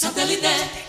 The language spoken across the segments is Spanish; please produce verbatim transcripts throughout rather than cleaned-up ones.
Satellite.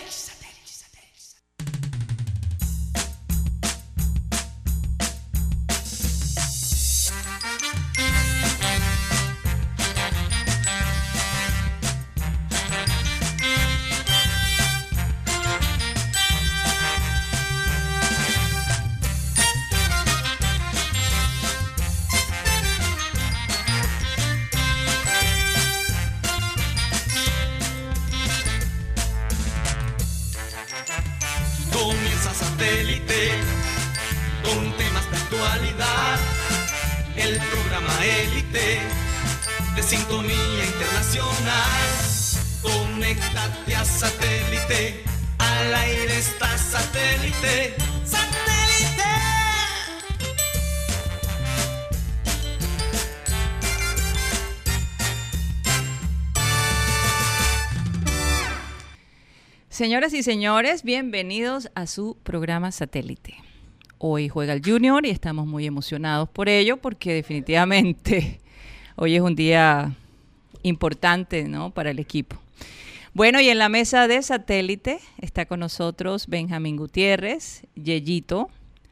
Señoras y señores, bienvenidos a su programa Satélite. Hoy juega el Junior y estamos muy emocionados por ello porque definitivamente hoy es un día importante, ¿no?, para el equipo. Bueno, y en la mesa de Satélite está con nosotros Benjamín Gutiérrez, Yeyito,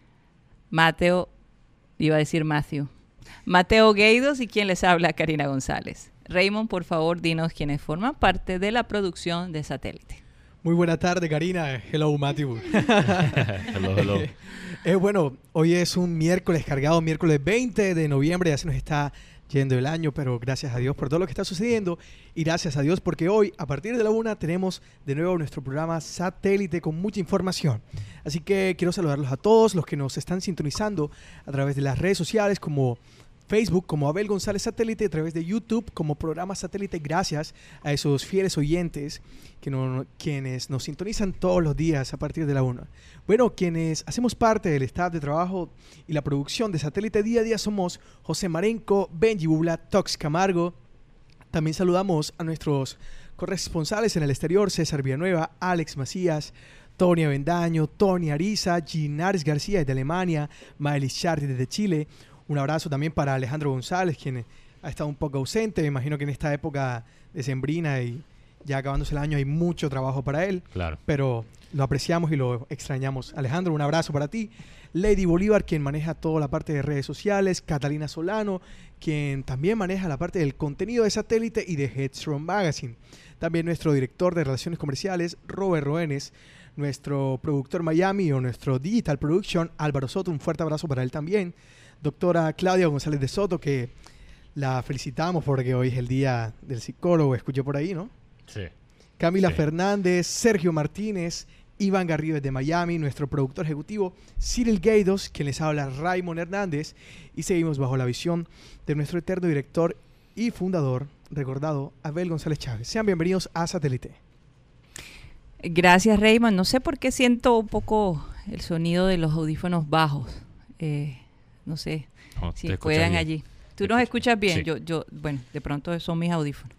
Mateo, iba a decir Matthew, Mateo Gueidos y quien les habla, Karina González. Raymond, por favor, dinos quiénes forman parte de la producción de Satélite. Muy buena tarde, Karina. Hello, Matthew. hello, hello. Eh, bueno, hoy es un miércoles cargado, miércoles veinte de noviembre. Ya se nos está yendo el año, pero gracias a Dios por todo lo que está sucediendo. Y gracias a Dios porque hoy, a partir de la una, tenemos de nuevo nuestro programa Satélite con mucha información. Así que quiero saludarlos a todos los que nos están sintonizando a través de las redes sociales como Facebook como Abel González Satélite, a través de YouTube como Programa Satélite. Gracias a esos fieles oyentes que no, quienes nos sintonizan todos los días a partir de la una. Bueno, quienes hacemos parte del staff de trabajo y la producción de Satélite día a día somos José Marenco, Benji Bubla, Tox Camargo. También saludamos a nuestros corresponsales en el exterior, César Villanueva, Alex Macías, Tony Avendaño, Tony Ariza, Ginares García desde Alemania, Maelis Charri desde Chile. Un abrazo también para Alejandro González, quien ha estado un poco ausente. Me imagino que en esta época decembrina y ya acabándose el año hay mucho trabajo para él. Claro. Pero lo apreciamos y lo extrañamos. Alejandro, un abrazo para ti. Lady Bolívar, quien maneja toda la parte de redes sociales. Catalina Solano, quien también maneja la parte del contenido de Satélite y de Headstrong Magazine. También nuestro director de Relaciones Comerciales, Robert Roenes. Nuestro productor Miami o nuestro Digital Production, Álvaro Soto. Un fuerte abrazo para él también. Doctora Claudia González de Soto, que la felicitamos porque hoy es el día del psicólogo, escuché por ahí, ¿no? Sí. Camila sí. Fernández, Sergio Martínez, Iván Garrido desde Miami, nuestro productor ejecutivo, Cyril Gueidos, quien les habla, Raymond Hernández, y seguimos bajo la visión de nuestro eterno director y fundador, recordado, Abel González Chávez. Sean bienvenidos a Satélite. Gracias, Raymond. No sé por qué siento un poco el sonido de los audífonos bajos. Eh... No sé no, si puedan allí. ¿Tú nos escuchas bien? Sí. Yo, yo, bueno, de pronto son mis audífonos.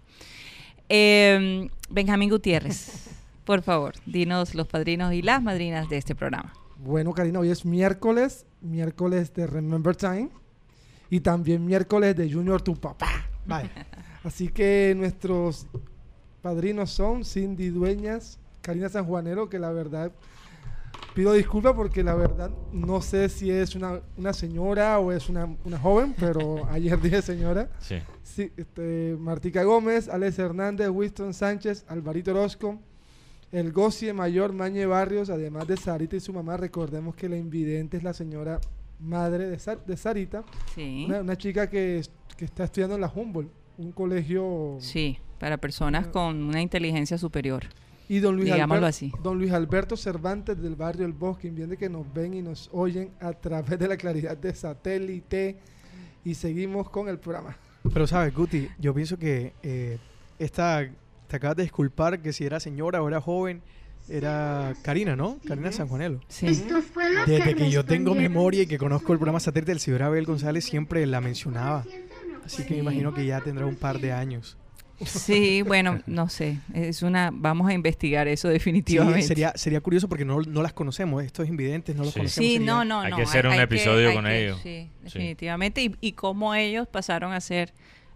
Eh, Benjamín Gutiérrez, por favor, dinos los padrinos y las madrinas de este programa. Bueno, Karina, hoy es miércoles, miércoles de Remember Time y también miércoles de Junior tu papá. Vale. Así que nuestros padrinos son Cindy Dueñas, Karina Sanjuanero, que la verdad... Pido disculpas porque la verdad no sé si es una, una señora o es una, una joven, pero ayer dije señora. Sí. Sí, este, Martica Gómez, Alex Hernández, Winston Sánchez, Alvarito Orozco, el Gocie Mayor, Mañe Barrios, además de Sarita y su mamá. Recordemos que la invidente es la señora madre de, Sar, de Sarita. Sí. Una, una chica que, que está estudiando en la Humboldt, un colegio... Sí, para personas una, con una inteligencia superior. Y don Luis, Digámoslo Albert, así. don Luis Alberto Cervantes del barrio El Bosque, entiende que nos ven y nos oyen a través de la claridad de Satélite y seguimos con el programa. Pero sabes, Guti, yo pienso que eh, esta, te acabas de disculpar que si era señora o era joven, era Karina, ¿no? Karina uh-huh. Sanjuanelo. Sí. Desde que yo tengo memoria y que conozco el programa Satélite, el señor Abel González siempre la mencionaba. Así que sí. Me imagino que ya tendrá un par de años. Sí, bueno, no sé, es una, vamos a investigar eso definitivamente. Sí, sería, sería curioso porque no, no las conocemos, estos invidentes no los sí. conocemos. Sí, sería... no, no, hay no. que hacer hay, un hay episodio que, con ellos. Sí, definitivamente, sí. y, y cómo ellos pasaron a ser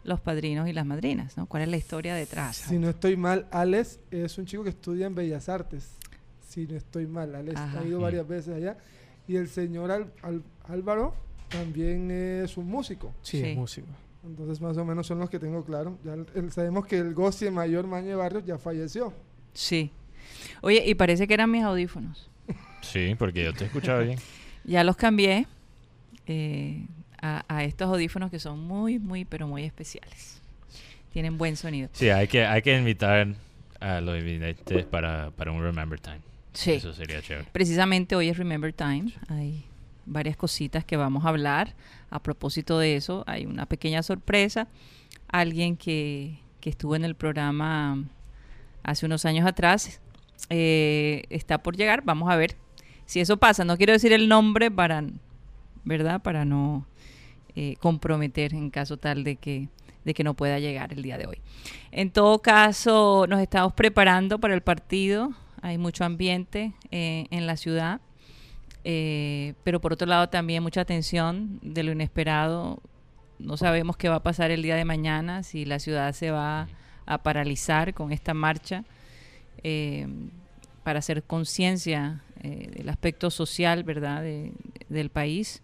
los padrinos y las madrinas, ¿no? ¿Cuál es la historia detrás? Si no estoy mal, Alex es un chico que estudia en Bellas Artes. Si no estoy mal, Alex Ajá. ha ido varias veces allá. Y el señor Al- Al- Álvaro también es un músico. Sí, Sí. es músico. Entonces más o menos son los que tengo claro. Ya el- el- sabemos que el Gossi Mayor Mañe Barrios ya falleció. Sí. Oye, y parece que eran mis audífonos. Sí, porque yo te he escuchado bien. Ya los cambié eh, a, a estos audífonos que son muy, muy, pero muy especiales. Tienen buen sonido. Sí, hay que, hay que invitar a los evidentes para, para un Remember Time. Sí. Eso sería chévere. Precisamente hoy es Remember Time. Hay varias cositas que vamos a hablar. A propósito de eso, hay una pequeña sorpresa. Alguien que, que estuvo en el programa hace unos años atrás eh, está por llegar. Vamos a ver si eso pasa. No quiero decir el nombre para, ¿verdad? Para no eh, comprometer en caso tal de que de que no pueda llegar el día de hoy. En todo caso, nos estamos preparando para el partido. Hay mucho ambiente eh, en la ciudad, eh, pero por otro lado también mucha tensión de lo inesperado. No sabemos qué va a pasar el día de mañana, si la ciudad se va a paralizar con esta marcha eh, para hacer conciencia eh, del aspecto social, ¿verdad?, de, del país.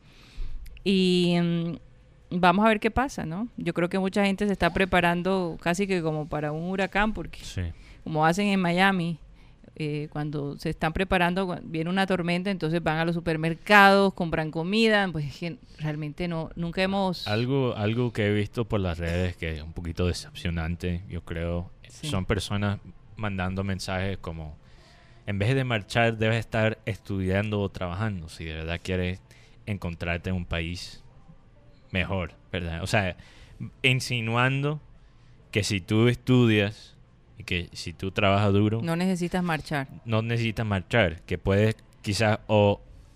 Y mm, vamos a ver qué pasa, ¿no? Yo creo que mucha gente se está preparando casi que como para un huracán, porque Sí. como hacen en Miami, eh, cuando se están preparando, cu- viene una tormenta, entonces van a los supermercados, compran comida, pues es que realmente no, nunca hemos... Algo, algo que he visto por las redes que es un poquito decepcionante, yo creo, Sí. son personas mandando mensajes como, en vez de marchar, debes estar estudiando o trabajando, si de verdad quieres encontrarte en un país mejor, ¿verdad? O sea, insinuando que si tú estudias y que si tú trabajas duro, No necesitas marchar. no necesitas marchar, que puedes quizás o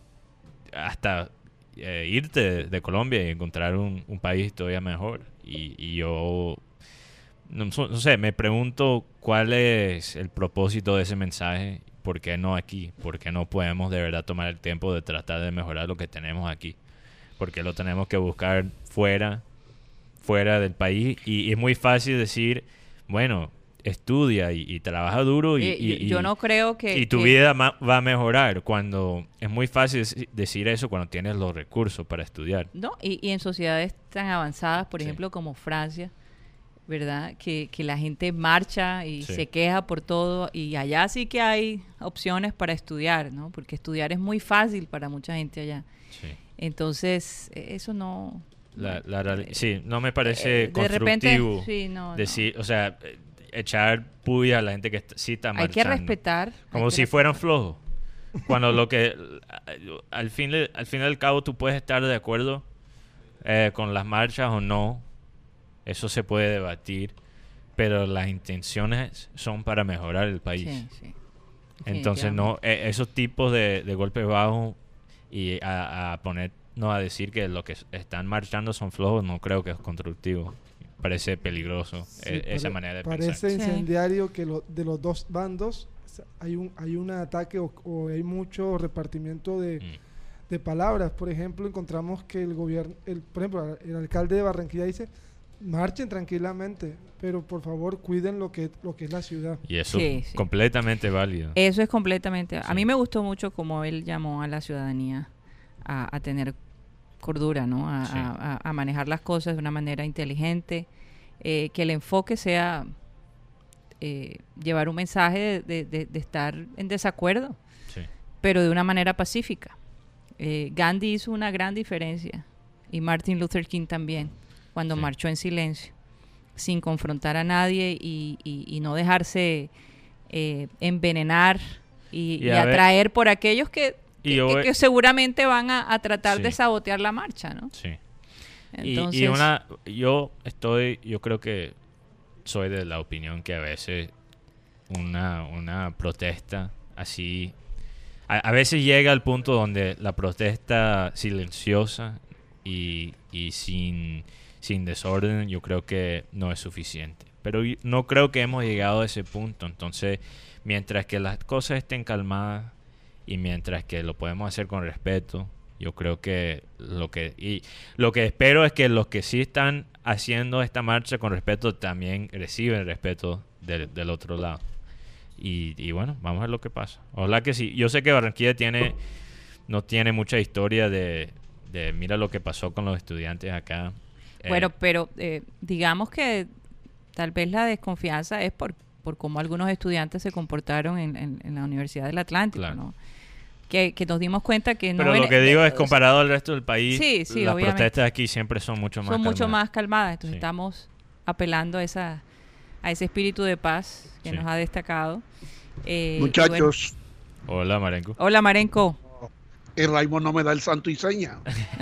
hasta eh, irte de, de Colombia y encontrar un, un país todavía mejor. Y, y yo, no, so- no sé, me pregunto cuál es el propósito de ese mensaje, por qué no aquí, por qué no podemos de verdad tomar el tiempo de tratar de mejorar lo que tenemos aquí, porque lo tenemos que buscar fuera, fuera del país. Y, y es muy fácil decir, bueno, estudia y, y trabaja duro y, Eh, y- yo, yo y- no creo que... y tu que- vida ma- va a mejorar, cuando es muy fácil deci- decir eso cuando tienes los recursos para estudiar. No, y, y en sociedades tan avanzadas, por Sí. ejemplo, como Francia, ¿verdad? Que, que la gente marcha y Sí. se queja por todo, y allá sí que hay opciones para estudiar, ¿no? Porque estudiar es muy fácil para mucha gente allá. Sí. Entonces, eh, eso no... La, la reali- sí, no me parece eh, de repente, constructivo sí, no, no. decir, o sea, eh, echar puya a la gente que est- sí está Hay marchando. que respetar. hay Como que si fueran respetar. flojos. Cuando lo que al fin de- al fin y al cabo tú puedes estar de acuerdo eh, con las marchas o no, eso se puede debatir, pero las intenciones son para mejorar el país. Sí, sí. Entonces no, eh, esos tipos de, de golpes bajos y a, a ponernos a decir que los que s- están marchando son flojos, no creo que es constructivo. Parece peligroso Sí, eh, esa pare- manera de Parece pensar. Sí. incendiario que lo- de los dos bandos o sea, hay un hay un ataque o, o hay mucho repartimiento de, Mm. de palabras. Por ejemplo, encontramos que el gobierno, el, por ejemplo, el alcalde de Barranquilla dice, marchen tranquilamente, pero por favor cuiden lo que, lo que es la ciudad. Y eso Sí, es sí. completamente válido. Eso es completamente... A Sí. mí me gustó mucho cómo él llamó a la ciudadanía a, a tener cordura, ¿no? A, Sí. a- a- a manejar las cosas de una manera inteligente, eh, que el enfoque sea eh, llevar un mensaje de, de- de- de estar en desacuerdo, Sí. pero de una manera pacífica. Eh, Gandhi hizo una gran diferencia, y Martin Luther King también, cuando Sí. marchó en silencio, sin confrontar a nadie y, y- y no dejarse eh, envenenar y, Y y a ver- atraer por aquellos que, Y que, yo que- ve- que seguramente van a, a tratar de Sí. sabotear la marcha, ¿no? Sí. Entonces, Y, y una, yo estoy, yo creo que soy de la opinión que a veces una, una protesta así, a, a veces llega al punto donde la protesta silenciosa y, y sin, sin desorden, yo creo que no es suficiente. Pero y- no creo que hemos llegado a ese punto. Entonces, mientras que las cosas estén calmadas y mientras que lo podemos hacer con respeto Yo creo que lo que y lo que espero es que los que sí están haciendo esta marcha con respeto también reciben respeto del, del otro lado. Y, y bueno, vamos a ver lo que pasa. Ojalá que sí. Yo sé que Barranquilla tiene no tiene mucha historia de, de mira lo que pasó con los estudiantes acá. Bueno, Eh, pero eh, digamos que tal vez la desconfianza es por, por cómo algunos estudiantes se comportaron en, en, en la Universidad del Atlántico, Claro. ¿no? Que, que nos dimos cuenta que no... pero lo ven- que digo de- es comparado al resto del país, Sí, sí, las obviamente. protestas aquí siempre son mucho más son mucho calmadas. más calmadas. Entonces Sí. estamos apelando a esa a ese espíritu de paz que Sí. nos ha destacado. Eh, y Muchachos, Hola, Marenco. bueno. Hola, Marenco. el Raymond no me da el santo y seña.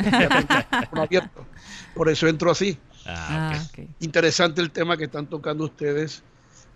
Por abierto. Por eso entro así. Ah, Ah, ok. ok. Interesante el tema que están tocando ustedes.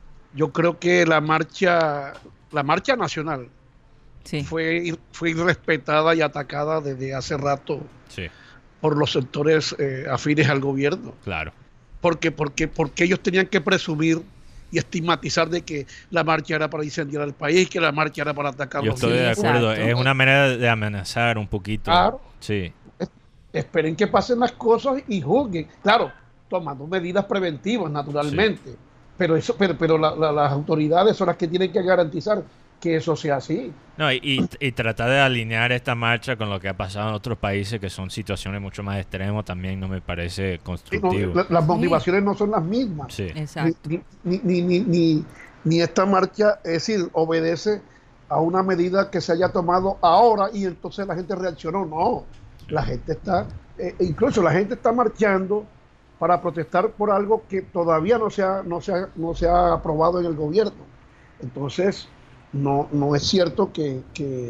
Yo creo que la marcha, la marcha nacional Sí. fue, ir- fue irrespetada y atacada desde hace rato Sí, por los sectores eh, afines al gobierno. claro. Porque, porque, porque ellos tenían que presumir y estigmatizar de que la marcha era para incendiar el país, que la marcha era para atacar Yo los estoy de Sí, acuerdo. exacto. Es una manera de amenazar un poquito. Claro. Sí, Esperen que pasen las cosas y juzguen. Claro, tomando medidas preventivas, naturalmente. Pero eso, pero, pero la- la- las autoridades son las que tienen que garantizar que eso sea así. no, y, y, y tratar de alinear esta marcha con lo que ha pasado en otros países que son situaciones mucho más extremas también no me parece Sí, no, constructivo. la- las motivaciones no son las mismas. Sí, Exacto. Ni, ni, ni, ni, ni- ni esta marcha, es decir, obedece a una medida que se haya tomado ahora y entonces la gente reaccionó. No, la gente está, eh, incluso la gente está marchando para protestar por algo que todavía no se ha, no se ha, no se ha aprobado en el gobierno. Entonces, no, no es cierto que, que,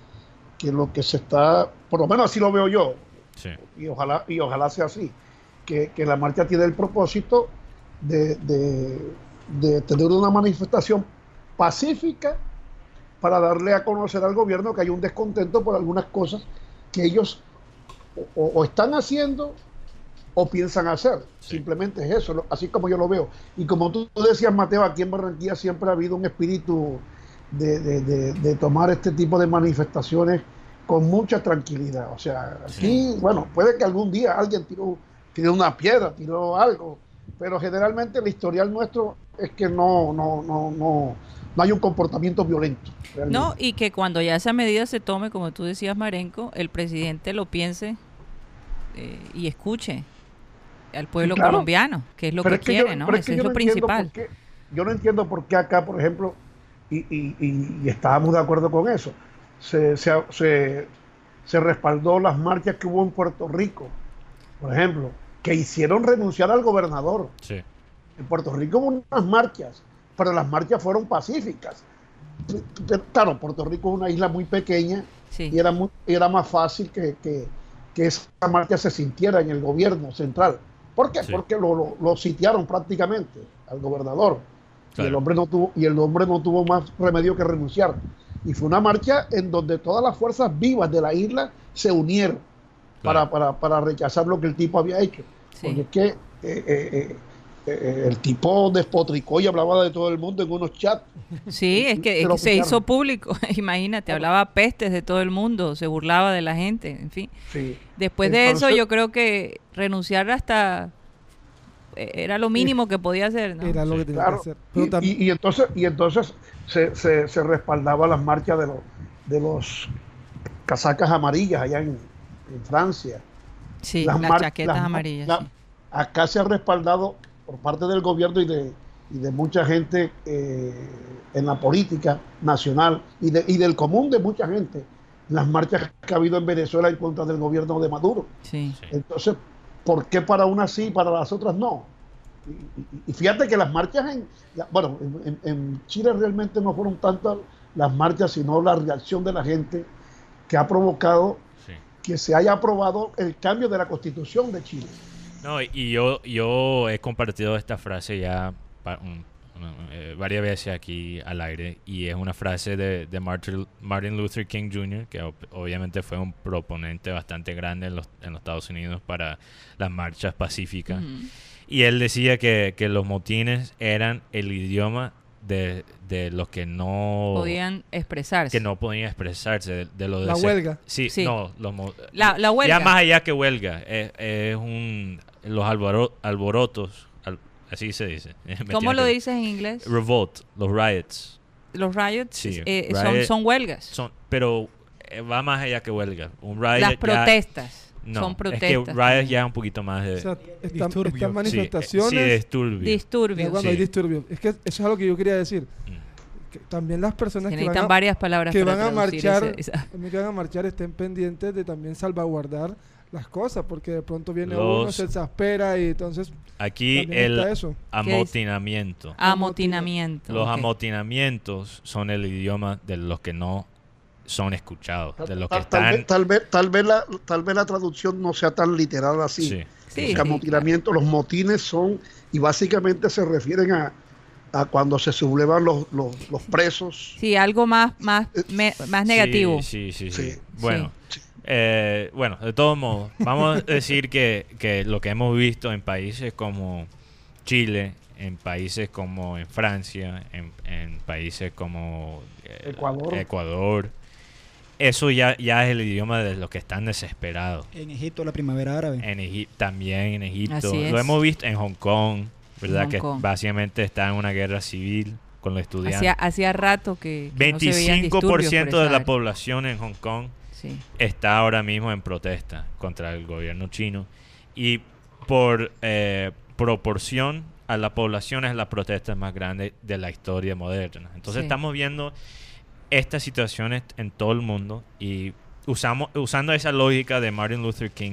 que lo que se está, por lo menos así lo veo yo, sí, y ojalá, y ojalá sea así, que, que la marcha tiene el propósito de, de, de tener una manifestación pacífica para darle a conocer al gobierno que hay un descontento por algunas cosas que ellos o, o están haciendo o piensan hacer. Sí. Simplemente es eso, lo- así como yo lo veo. Y como tú, tú decías, Mateo, aquí en Barranquilla siempre ha habido un espíritu de, de- de- de tomar este tipo de manifestaciones con mucha tranquilidad. O sea, aquí, bueno, puede que algún día alguien tiró, tiró una piedra, tiró algo, pero generalmente el historial nuestro es que no, no, no, no, no hay un comportamiento violento. realmente. No, y que cuando ya esa medida se tome, como tú decías, Marenco, el presidente lo piense eh, y escuche al pueblo Claro. colombiano, que es lo Pero que es que yo- quiere, ¿no? pero es Eso que es yo lo no entiendo principal. por qué- yo no entiendo por qué acá, por ejemplo, y, y- y- y estábamos de acuerdo con eso, se, se, se- se respaldó las marchas que hubo en Puerto Rico, por ejemplo, que hicieron renunciar al gobernador. sí, En Puerto Rico hubo unas marchas, pero las marchas fueron pacíficas. Pero, claro, Puerto Rico es una isla muy pequeña Sí. y era, muy, era más fácil que, que, que esa marcha se sintiera en el gobierno central. ¿Por qué? Sí. Porque lo, lo, lo sitiaron prácticamente al gobernador. Y Claro. el hombre no tuvo, y el hombre no tuvo más remedio que renunciar. Y fue una marcha en donde todas las fuerzas vivas de la isla se unieron Claro. para, para, para rechazar lo que el tipo había hecho. Sí. Porque es que eh, eh, eh, eh, el tipo despotricó y hablaba de todo el mundo en unos chats. Sí, es que, es Pero que se picaron. hizo público, imagínate, Claro. hablaba pestes de todo el mundo, se burlaba de la gente, en fin. Sí. Después de eso Entonces- yo creo que renunciar hasta eh, era lo mínimo que podía hacer, ¿no? Era lo Sí. que tenía Claro, que hacer. Pero y, también, y- y entonces, y entonces se, se, se respaldaba las marchas de los, de los casacas amarillas allá en, en Francia. Sí, Las las mar- chaquetas las- amarillas. la- sí. Acá se ha respaldado por parte del gobierno y de, y de mucha gente eh, en la política nacional y, de, y del común de mucha gente las marchas que ha habido en Venezuela en contra del gobierno de Maduro. Sí. sí. Entonces, ¿por qué para unas sí y para las otras no? Y, y- y fíjate que las marchas en, la- bueno, en, en- en Chile realmente no fueron tantas las marchas, sino la reacción de la gente que ha provocado Sí. que se haya aprobado el cambio de la Constitución de Chile. No, y yo, yo he compartido esta frase ya pa- un- una- eh, varias veces aquí al aire y es una frase de, de Martin, Martin Luther King junior, que ob- obviamente fue un proponente bastante grande en los, en los Estados Unidos para las marchas pacíficas. Ujú. Y él decía que, que los motines eran el idioma de, de los que no podían expresarse. que no podían expresarse de, de lo de La ese- huelga. sí, Sí. no los mo- La, la huelga. ya más allá que huelga es, es un los alboro- alborotos al- así se dice. Me ¿Cómo tiene lo que- dices en inglés? Revolt, los riots Los riots Sí, eh, son, riot- son huelgas. son, pero eh, va más allá que huelga. Un riot Las ya- protestas. no, son es protestas. que riot ya es un poquito más de O sea, están, Disturbios. están sí, manifestaciones. eh, sí, disturbio. ya Disturbios. cuando sí. hay disturbios. Es que eso es algo que yo quería decir. Mm. Que también las personas Se que van necesitan a, varias palabras que para van a traducir marchar, ese- esa- también que van a marchar estén pendientes de también salvaguardar las cosas, porque de pronto viene Los- uno, se exaspera y entonces Aquí también el está eso. amotinamiento. Amotinamiento. Los ok. amotinamientos son el idioma de los que no son escuchados, de los que Tal, tal están... vez, tal, vez, tal, vez la, tal vez la traducción no sea tan literal así. Sí. Sí, Porque sí, amotinamiento, los motines son, y básicamente se refieren a, a cuando se sublevan los, los, los presos. Sí, algo más, más, me- más negativo. Sí, sí, sí. sí. Sí. Bueno, eh, bueno, de todos modos, vamos a decir que, que lo que hemos visto en países como Chile, en países como en Francia, en, en países como eh, Ecuador. Ecuador, eso ya, ya es el idioma de los que están desesperados. En Egipto, la primavera árabe. En Egip- también en Egipto. Así es. Lo hemos visto en Hong Kong, ¿verdad? Hong que Kong. básicamente está en una guerra civil con los estudiantes. Hacía, hacía rato que, que no se veían veinticinco por ciento disturbios de la esa área. población en Hong Kong Sí. está ahora mismo en protesta contra el gobierno chino. Y por eh, proporción a la población es la protesta más grande de la historia moderna. Entonces Sí. estamos viendo estas situaciones en todo el mundo y usamos usando esa lógica de Martin Luther King,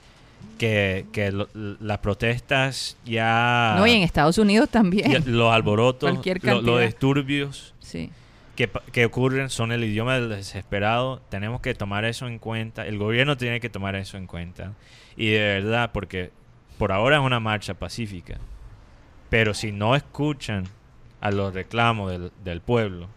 que, que lo- las protestas ya... No, y en Estados Unidos también. ya los alborotos, Cualquier lo- los cantidad. disturbios Sí. que, pa- que ocurren son el idioma del desesperado. Tenemos que tomar eso en cuenta. El gobierno tiene que tomar eso en cuenta. Y de verdad, porque por ahora es una marcha pacífica. Pero si no escuchan a los reclamos del, del pueblo,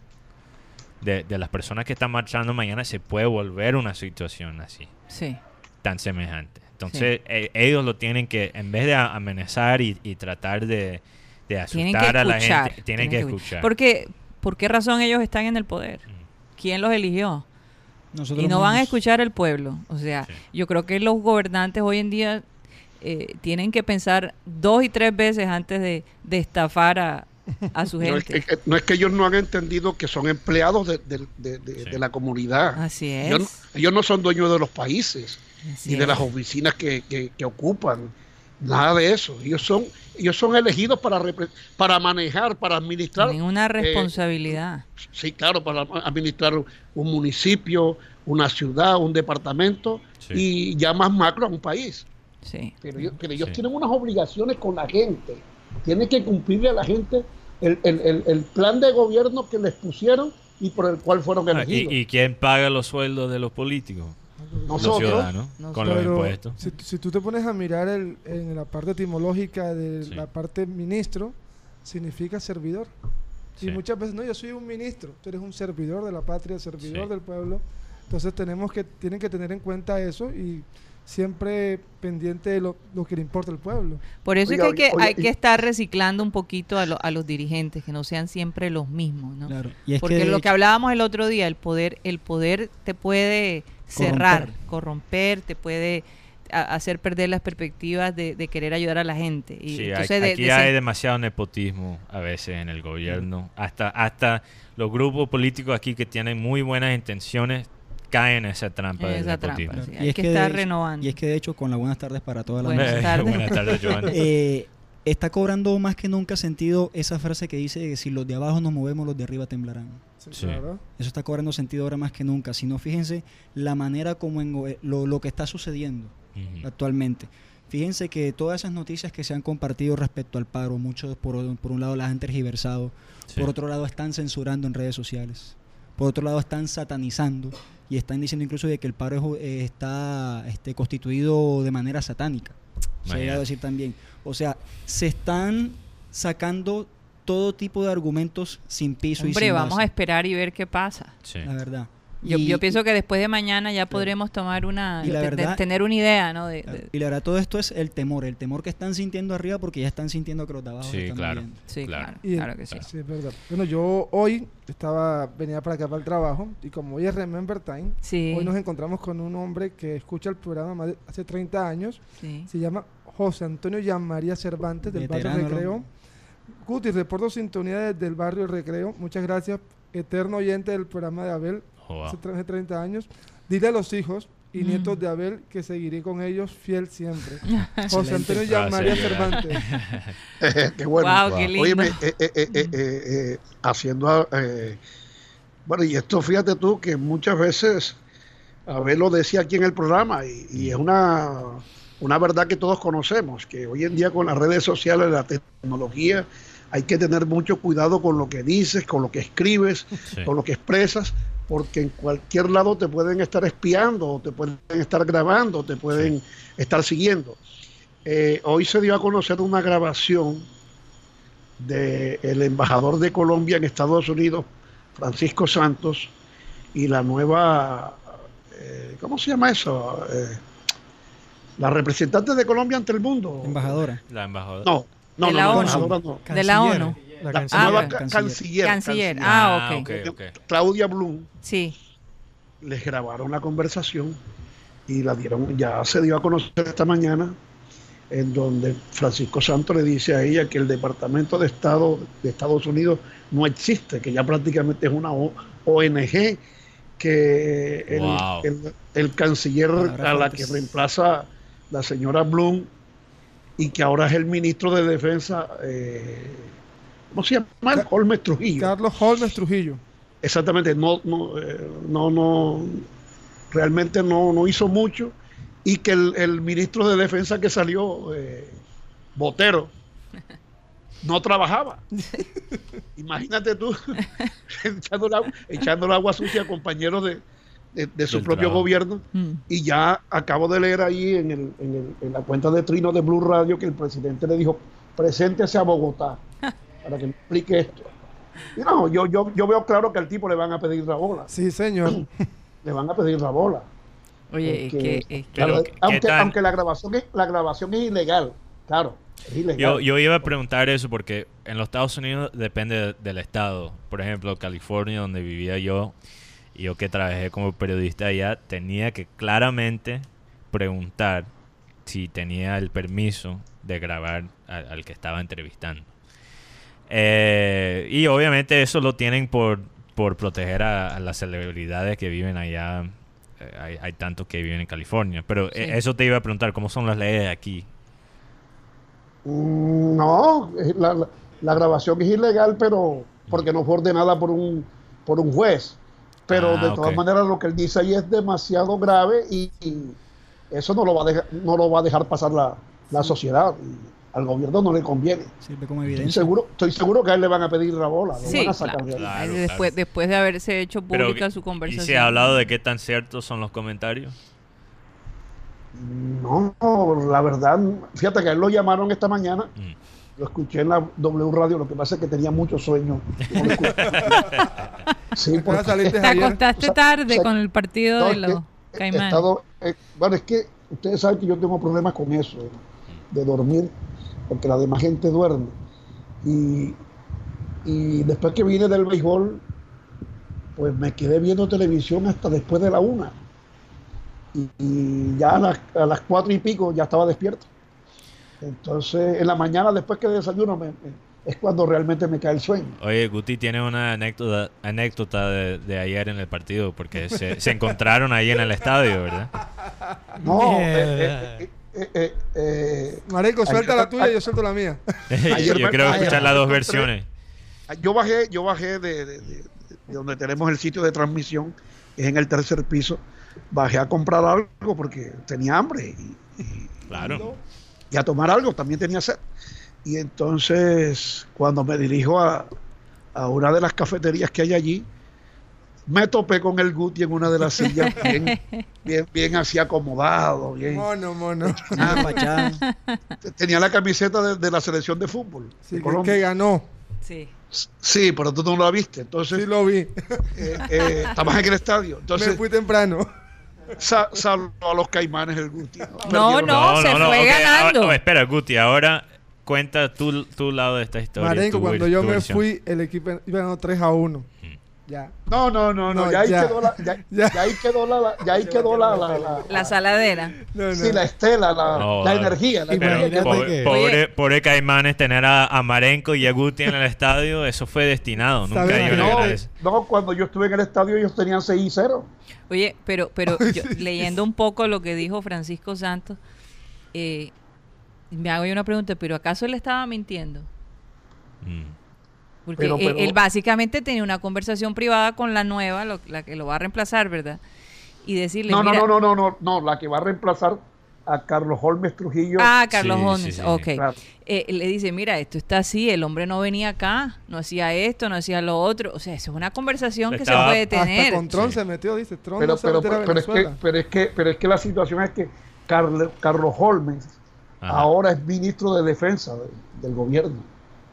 de, de las personas que están marchando mañana, se puede volver una situación así, Sí. tan semejante. Entonces, eh, ellos lo tienen que, en vez de a- amenazar y, y tratar de, de Tienen que asustar a la escuchar. gente, tienen, que escuchar. Porque, ¿por qué razón ellos están en el poder? ¿Quién los eligió? Nosotros Y no van a mismos. escuchar al pueblo. O sea, Sí. yo creo que los gobernantes hoy en día eh, tienen que pensar dos y tres veces antes de, de estafar a, a su No es, gente. que, no es que ellos no han entendido que son empleados de, de- de- de- Sí. de la comunidad. Así es. Ellos, no- ellos no son dueños de los países Así ni de es. las oficinas que, que- que ocupan. Nada de eso. Ellos son, ellos son elegidos para, repre- para manejar, para administrar. Tienen una eh, responsabilidad. Sí, claro, para administrar un municipio, una ciudad, un departamento Sí. y ya más macro a un país. Sí. Pero ellos, pero ellos Sí. tienen unas obligaciones con la gente. Tienen que cumplirle a la gente el, el- el- el plan de gobierno que les pusieron y por el cual fueron Ah, elegidos. ¿y, ¿Y quién paga los sueldos de los políticos? Los Nosotros, ciudadanos, Nosotros. con los Pero impuestos. Si, si tú te pones a mirar el, en la parte etimológica de Sí. la parte ministro, significa servidor. Sí. Y muchas veces, no, yo soy un ministro, tú eres un servidor de la patria, servidor Sí. del pueblo. Entonces tenemos que, tienen que tener en cuenta eso y siempre pendiente de lo, lo que le importa al pueblo. Por eso Oiga, es que hay, que oiga, hay y- que estar reciclando un poquito a, lo- a los dirigentes, que no sean siempre los mismos, ¿no? Claro. Y es Porque que, de lo hecho, que hablábamos el otro día, el poder, el poder te puede cerrar, Corromper. corromper, te puede a- hacer perder las perspectivas de, de querer ayudar a la gente. Y Sí, entonces hay- de- aquí de hay ser- demasiado nepotismo a veces en el gobierno. Hasta, hasta los grupos políticos aquí que tienen muy buenas intenciones caen en esa trampa En del esa nepotismo. trampa, sí. y Hay es que de estar hecho- renovando. Y es que de hecho, con las buenas tardes para toda la Buenas mesa, Eh, tardes. Buenas tardes, Joan. eh, está cobrando más que nunca sentido esa frase que dice que si los de abajo nos movemos, los de arriba temblarán. Sí. Claro. Eso está cobrando sentido ahora más que nunca. Si no, fíjense la manera como en, go- lo, lo que está sucediendo Ujú. actualmente. Fíjense que todas esas noticias que se han compartido respecto al paro, muchos por, por un lado las han tergiversado, Sí. por otro lado están censurando en redes sociales, por otro lado están satanizando y están diciendo incluso de que el paro es, eh, está este, constituido de manera satánica. Se ha llegado a decir también. O sea, se están sacando todo tipo de argumentos sin piso y Hombre, sin vamos a base, esperar y ver qué pasa. Sí. la verdad. Yo, Y- yo pienso que después de mañana ya podremos tomar una, Y la de- de- verdad- tener una idea, ¿no? De, de- Y la verdad, todo esto es el temor, el temor que están sintiendo arriba porque ya están sintiendo que los de abajo Sí, se están claro. moviendo. sí, Claro. claro, Y- claro que sí. Sí, es verdad. Bueno, yo hoy estaba, venía para acá para el trabajo y como hoy es Remember Time, Sí, hoy nos encontramos con un hombre que escucha el programa más de- hace treinta años. sí. Se llama José Antonio Jean María Cervantes del barrio Veterano, Recreo. ¿no? Guti, reporto sintonía desde el barrio Recreo. Muchas gracias, eterno oyente del programa de Abel. Oh, wow. Hace tre- hace treinta años. Dile a los hijos y Mm. nietos de Abel que seguiré con ellos fiel siempre. José Antonio Ah, Jean sí, María ya. Cervantes. Qué bueno. Wow, qué lindo. Óyeme, eh, eh, eh, eh, eh, eh, haciendo, eh, bueno, y esto fíjate tú que muchas veces, Abel lo decía aquí en el programa, y, y es una, una verdad que todos conocemos, que hoy en día con las redes sociales, la tecnología, hay que tener mucho cuidado con lo que dices, con lo que escribes, Sí. con lo que expresas, porque en cualquier lado te pueden estar espiando, te pueden estar grabando, te pueden estar siguiendo. Eh, hoy se dio a conocer una grabación del embajador de Colombia en Estados Unidos, Francisco Santos, y la nueva, eh, ¿cómo se llama eso? Eh, la representante de Colombia ante el mundo. Embajadora. La embajadora. No, no, De no, la no, ONU. embajadora no. De la Canciller. ONU. La La canciller. nueva Ah, ca- canciller. canciller. Canciller. canciller. Ah, Ah, ok. ok, ok. Claudia Blum. Sí. Les grabaron la conversación y la dieron, ya se dio a conocer esta mañana, en donde Francisco Santos le dice a ella que el Departamento de Estado de Estados Unidos no existe, que ya prácticamente es una O- ONG, que el, Wow. el- el canciller Palabras a la fuertes. que reemplaza la señora Blum y que ahora es el ministro de Defensa, eh, ¿cómo se llama? Ca- Holmes Trujillo. Carlos Holmes Trujillo. Exactamente, no, no, eh, no, no, realmente no, no hizo mucho, y que el, el ministro de Defensa que salió, eh, Botero, no trabajaba. Imagínate tú, echando el agua, echando el agua sucia a compañeros de, de, de su Del propio trabajo. gobierno. Mm. Y ya acabo de leer ahí en, el, en, el, en la cuenta de Trino de Blue Radio que el presidente le dijo, preséntese a Bogotá para que me explique esto. Y no, yo, yo, yo veo claro que al tipo le van a pedir la bola. Sí, señor. Le van a pedir la bola. Oye, es Porque- que, es que- claro, Pero, ¿qué aunque, tal? aunque la grabación es, la grabación es ilegal, claro, es ilegal. Yo, yo iba a preguntar eso porque en los Estados Unidos depende de- del estado. Por ejemplo, California, donde vivía yo, y yo que trabajé como periodista allá, tenía que claramente preguntar si tenía el permiso de grabar al, al que estaba entrevistando. Eh, y obviamente eso lo tienen por, por proteger a, a las celebridades que viven allá. Eh, hay, hay tantos que viven en California. Pero eh, Sí. eso te iba a preguntar, ¿cómo son las leyes aquí? Mm, No, es la, la- la grabación es ilegal, pero porque no fue ordenada por un, por un juez. Pero Ah, de todas ok. maneras lo que él dice ahí es demasiado grave y, y eso no lo va a dejar, no lo va a dejar pasar la, la sociedad. Y al gobierno no le conviene. Sirve como Estoy evidencia. seguro, estoy seguro que a él le van a pedir la bola, lo Sí, van a sacar claro. de ahí. Claro, Ay, claro. después, después de haberse hecho Pero, pública su ¿y conversación. se ha hablado de qué tan ciertos son los comentarios? No, la verdad, fíjate que a él lo llamaron esta mañana. Mm. Lo escuché en la W Radio, lo que pasa es que tenía mucho sueño. No lo escuché. Sí, Acaba de porque salir de Te ayer. acostaste O sea, tarde o sea, con el partido no, de es los que he Caimanes. estado, eh, bueno, es que ustedes saben que yo tengo problemas con eso, eh, de dormir, porque la demás gente duerme. Y, y después que vine del béisbol, pues me quedé viendo televisión hasta después de la una. Y, y ya a las, a las cuatro y pico ya estaba despierto. Entonces, en la mañana, después que desayuno, me- me- es cuando realmente me cae el sueño. Oye, Guti tiene una anécdota, anécdota de, de ayer en el partido, porque se, se encontraron ahí en el estadio, ¿verdad? No, Mierda. eh, eh, eh, eh, eh, Marico, suelta Ayer- la tuya y yo suelto la mía. Ayer Yo me- quiero ayer escuchar me las dos encontré- versiones. yo bajé, yo bajé de, de- de- de donde tenemos el sitio de transmisión, que es en el tercer piso. Bajé a comprar algo porque tenía hambre y, y- Claro. y a tomar algo, también tenía sed. Y entonces, cuando me dirijo a, a una de las cafeterías que hay allí, me topé con el Guti en una de las sillas, bien, bien, bien así acomodado, bien. Mono, mono. Ah, Pachá. Tenía la camiseta de, de la selección de fútbol Sí, de que, Colombia. que ganó. Sí. Sí, pero tú no lo viste. Entonces, Sí lo vi. eh, eh, estabas en el estadio. Me Entonces, fui temprano. sa- salvo a los Caimanes el Guti. ¿no? No, Perdieron. no, se fue ok, ganando. ahora- oh, espera, Guti, ahora cuenta tu, tu lado de esta historia. Marenco, tu cuando ver- yo tu me versión. fui, el equipo iba ganando tres a uno. Ya. No, no, no, no, No, ya ahí ya. quedó la, ya, Ya. ya ahí quedó la, la- ya ahí quedó la, la, la- La saladera. No, no. sí, la estela, la, No, la no. energía, la Pero energía que- Imagínate pobre, que- pobre, Oye. pobre Caimanes tener a, a Marenco y a Guti en el estadio, eso fue destinado. Nunca ¿Sabes iban a qué? ganar no, eso. no, cuando yo estuve en el estadio ellos tenían seis y cero. Oye, pero, pero yo, leyendo un poco lo que dijo Francisco Santos, eh, me hago yo una pregunta, ¿pero acaso él estaba mintiendo? Mm. Porque Pero- él, pero- él básicamente tenía una conversación privada con la nueva, lo- la que lo va a reemplazar, ¿verdad? Y decirle, No, no, mira, no, no, no, no, no, la que va a reemplazar a Carlos Holmes Trujillo. ah, Carlos Sí, Holmes, sí, sí. ok. Claro. Eh, le dice, mira, esto está así, el hombre no venía acá, no hacía esto, no hacía lo otro. O sea, eso es una conversación que se Estaba- puede Hasta tener. con Tron Sí. se metió, dice. Tron pero, no se pero, va a meter a pero, es que, Venezuela. pero, es que, pero es que la situación es que Carle- Carlos Holmes Ajá. ahora es ministro de defensa de- del gobierno.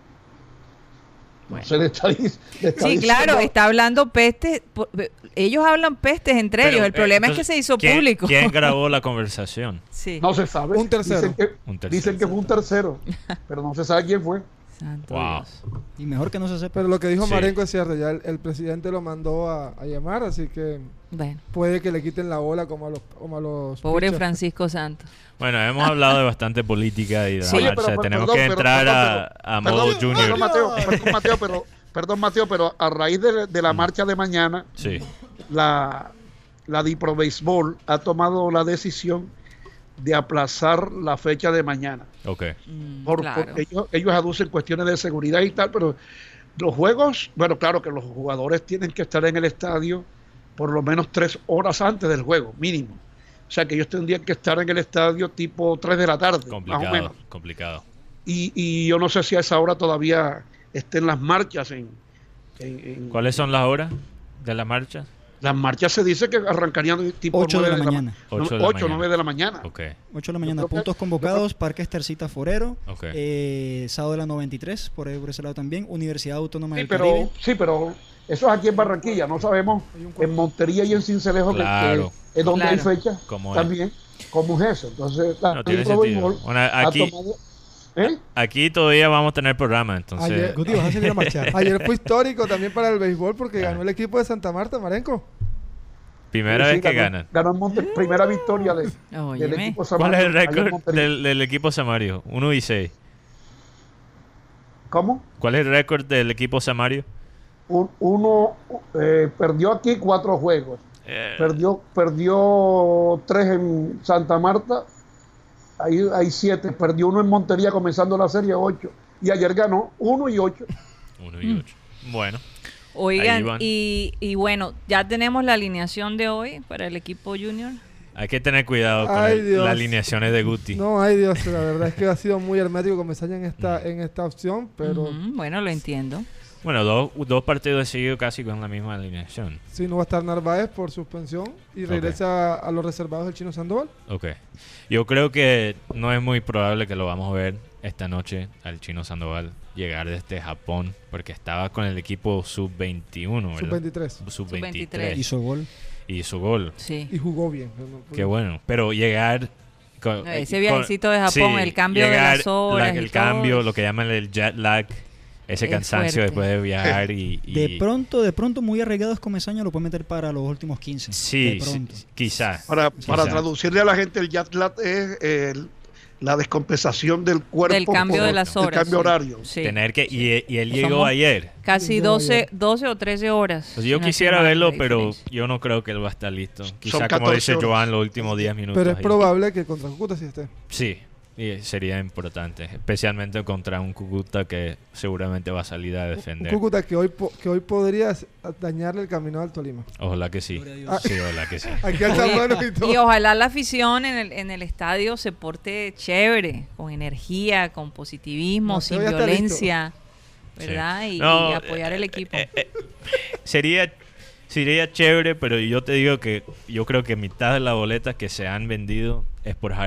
Bueno. Se le está, di- le está Sí, diciendo- claro, está hablando pestes. po- Ellos hablan pestes entre Pero, ellos. El eh, problema es entonces, que se hizo ¿quién- público. ¿Quién grabó la conversación? Sí. No se sabe. Un tercero. Dicen que, Un tercero. dicen que fue un tercero, pero no se sabe quién fue. Santo Wow. Dios. Y mejor que no se sepa. Pero lo que dijo Sí. Marenco es cierto. Ya el, el presidente lo mandó a, a llamar, así que Bueno, puede que le quiten la bola como a los, como a los pobre pitchers. Francisco Santos. Bueno, hemos hablado de bastante política y de la Sí. Oye, marcha. pero- Tenemos perdón, que pero- entrar perdón, a, pero- a modo Perdón, junior. perdón, Mateo, perdón, Mateo, pero, perdón, Mateo, pero a raíz de, de la marcha de mañana, Sí. la, la Dipro Béisbol ha tomado la decisión de aplazar la fecha de mañana. Ok. Mm, Por- claro. Porque ellos, ellos aducen cuestiones de seguridad y tal, pero los juegos, bueno, claro que los jugadores tienen que estar en el estadio por lo menos tres horas antes del juego, mínimo. O sea que ellos tendrían que estar en el estadio tipo tres de la tarde, más o Complicado, menos. complicado. Y, y yo no sé si a esa hora todavía estén las marchas en, en- en- ¿Cuáles son las horas de la marcha? Las marchas se dice que arrancarían tipo Ocho de nueve la mañana. ma- Ocho de la ocho, mañana. nueve de la mañana. Ok, ocho de la mañana. creo que- Puntos convocados. Parque Estercita Forero. ok. Eh, Sábado de la noventa y tres, por, ahí, por ese lado también. Universidad Autónoma Sí, del pero, Caribe. sí, pero eso es aquí en Barranquilla. No sabemos en Montería y en Cincelejo que- Claro. que es donde Claro. hay fecha ¿Cómo es? también. ¿Cómo es eso? Entonces, la No tiene Dipro sentido. Béisbol Bueno, ha aquí, tomado- ¿Eh? aquí todavía vamos a tener programa, entonces. Ayer- Guti, vas a salir a marchar. Ayer fue histórico también para el béisbol porque Ah. ganó el equipo de Santa Marta, Marenco. Primera Sí, vez que ganó- ganan. Ganó en Monte- primera victoria de, del Óyeme. equipo ¿Cuál Samario es el allá en récord Montería. del, del equipo Samario? uno y seis. ¿Cómo? ¿Cuál es el récord del equipo Samario? Un- uno eh, perdió aquí cuatro juegos. Eh, Perdió, perdió tres en Santa Marta. Ahí hay siete. Perdió uno en Montería comenzando la serie ocho. Y ayer ganó uno y ocho. uno y ocho. Bueno, Ahí Oigan, van. y, y bueno, ya tenemos la alineación de hoy para el equipo junior. hay que tener cuidado con Ay, el- Dios. las alineaciones de Guti. No, ay Dios, la verdad es que ha sido muy hermético comenzar en esta, en esta opción, pero Ujú, bueno, lo entiendo. Bueno, dos, dos partidos seguidos casi con la misma alineación. sí, no va a estar Narváez por suspensión y regresa a los reservados del Chino Sandoval. Ok. Yo creo que no es muy probable que lo vamos a ver esta noche al Chino Sandoval llegar desde Japón, porque estaba con el equipo sub veintiuno, Sub ¿verdad? veintitrés. sub veintitrés. veintitrés. Hizo gol. Y hizo gol. Sí. Y jugó bien. No, Qué bueno. Pero llegar... con- No, ese con- viajecito de Japón, el cambio de llegar, las horas la- y el cambio, todo. lo que llaman el jet lag, ese Es cansancio fuerte. después de viajar y... y- De pronto, de pronto, muy arriesgados Comesaña lo puede meter para los últimos quince. Sí, de sí, pronto. quizás. Para, Sí, para sí. traducirle a la gente, el jet lag es el- la descompensación del cuerpo Del cambio por de las el horas. cambio sí. horario. Sí. Tener que... Y, y él llegó Somos- ayer. Casi Llegó doce, ayer. doce o trece horas. Pues yo si no quisiera estoy mal, verlo, la pero diferencia. yo no creo que él va a estar listo. Quizás como catorce dice horas. Joan, los últimos diez minutos. Pero es ahí. probable que contra Cúcuta sí esté. Sí, y sería importante, especialmente contra un Cúcuta que seguramente va a salir a Un defender. Cúcuta que hoy, po- que hoy podría dañarle el camino al Tolima. Ojalá que sí. Gloria a Dios. Ah. Sí, ojalá que sí. Aquí alza Oye, mano y todo. y ojalá la afición en el, en el estadio se porte chévere, con energía, con positivismo, Mateo sin ya está violencia, ¿verdad? Sí. Y, No, y apoyar el equipo. Eh, eh, sería, sería chévere, pero yo te digo que yo creo que mitad de las boletas que se han vendido es por Harlan.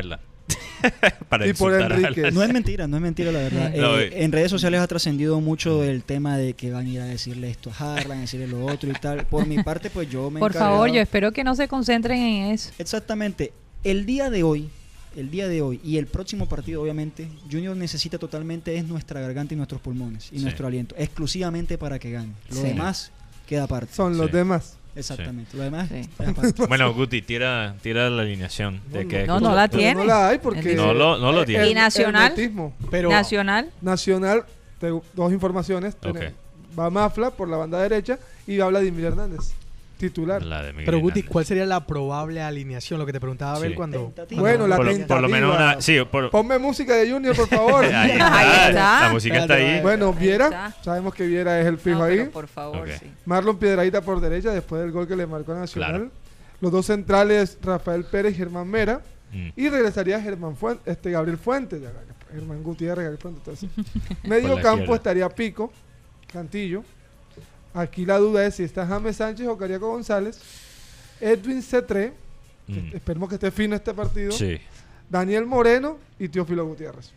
Para Y por insultar a Enríquez. alguien. No es mentira, no es mentira la verdad. No, Eh, eh. en redes sociales ha trascendido mucho el tema de que van a ir a decirle esto a Harlan, a decirle lo otro y tal. Por mi parte, pues yo me he Por encargado- favor, yo espero que no se concentren en eso. Exactamente. El día de hoy, el día de hoy y el próximo partido, obviamente, Junior necesita totalmente es nuestra garganta y nuestros pulmones y Sí. nuestro aliento, exclusivamente para que gane. Lo Sí. demás queda aparte. Son los Sí. demás. Exactamente. Lo demás Sí. es aparte. Bueno, Guti, tira, tira la alineación. De No, que no, no la Pero tiene. No la hay porque... No lo, no lo el- tiene. ¿Y Nacional? hermetismo. Pero Nacional. Nacional, te- dos informaciones. tenemos. Ok. Va Mafla por la banda derecha y va Vladimir Hernández, titular. La de Miguel Pero Guti, Hernández. ¿cuál sería la probable alineación? Lo que te preguntaba Abel Sí. cuando... Tentativa. Bueno, la por, lo, por lo menos tentativa. una. Sí, por, Ponme música de Junior, por favor. ahí, Ahí está, está. La música está ahí. Bueno, Ahí Viera, está. sabemos que Viera es el fijo No, ahí. pero por favor, Ok. sí. Marlon Piedradita por derecha después del gol que le marcó a Nacional. Claro. Los dos centrales, Rafael Pérez y Germán Mera. Mm. Y regresaría Germán Fuentes, este Gabriel Fuentes, ya, Germán Gutiérrez, Gabriel Fuentes. Entonces. Medio Por la campo izquierda. estaría Pico, Cantillo. Aquí la duda es si está James Sánchez o Cariaco González. Edwin Cetré, que Mm. esperemos que esté fino este partido. Sí. Daniel Moreno y Teófilo Gutiérrez.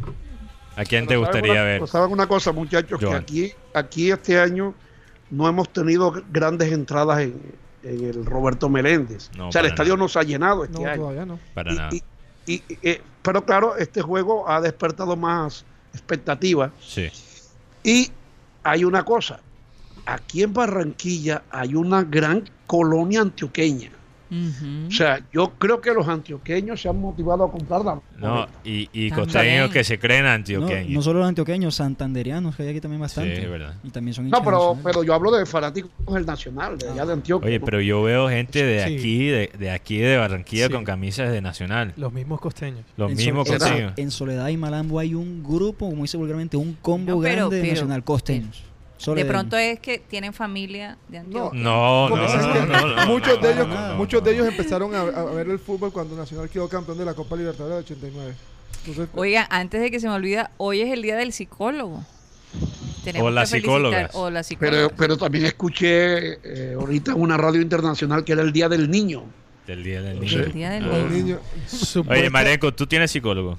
¿A quién te Pero gustaría ¿saben una- ver? pero ¿saben una cosa, muchachos? Joan. Que aquí, aquí este año no hemos tenido grandes entradas en, en el Roberto Meléndez. No, o sea, el para estadio nada. no se ha llenado este No, año. todavía no. Para Y- nada. y- y- y- eh, pero claro, este juego ha despertado más expectativa. Sí. Y hay una cosa. Aquí en Barranquilla hay una gran colonia antioqueña. Ujú. O sea, yo creo que los antioqueños se han motivado a comprar la No, y, y También. costeños que se creen No, antioqueños. no solo los antioqueños, santanderianos, que hay aquí también bastante. Sí, es verdad. Y también son No, hinchas pero, nacionales. pero yo hablo de fanáticos del Nacional, de allá de Antioquia. Oye, ¿no? pero yo veo gente de Sí. aquí, de, de aquí de Barranquilla Sí. con camisas de Nacional. Los mismos costeños. Los En mismos Sol- costeños. En Soledad y Malambo hay un grupo, como dice vulgarmente, un combo No, pero- grande de pero- nacional costeños. De Soledeños. pronto es que tienen familia de Antioquia. No, no, Porque es que no, no, no, muchos no, de no, ellos, no, no, muchos no. de ellos empezaron a, a ver el fútbol cuando Nacional quedó campeón de la Copa Libertadores del ochenta y nueve. Entonces, Oiga, antes de que se me olvida, hoy es el día del psicólogo. Tenemos O las que felicitar- psicólogas. O las psicólogas. Pero, pero también escuché eh, ahorita en una radio internacional que era el Día del Niño. Del día del El niño. día del Ah. el niño. niño, Supuesta- Oye, Marenco, ¿tú tienes psicólogo?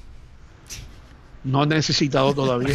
No he necesitado todavía.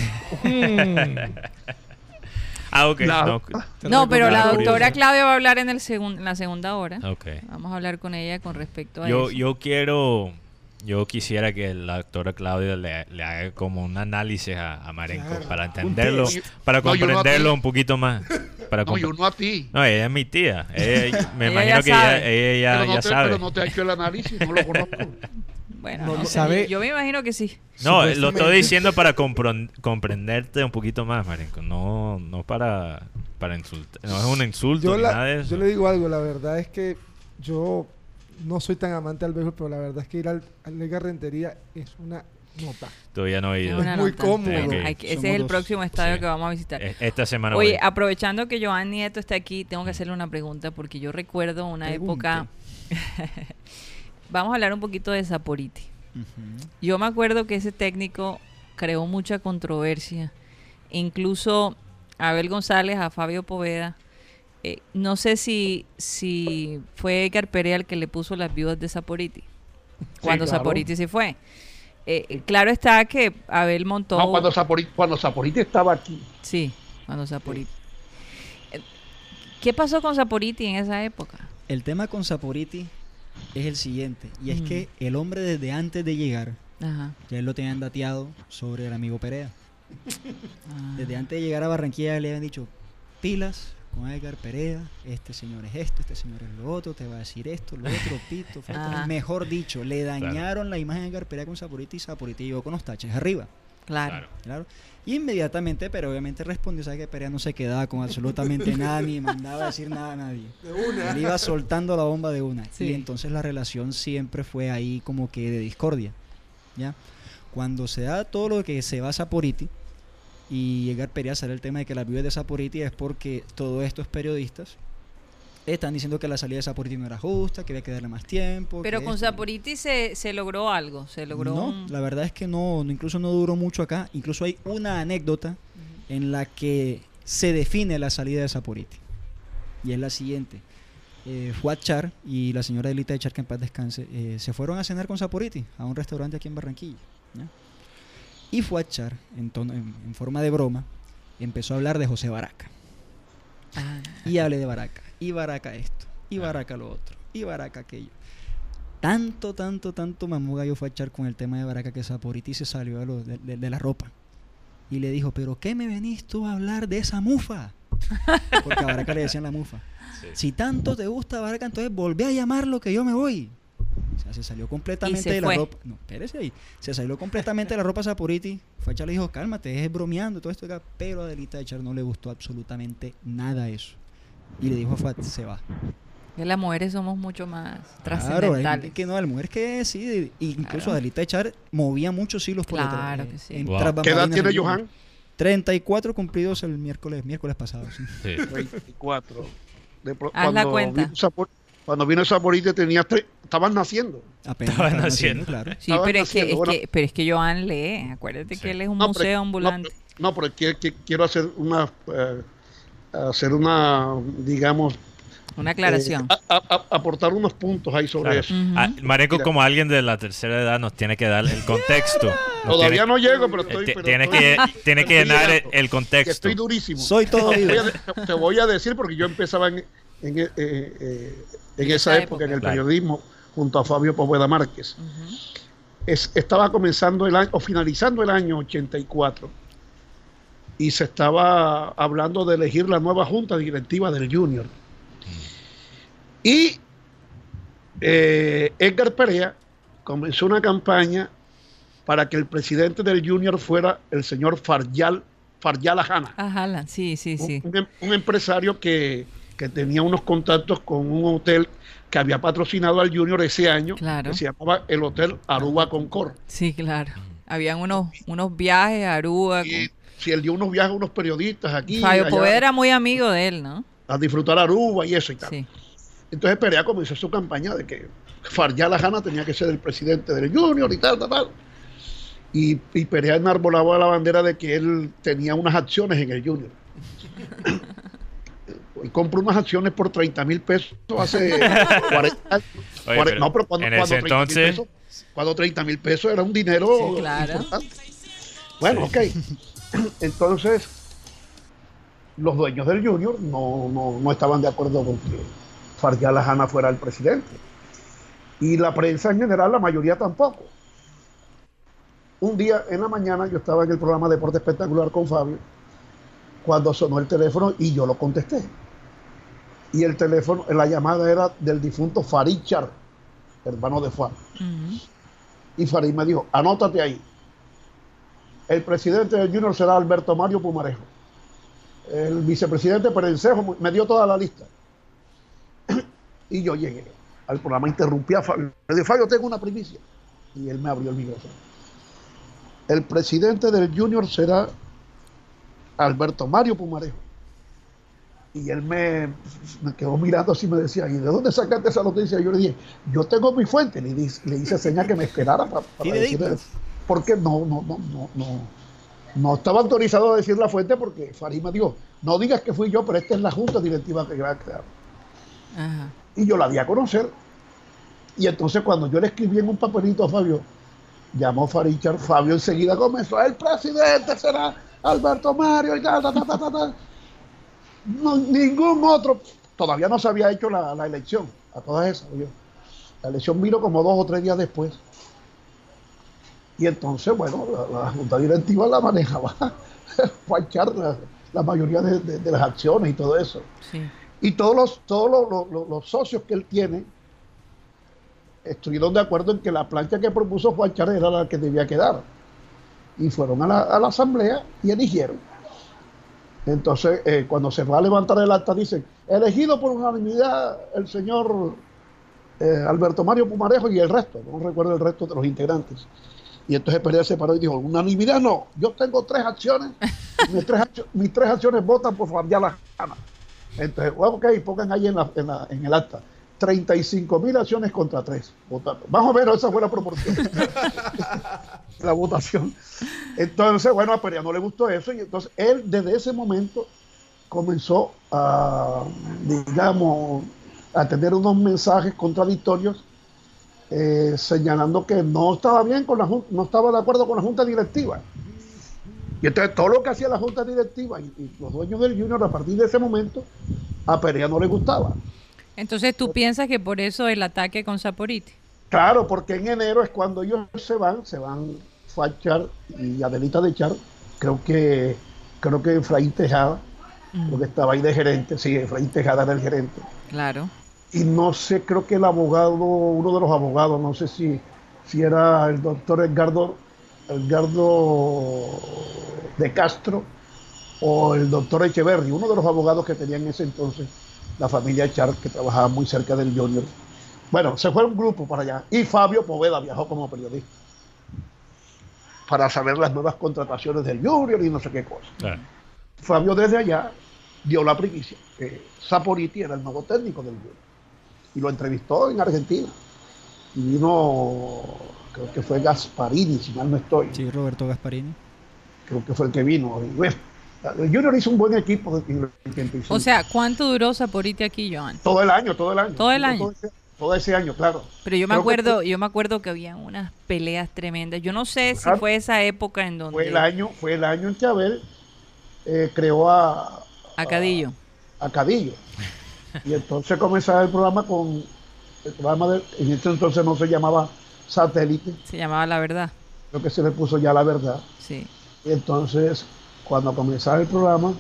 Ah, ok. La- No, te No, pero la recomiendo- doctora Claudia va a hablar en, el segun- en la segunda hora. ok. Vamos a hablar con ella con respecto a Yo, eso. yo quiero, yo quisiera que la doctora Claudia le, le haga como un análisis a, a Marenco Claro. para entenderlo, test. para No, yo no a comprenderlo ti. un poquito más. Para No, yo compre- no a ti. No, ella es mi tía. Ella- me Ella imagino ya que ella, sabe. ella ya, pero, no ya te, sabe. pero no te ha hecho el análisis, no lo conozco. Bueno, No, no no. sé, ¿Sabe? yo me imagino que sí. No, lo Supuestamente- estoy diciendo para compron- comprenderte un poquito más, Marenco. No, no para, para insultar. No es un insulto yo, ni la- nada de eso. yo le digo algo, la verdad es que yo no soy tan amante al béisbol, pero la verdad es que ir al, al Liga Rentería es una nota. Todavía no he Es ido. una muy nota. cómodo. Bueno, hay que- ese Somos es el dos. próximo estadio Sí. que vamos a visitar. E- Esta semana Oye, voy. aprovechando que Joan Nieto está aquí, tengo que hacerle una pregunta porque yo recuerdo una Pregunte. época. Vamos a hablar un poquito de Saporiti. Ujú. Yo me acuerdo que ese técnico creó mucha controversia. Incluso a Abel González, a Fabio Poveda. eh, no sé si, si fue Edgar Perea el que le puso las viudas de Saporiti. Cuando claro. Saporiti se fue. Eh, eh, claro está que Abel montó. No, cuando Saporiti, cuando Saporiti estaba aquí. Sí, cuando Saporiti. Eh, ¿Qué pasó con Saporiti en esa época? El tema con Saporiti es el siguiente, y es Mm. que el hombre desde antes de llegar, Ajá. ya él lo tenían dateado sobre el amigo Perea. Ah. Desde antes de llegar a Barranquilla le habían dicho, pilas con Edgar Perea, este señor es esto, este señor es lo otro, te va a decir esto, lo otro, pito, falta. Ajá. Mejor dicho, le dañaron la imagen de Edgar Perea con Saporiti y Saporiti llegó con los taches arriba. Claro. Claro. Claro. Y inmediatamente, pero obviamente respondió, sabe que Perea no se quedaba con absolutamente nada, ni mandaba a decir nada a nadie. Él iba soltando la bomba de una. Sí. Y entonces la relación siempre fue ahí como que de discordia. ¿Ya? Cuando se da todo lo que se va a Saporiti, y Edgar Perea sale el tema de que la viuda de Saporiti es porque todos estos periodistas están diciendo que la salida de Saporiti no era justa, que había que darle más tiempo. Pero que con esto. Saporiti se, se logró algo. Se logró. No, un- la verdad es que no, no, incluso no duró mucho acá. Incluso hay una anécdota en la que se define la salida de Saporiti. Y es la siguiente. eh, Fuad Char y la señora Delita de Char, que en paz descanse, eh, se fueron a cenar con Saporiti a un restaurante aquí en Barranquilla, ¿ya? Y Fuad Char, en, tono, en, en forma de broma, empezó a hablar de José Baraca. Ah. Y hablé de Baraca, y Baraca esto, y Baraca lo otro, y Baraca aquello. Tanto, tanto, tanto mamó gallo Fuad Char con el tema de Baraca que Saporiti se salió de, lo, de, de, de la ropa. Y le dijo, ¿pero qué me venís tú a hablar de esa mufa? Porque a Baraca le decían la mufa. Sí. Si tanto te gusta Baraca, entonces volví a llamarlo que yo me voy. O sea, se salió completamente se de fue. la ropa. No, espérese ahí. Se salió completamente de la ropa Saporiti. Fuad Char le dijo, cálmate, es bromeando, todo esto acá. Pero a Delita de Char no le gustó absolutamente nada eso. Y le dijo a Fuad, se va. Que las mujeres somos mucho más Claro, trascendentales. hay que no, la mujer que sí, incluso Claro. Adelita de Char movía muchos hilos por Claro detrás, que sí. en Wow. tras ¿Qué edad bambalinas tiene del Johan? mundo. treinta y cuatro cumplidos el miércoles, miércoles pasado. Sí. Sí. veinticuatro. De pro- Haz la cuando cuenta. vino Sapor- Cuando vino Saporiti tenías tres, estaban naciendo. Apenas Estaban estaban haciendo. claro. Sí, Estaban pero es, que, haciendo, es bueno. que, pero es que Joan lee. Acuérdate Sí. que él es un No, museo pero- ambulante. No, no, pero es que, que quiero hacer una, eh, hacer una, digamos, Una aclaración. eh, a- a- a- aportar unos puntos ahí sobre Claro. eso. Ujú. Ah, Marenco, Mira. como alguien de la tercera edad, nos tiene que dar el contexto. Nos Todavía tiene, no llego, pero eh, estoy. ti- pero tiene estoy- que, tiene que estoy llenar el, llegando. el Que contexto. estoy durísimo. Soy todo Te voy, oído. a, de- te voy a decir porque yo empezaba en, en, eh, eh, en esa esa época, época. en el Claro. periodismo, junto a Fabio Poveda Márquez. Ujú. Es- estaba comenzando el año, o finalizando el año ochenta y cuatro, y se estaba hablando de elegir la nueva junta directiva del Junior. Y eh, Edgar Perea comenzó una campaña para que el presidente del Junior fuera el señor Faryal, Faryal Ajana, Ajá, la- sí, sí, sí. un, un- un empresario que, que tenía unos contactos con un hotel que había patrocinado al Junior ese año, Claro. que se llamaba el Hotel Aruba Concord. Sí, claro. Habían unos, unos viajes a Aruba. Y si él dio unos viajes a unos periodistas aquí con- Fabio allá, Poveda era muy amigo de él, ¿no? a disfrutar Aruba y eso y tal. Sí. Entonces Perea comenzó su campaña de que Faryal Ajana tenía que ser el presidente del Junior y tal, tal, tal. Y, y Perea enarbolaba la bandera de que él tenía unas acciones en el Junior. Y compró unas acciones por treinta mil pesos hace cuarenta años. Oye, Cuare- pero no, pero cuando, en cuando ese treinta mil entonces- pesos, cuando treinta mil pesos era un dinero Sí, claro. importante. Bueno, Sí. ok. Entonces, los dueños del Junior no, no, no estaban de acuerdo con que Faryal Ajana fuera el presidente. Y la prensa en general, la mayoría tampoco. Un día en la mañana yo estaba en el programa Deporte Espectacular con Fabio, cuando sonó el teléfono y yo lo contesté. Y el teléfono, la llamada era del difunto Farid Char, hermano de Fuad. Ujú. Y Farid me dijo, anótate ahí. El presidente del Junior será Alberto Mario Pumarejo. El vicepresidente Perencejo me dio toda la lista. Y yo llegué al programa, interrumpí a Fabio. Le dije, Fabio, tengo una primicia. Y él me abrió el micrófono. El presidente del Junior será Alberto Mario Pumarejo. Y él me, me quedó mirando así y me decía, ¿y de dónde sacaste esa noticia? Y yo le dije, yo tengo mi fuente. Le, di- le hice señal que me esperara para, para Fidedigno. decirle. Porque no, no, no, no, no, no estaba autorizado a decir la fuente porque Farid me dijo, no digas que fui yo, pero esta es la junta directiva que va a crear. Ajá. Y yo la di a conocer. Y entonces cuando yo le escribí en un papelito a Fabio, llamó Farid Char, Fabio enseguida comenzó, el presidente será Alberto Mario y tal, tal, tal, tal, tal. No, ningún otro, todavía no se había hecho la, la elección, a todas esas. Yo. La elección vino como dos o tres días después. Y entonces, bueno, la, la junta directiva la manejaba Fuad Char, la, la mayoría de, de, de las acciones y todo eso. Sí. Y todos los, todos los, los- los- los socios que él tiene estuvieron de acuerdo en que la plancha que propuso Fuad Char era la que debía quedar. Y fueron a la, a la asamblea y eligieron. Entonces, eh, cuando se va a levantar el acta, dicen, elegido por unanimidad el señor eh, Alberto Mario Pumarejo y el resto, no recuerdo el resto de los integrantes. Y entonces Perea se paró y dijo, unanimidad no, yo tengo tres acciones, mis tres, accio- mis tres acciones votan por Faryal Ajana. Entonces, bueno, ok, pongan ahí en, la, en, la, en el acta, treinta y cinco mil acciones contra tres votando. Vamos a ver, esa fue la proporción. La votación. Entonces, bueno, a Perea no le gustó eso y entonces él desde ese momento comenzó a, digamos, a tener unos mensajes contradictorios eh, señalando que no estaba bien con la Junta, no estaba de acuerdo con la Junta Directiva. Y entonces todo lo que hacía la Junta Directiva y, y los dueños del Junior a partir de ese momento, a Perea no le gustaba. Entonces, ¿tú piensas que por eso el ataque con Saporiti? Claro, porque en enero es cuando ellos se van, se van Fachar y Adelita de Char, creo que creo que Efraín Tejada, mm. creo que estaba ahí de gerente, sí, Efraín Tejada era el gerente. Claro. Y no sé, creo que el abogado, uno de los abogados, no sé si, si era el doctor Edgardo, Edgardo de Castro o el doctor Echeverri, uno de los abogados que tenía en ese entonces la familia Char, que trabajaba muy cerca del Junior. Bueno, se fue un grupo para allá y Fabio Poveda viajó como periodista para saber las nuevas contrataciones del Junior y no sé qué cosa. Claro. Fabio desde allá dio la primicia que Saporiti era el nuevo técnico del Junior y lo entrevistó en Argentina y vino, creo que fue Gasparini, si mal no estoy. Sí, Roberto Gasparini. Creo que fue el que vino. Y bueno, el Junior hizo un buen equipo en el ochenta y cinco. O sea, ¿cuánto duró Saporiti aquí, Joan? Todo el año, todo el año. Todo el año. Todo ese, todo ese año, claro. Pero yo me Creo acuerdo, que, yo me acuerdo que había unas peleas tremendas. Yo no sé claro, si fue esa época en donde fue el año, fue el año en que Abel eh, creó a a Cadillo. A, a Cadillo. Y entonces comenzaba el programa con el programa de, en ese entonces no se llamaba Satélite. Se llamaba La Verdad. Creo que se le puso ya La Verdad. Sí. Y entonces, cuando comenzaba el programa,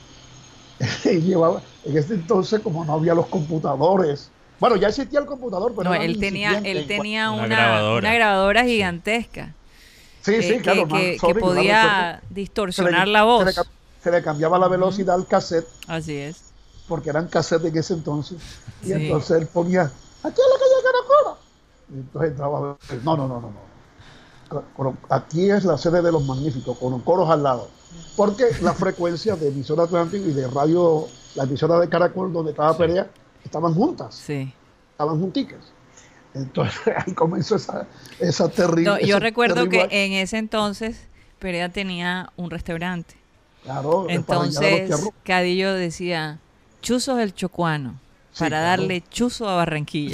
llevaba, en ese entonces, como no había los computadores, bueno, ya existía el computador, pero no, él tenía, él tenía una, una, grabadora. una grabadora gigantesca. Sí, eh, sí, que, claro. Que, sorry, que podía claro, distorsionar se le, la voz. Se le, se le cambiaba la velocidad uh-huh. al cassette. Así es. Porque eran cassettes en ese entonces. Y sí. entonces él ponía, aquí es la calle Caracol. Y entonces entraba, no, no, no, no, no. Aquí es la sede de los Magníficos, con coros al lado. Porque la frecuencia de emisora Atlántico y de radio, la emisora de Caracol, donde estaba sí. Perea, estaban juntas. Sí. Estaban junticas. Entonces ahí comenzó esa, esa terrible. No, yo recuerdo terrible... que en ese entonces Perea tenía un restaurante. Claro. Entonces Cadillo decía, chuzos el chocuano. Sí, para claro. darle chuzo a Barranquilla.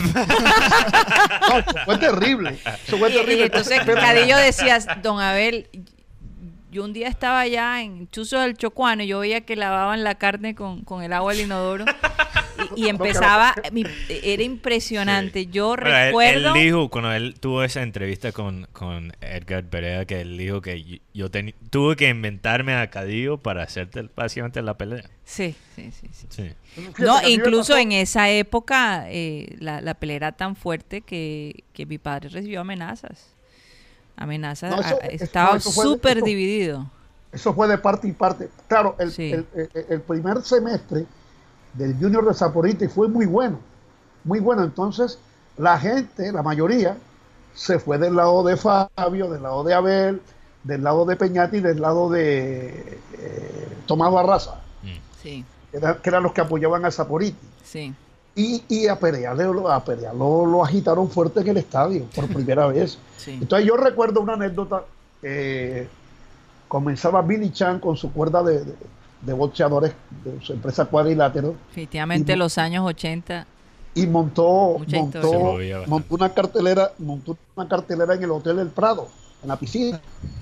No, eso fue terrible. Eso fue terrible. Y, y entonces Cadillo decía, don Abel, yo un día estaba allá en Chuzo del Chocuano y yo veía que lavaban la carne con, con el agua del inodoro y, y empezaba, mi, era impresionante. Sí. Yo bueno, recuerdo... Él, él dijo, cuando él tuvo esa entrevista con, con Edgar Perea, que él dijo que yo ten, tuve que inventarme a Cadillo para hacerte básicamente la pelea. Sí, sí, sí. sí. sí. No, incluso en esa época eh, la, la pelea era tan fuerte que, que mi padre recibió amenazas. Amenazas, no, eso, estaba súper dividido. Eso fue de parte y parte. Claro, el, sí. el, el, el primer semestre del Junior de Saporiti fue muy bueno, muy bueno. Entonces, la gente, la mayoría, se fue del lado de Fabio, del lado de Abel, del lado de Peñati y del lado de eh, Tomás Barraza, sí. que, era, que eran los que apoyaban a Saporiti. Sí. Y, y a Perea, a Perea lo, lo agitaron fuerte en el estadio por primera vez. Sí. Entonces yo recuerdo una anécdota. Eh, comenzaba Billy Chan con su cuerda de, de, de boxeadores de su empresa Cuadrilátero. Efectivamente, y, los años ochenta. Y montó, montó, montó una cartelera, montó una cartelera en el Hotel El Prado, en la piscina.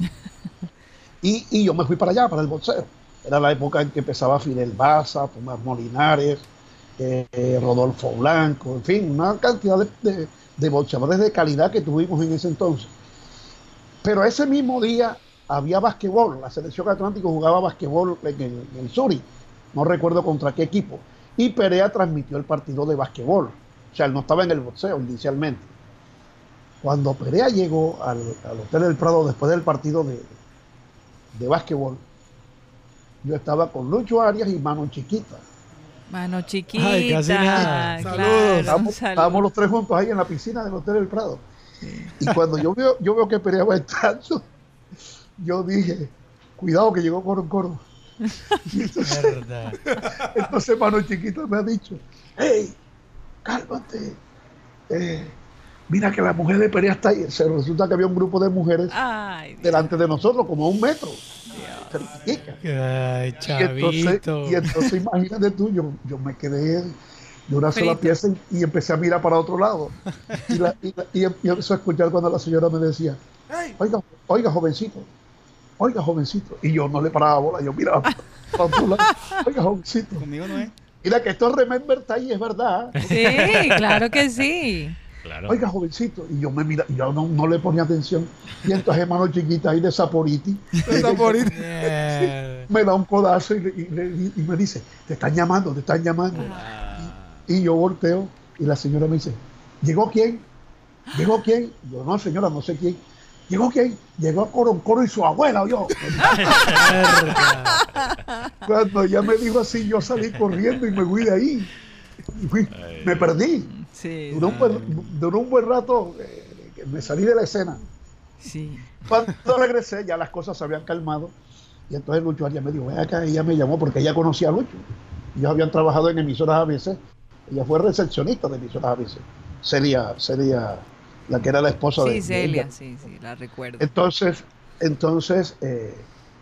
y, y yo me fui para allá, para el boxeo. Era la época en que empezaba Fidel Baza, Tomás Molinares, Eh, Rodolfo Blanco, en fin, una cantidad de, de, de boxeadores de calidad que tuvimos en ese entonces. Pero ese mismo día había basquetbol, la selección Atlántico jugaba basquetbol en el, en el Suri, no recuerdo contra qué equipo, y Perea transmitió el partido de basquetbol, o sea, él no estaba en el boxeo inicialmente. Cuando Perea llegó al, al Hotel del Prado después del partido de, de basquetbol, yo estaba con Lucho Arias y Mano Chiquita. Mano Chiquita. Ay, casi nada. Claro, Saludos. Estábamos, estábamos los tres juntos ahí en la piscina del Hotel del Prado. Sí. Y cuando yo veo, yo veo que Perea va entrando, yo dije, cuidado que llegó Coro Coro. Entonces, verdad. Entonces Mano Chiquita me ha dicho, hey, cálmate. Eh, mira que la mujer de Perea está ahí. Se resulta que había un grupo de mujeres Ay, delante de nosotros, como a un metro. Ay, chavito. Y entonces, y entonces imagínate tú, yo, yo me quedé de una sola Frito. pieza y, y empecé a mirar para otro lado. Y, la, y, la- y em- y empecé a escuchar cuando la señora me decía, oiga, oiga, jovencito, oiga, jovencito. Y yo no le paraba bola, yo miraba para otro lado, oiga, jovencito. Conmigo no es. Mira que esto es Remember Time, es verdad. Sí, claro que sí. Claro. Oiga, jovencito. Y yo me mira, y yo no, no le ponía atención. Y entonces hermano chiquita ahí de Saporiti Esa porita. Eh, me da un codazo y, le- y le- y me dice, te están llamando, te están llamando. Y yo volteo y la señora me dice, ¿llegó quién? ¿Llegó quién? Yo, no señora, no sé quién. ¿Llegó quién? Llegó Coroncoro y su abuela, yo. Cuando ella me dijo así, yo salí corriendo y me fui de ahí. Y fui- Ay. me perdí. Sí, Duró un buen, duró un buen rato, eh, que me salí de la escena. sí. Cuando regresé, ya las cosas se habían calmado. Y entonces Lucho Arias me dijo, ven acá, ella me llamó porque ella conocía a Lucho. Ellos habían trabajado en emisoras A B C. Ella fue recepcionista de emisoras A B C. Celia, Celia, la que era la esposa de Sí, de Celia, ella. sí, sí, la recuerdo. Entonces, entonces eh,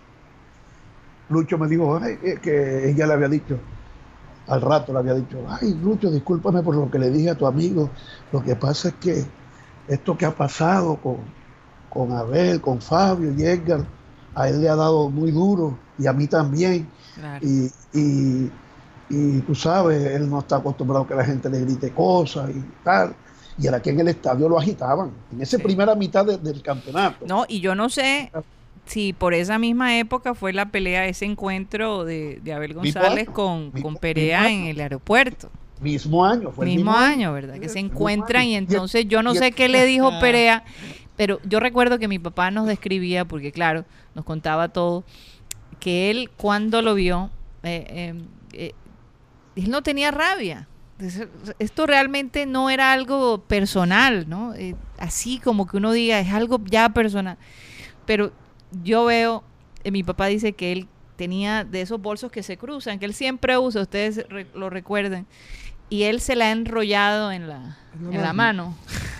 Lucho me dijo ay, eh, que ella le había dicho, al rato le había dicho, ay Lucho, discúlpame por lo que le dije a tu amigo. Lo que pasa es que esto que ha pasado con, con Abel, con Fabio y Edgar, a él le ha dado muy duro y a mí también. Claro. Y, y, y tú sabes, él no está acostumbrado a que la gente le grite cosas y tal. Y era que en el estadio lo agitaban, en esa Sí. primera mitad de- del campeonato. No, y yo no sé si por esa misma época fue la pelea, ese encuentro de, de Abel Mismo González año, con, mismo- con Perea mismo en año. el aeropuerto. Mismo año, fue el Mismo mismo año, ¿verdad? Que se mismo encuentran año. y Y- entonces yo no y- sé qué le dijo Perea, pero yo recuerdo que mi papá nos describía, porque claro, nos contaba todo, que él cuando lo vio, eh, eh, eh, él no tenía rabia. Entonces, esto realmente no era algo personal, ¿no? Eh, así como que uno diga, es algo ya personal. Pero yo veo, eh, mi papá dice que él tenía de esos bolsos que se cruzan, que él siempre usa, ustedes re- lo recuerden, y él se la ha enrollado en la, En la en la mano.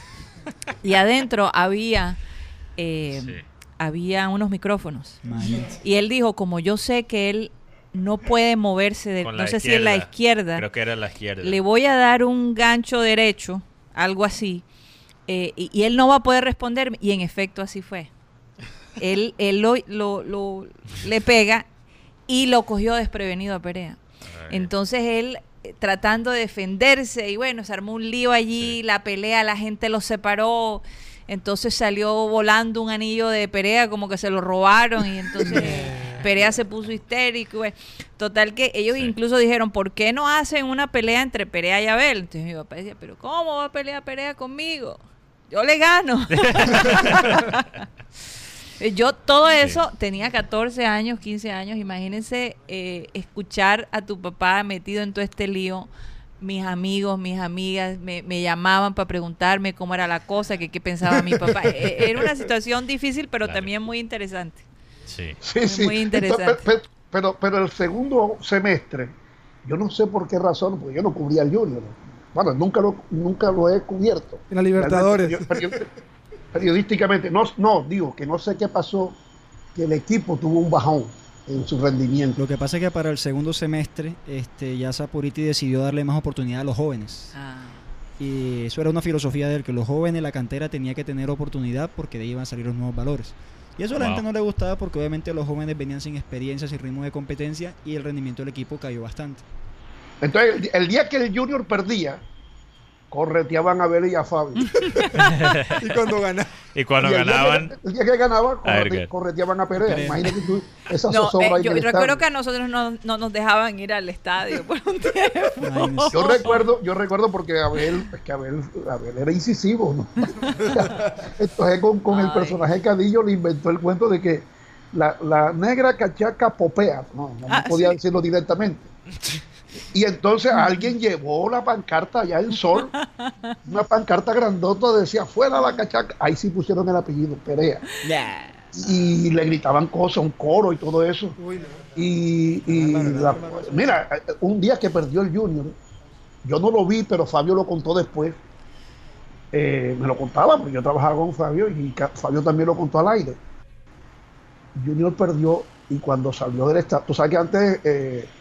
Y adentro había, eh, Sí. había unos micrófonos. Imagínate. Y él dijo, como yo sé que él no puede moverse, de, Con no la sé si en la izquierda, Creo que era la izquierda. le voy a dar un gancho derecho, algo así, eh, y, y él no va a poder responder. Y en efecto así fue. Él, él lo, lo- lo- le pega y lo cogió desprevenido a Perea. Ay. Entonces él, eh, tratando de defenderse, y bueno, se armó un lío allí, Sí. la pelea, la gente los separó. Entonces salió volando un anillo de Perea, como que se lo robaron, y entonces Perea se puso histérico. y bueno, total que ellos Sí. incluso dijeron, ¿por qué no hacen una pelea entre Perea y Abel? Entonces mi papá decía, ¿pero cómo va a pelear Perea conmigo? Yo le gano. Yo todo Sí. eso, tenía catorce años, quince años, imagínense eh, escuchar a tu papá metido en todo este lío. Mis amigos, mis amigas me, me llamaban para preguntarme cómo era la cosa, que qué pensaba mi papá. E- Era una situación difícil, pero Claro. también muy interesante. Sí. Sí, Muy- sí. muy interesante. Entonces, pe- pe- pero, pero el segundo semestre, yo no sé por qué razón, porque yo no cubría el Junior. Bueno, nunca lo, nunca lo he cubierto. En la Libertadores. Realmente, peri- periodísticamente, no, no, digo que no sé qué pasó, que el equipo tuvo un bajón en su rendimiento. Lo que pasa es que para el segundo semestre este, ya Saporiti decidió darle más oportunidad a los jóvenes. Ah, Y eso era una filosofía de él, que los jóvenes, la cantera tenía que tener oportunidad porque de ahí iban a salir los nuevos valores. Y eso a la Wow. gente no le gustaba porque obviamente los jóvenes venían sin experiencia, sin ritmo de competencia y el rendimiento del equipo cayó bastante. Entonces, el, el día que el Junior perdía, correteaban a Abel y a Fabio. Y cuando gana. Y cuando Y el día ganaban, que- el día que ganaban, correte- Edgar. correteaban a Perea. Perea. Imagínate tú, esa no, zozobra eh, ahí yo en el recuerdo estadio. que a nosotros no, no nos dejaban ir al estadio por un tiempo. Imagínense. Yo recuerdo, yo recuerdo porque Abel, es que Abel, Abel era incisivo, ¿no? Entonces con, con el Ay. personaje Cadillo le inventó el cuento de que la, la negra cachaca popea, no, no Ah, podía sí. decirlo directamente. Y entonces alguien llevó la pancarta allá en Sol, una pancarta grandota, decía fuera la cachaca, ahí sí pusieron el apellido, Perea. Y le gritaban cosas, un coro y todo eso. Uy, no. Y, y la- mira, un día que perdió el Junior, yo no lo vi, pero Fabio lo contó después. Eh, me lo contaba, porque yo trabajaba con Fabio y ca- Fabio también lo contó al aire. Junior perdió y cuando salió del estadio, tú sabes que antes eh,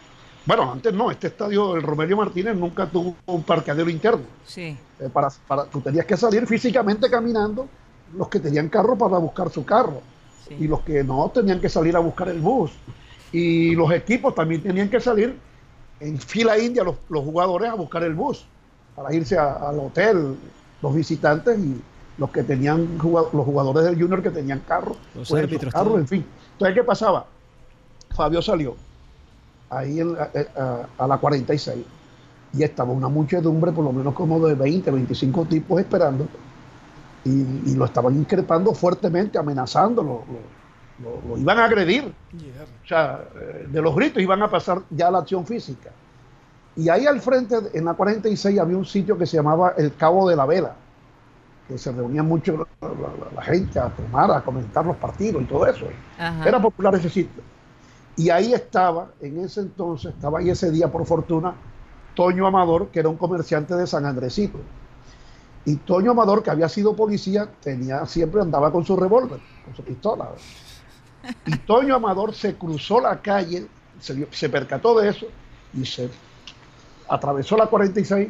Bueno, antes no, este estadio, el Romelio Martínez, nunca tuvo un parqueadero interno. Sí. Eh, para, para, tú tenías que salir físicamente caminando, los que tenían carro para buscar su carro. Sí. Y los que no tenían que salir a buscar el bus. Y los equipos también tenían que salir en fila india, los, los jugadores, a buscar el bus, para irse a, al hotel, los visitantes y los que tenían, los jugadores del Junior que tenían carro, los pues, árbitros, carros, en fin. Entonces, ¿qué pasaba? Fabio salió ahí en, a, a, a la cuarenta y seis y estaba una muchedumbre, por lo menos como de veinte, veinticinco tipos esperando, y, y lo estaban increpando fuertemente, amenazándolo, lo, lo, lo iban a agredir. Yeah. O sea, de los gritos iban a pasar ya a la acción física. Y ahí al frente, en la cuarenta y seis, había un sitio que se llamaba el Cabo de la Vela, que se reunía mucho la, la, la gente a tomar, a comentar los partidos y todo eso. Ajá. Era popular ese sitio. Y ahí estaba, en ese entonces, estaba ahí ese día por fortuna, Toño Amador, que era un comerciante de San Andresito. Y Toño Amador, que había sido policía, tenía, siempre andaba con su revólver, con su pistola. Y Toño Amador se cruzó la calle, se, se percató de eso, y se atravesó la cuarenta y seis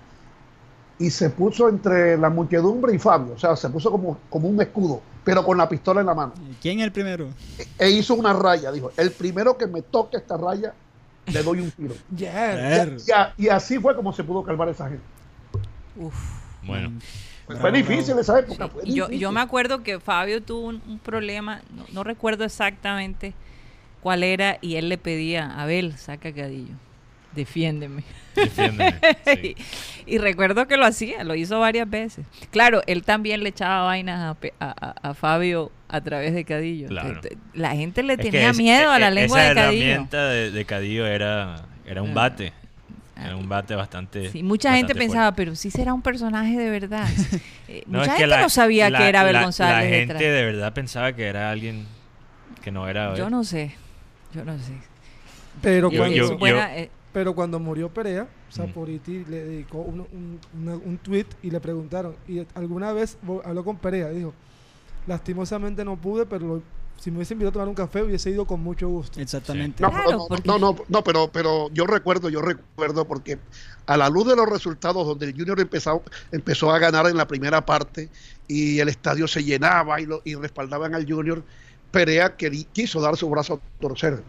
y se puso entre la muchedumbre y Fabio. O sea, se puso como, como un escudo, pero con la pistola en la mano. ¿Quién es el primero? E, e hizo una raya, dijo, el primero que me toque esta raya, le doy un tiro. Yeah. Y, y, y así fue como se pudo calmar esa gente. Uf. Bueno. Pues fue difícil esa época. Sí. Fue yo, difícil. yo me acuerdo que Fabio tuvo un, un problema, no, no recuerdo exactamente cuál era, y él le pedía, Abel, saca Cadillo, defiéndeme. Defiéndeme, sí. y, y recuerdo que lo hacía, lo hizo varias veces. Claro, él también le echaba vainas a, a, a Fabio a través de Cadillo. Claro. La gente le es tenía es, miedo es, a la lengua de Cadillo. Esa herramienta de, de Cadillo era, era un bate. Era un bate bastante. Sí, mucha bastante gente pensaba, fuerte. pero sí será un personaje de verdad. Eh, no, mucha es gente que la, no sabía la, que era Abel la, González. La gente detrás. de verdad pensaba que era alguien que no era Abel. Yo no sé, yo no sé. Pero yo, cuando, yo, buena, eh, pero cuando murió Perea, Saporiti mm. le dedicó un, un, una, un tweet y le preguntaron, ¿y alguna vez habló con Perea? Dijo, lastimosamente no pude, pero lo, si me hubiese invitado a tomar un café hubiese ido con mucho gusto. Exactamente. Sí. No, claro, no, porque... no, no, no, pero, pero yo recuerdo, yo recuerdo porque a la luz de los resultados donde el Junior empezó, empezó a ganar en la primera parte y el estadio se llenaba y, lo, y respaldaban al Junior, Perea querí, quiso dar su brazo a torcer.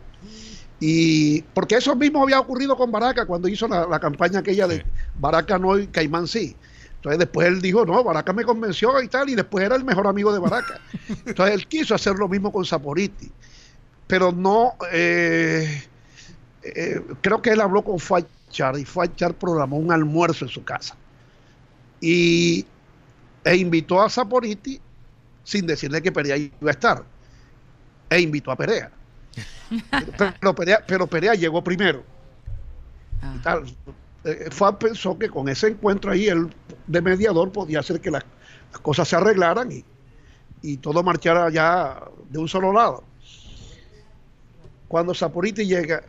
Y porque eso mismo había ocurrido con Baraca cuando hizo la, la campaña aquella de sí. Baraca no y Caimán sí. Entonces después él dijo, no, Baraca me convenció y tal, y después era el mejor amigo de Baraca. Entonces él quiso hacer lo mismo con Saporiti, pero no, eh, eh, creo que él habló con Fachar y Fachar programó un almuerzo en su casa y e invitó a Saporiti sin decirle que Perea iba a estar, e invitó a Perea. Pero, pero, Perea, pero Perea llegó primero. Ah. Y tal. Eh, Fab pensó que con ese encuentro ahí, él de mediador podía hacer que las, las cosas se arreglaran y, y todo marchara ya de un solo lado. Cuando Saporiti llega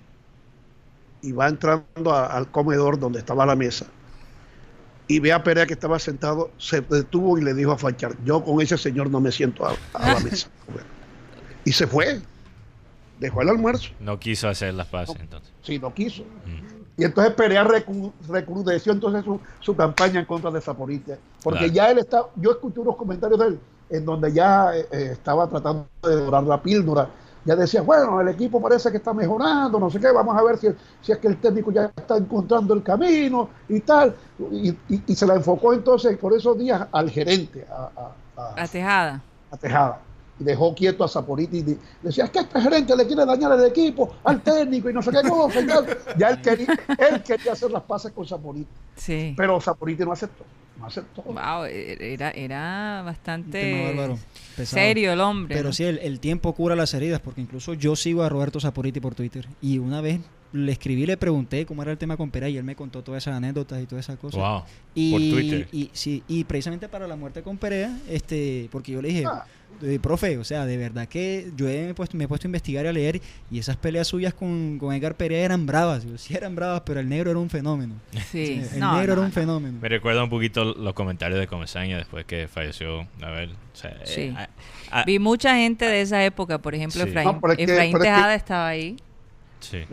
y va entrando a, al comedor donde estaba la mesa y ve a Perea que estaba sentado, se detuvo y le dijo a Fachar, yo con ese señor no me siento a, a la mesa. Y se fue, dejó el almuerzo. No quiso hacer las paces, no, entonces. Sí, no quiso. Mm. Y entonces Perea recu recrudeció entonces su, su campaña en contra de Saporiti, porque claro. ya él está, yo escuché unos comentarios de él en donde ya eh, estaba tratando de dorar la píldora, ya decía, bueno, el equipo parece que está mejorando, no sé qué, vamos a ver si, si es que el técnico ya está encontrando el camino y tal, y, y, y se la enfocó entonces por esos días al gerente, a, a, a, a Tejada. A Tejada. Y dejó quieto a Saporiti y decía, es que este gerente le quiere dañar el equipo, al técnico y no sé qué cosa y tal. Ya él quería, él quería hacer las paces con Saporiti. Sí. Pero Saporiti no aceptó. No aceptó. Wow, era, era bastante bárbaro, serio el hombre. Pero ¿no? sí, el, el tiempo cura las heridas, porque incluso yo sigo a Roberto Saporiti por Twitter y una vez le escribí, le pregunté cómo era el tema con Perea y él me contó todas esas anécdotas y todas esas cosas. Wow. Y, por Twitter. Y, sí, y precisamente para la muerte con Perea, este, porque yo le dije, ah. profe, o sea, de verdad que yo he, me, he puesto, me he puesto a investigar y a leer y esas peleas suyas con, con Edgar Perea eran bravas. Yo, sí eran bravas, pero el negro era un fenómeno. Sí. El no, negro no, era un no. fenómeno. Me recuerda un poquito los comentarios de Comesaña después que falleció Abel. O sea, sí. eh, a, a, Vi mucha gente de esa época, por ejemplo, sí. Efraín, no, pero es que, Efraín pero Tejada es que, estaba ahí. Sí.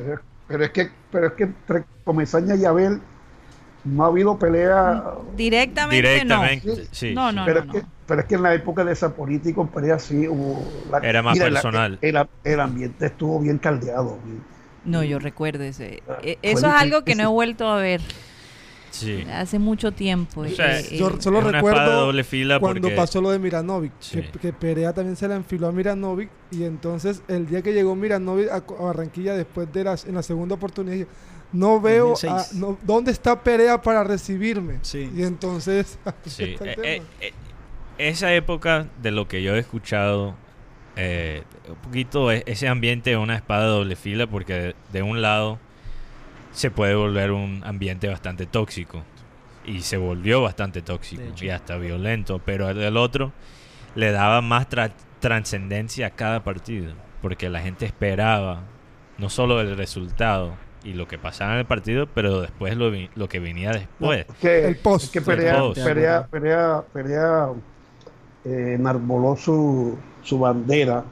pero es que, pero es que entre Comesaña y Abel no ha habido pelea. Directamente, Directamente, no. sí. No, sí. no, pero, no, es que, no. pero es que en la época de Saporiti y compañía sí hubo. La, Era más mira, la- personal. el, el ambiente estuvo bien caldeado. No, yo recuerdo ese. Ah, Eh, fue Eso es algo que difícil. no he vuelto a ver Sí. hace mucho tiempo. O sea, Eh, eh, Yo solo es una recuerdo espada de doble fila cuando porque- pasó lo de Miranovic, Sí. que, que Perea también se la enfiló a Miranovic, y entonces el día que llegó Miranovic a, a Barranquilla después de las en la segunda oportunidad, dije, no veo dos mil a, seis. no, dónde está Perea para recibirme. Sí. Y entonces ahí Sí, está el eh, tema. eh, eh, esa época de lo que yo he escuchado, eh, un poquito e- ese ambiente es una espada de doble fila porque de, de un lado se puede volver un ambiente bastante tóxico y se volvió bastante tóxico De hecho. y hasta violento, pero del otro le daba más tra- trascendencia a cada partido porque la gente esperaba no solo el resultado y lo que pasaba en el partido, pero después lo, vi- lo que venía después. Es que, El post. es que El Perea, post. Perea, Perea, Perea, eh, enarboló su, su bandera.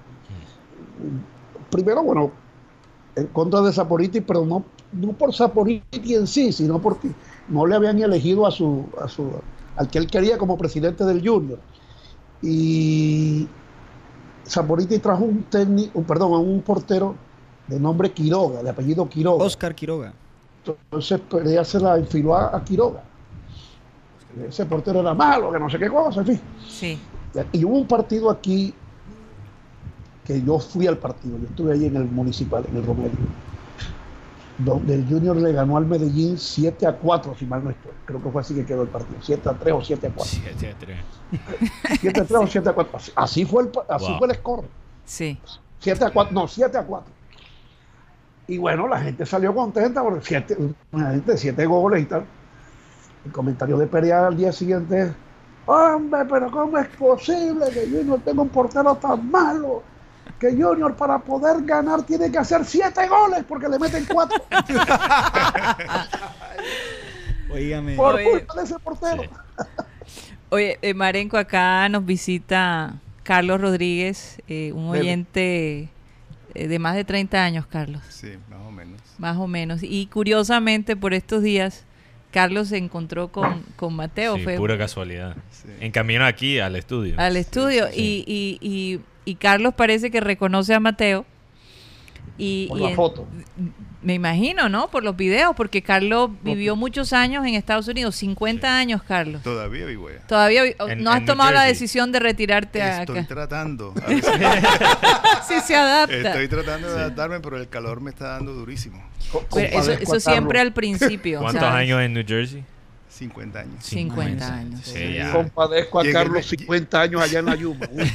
Primero, bueno, en contra de Saporiti, pero no, no por Saporiti en sí, sino porque no le habían elegido a su, a su, al que él quería como presidente del Junior. Y Saporiti trajo un técnico, perdón, a un portero de nombre Quiroga, de apellido Quiroga. Oscar Quiroga. Entonces Perea se la enfiló a, a Quiroga. Ese portero era malo, que no sé qué cosa, en fin. sí. Y hubo un partido aquí que yo fui al partido, yo estuve ahí en el municipal, en el Romelio, donde el Junior le ganó al Medellín siete a cuatro, si mal no estoy. Creo que fue así que quedó el partido, siete a tres o siete a cuatro. siete a tres. siete a tres o siete a cuatro. Así, así fue el, pa- así Wow. fue el score. Sí. siete a cuatro, no, siete a cuatro. Y bueno, la gente salió contenta porque siete, una gente, siete goles y tal. El comentario de Perea al día siguiente es: hombre, pero ¿cómo es posible que Junior tenga un portero tan malo? Que Junior para poder ganar tiene que hacer siete goles porque le meten cuatro Oígame. por Oye. culpa de ese portero. Sí. Oye, eh, Marenco, acá nos visita Carlos Rodríguez, eh, un Dele. oyente eh, de más de treinta años, Carlos, Sí, más o menos. más o menos. Y curiosamente, por estos días, Carlos se encontró con, con Mateo. Sí, fue pura casualidad. Sí. En camino aquí al estudio. al estudio. sí. Y, y, y, y Carlos parece que reconoce a Mateo. Y, Por y la en- foto. Me imagino, ¿no? Por los videos, porque Carlos vivió muchos años en Estados Unidos, cincuenta años, Carlos. Todavía vivo allá. Todavía vi- En- no has en New tomado la Jersey. decisión de retirarte Estoy acá. tratando. A ver si- Sí se adapta. Estoy tratando de adaptarme, pero el calor me está dando durísimo. Co- Pero eso, compadezco eso a siempre Carlos. al principio. ¿Cuántos ¿sabes? años en New Jersey? cincuenta años. cincuenta años. Sí, ya. Compadezco a Llegué- Carlos cincuenta años allá en la Yuma. Uy,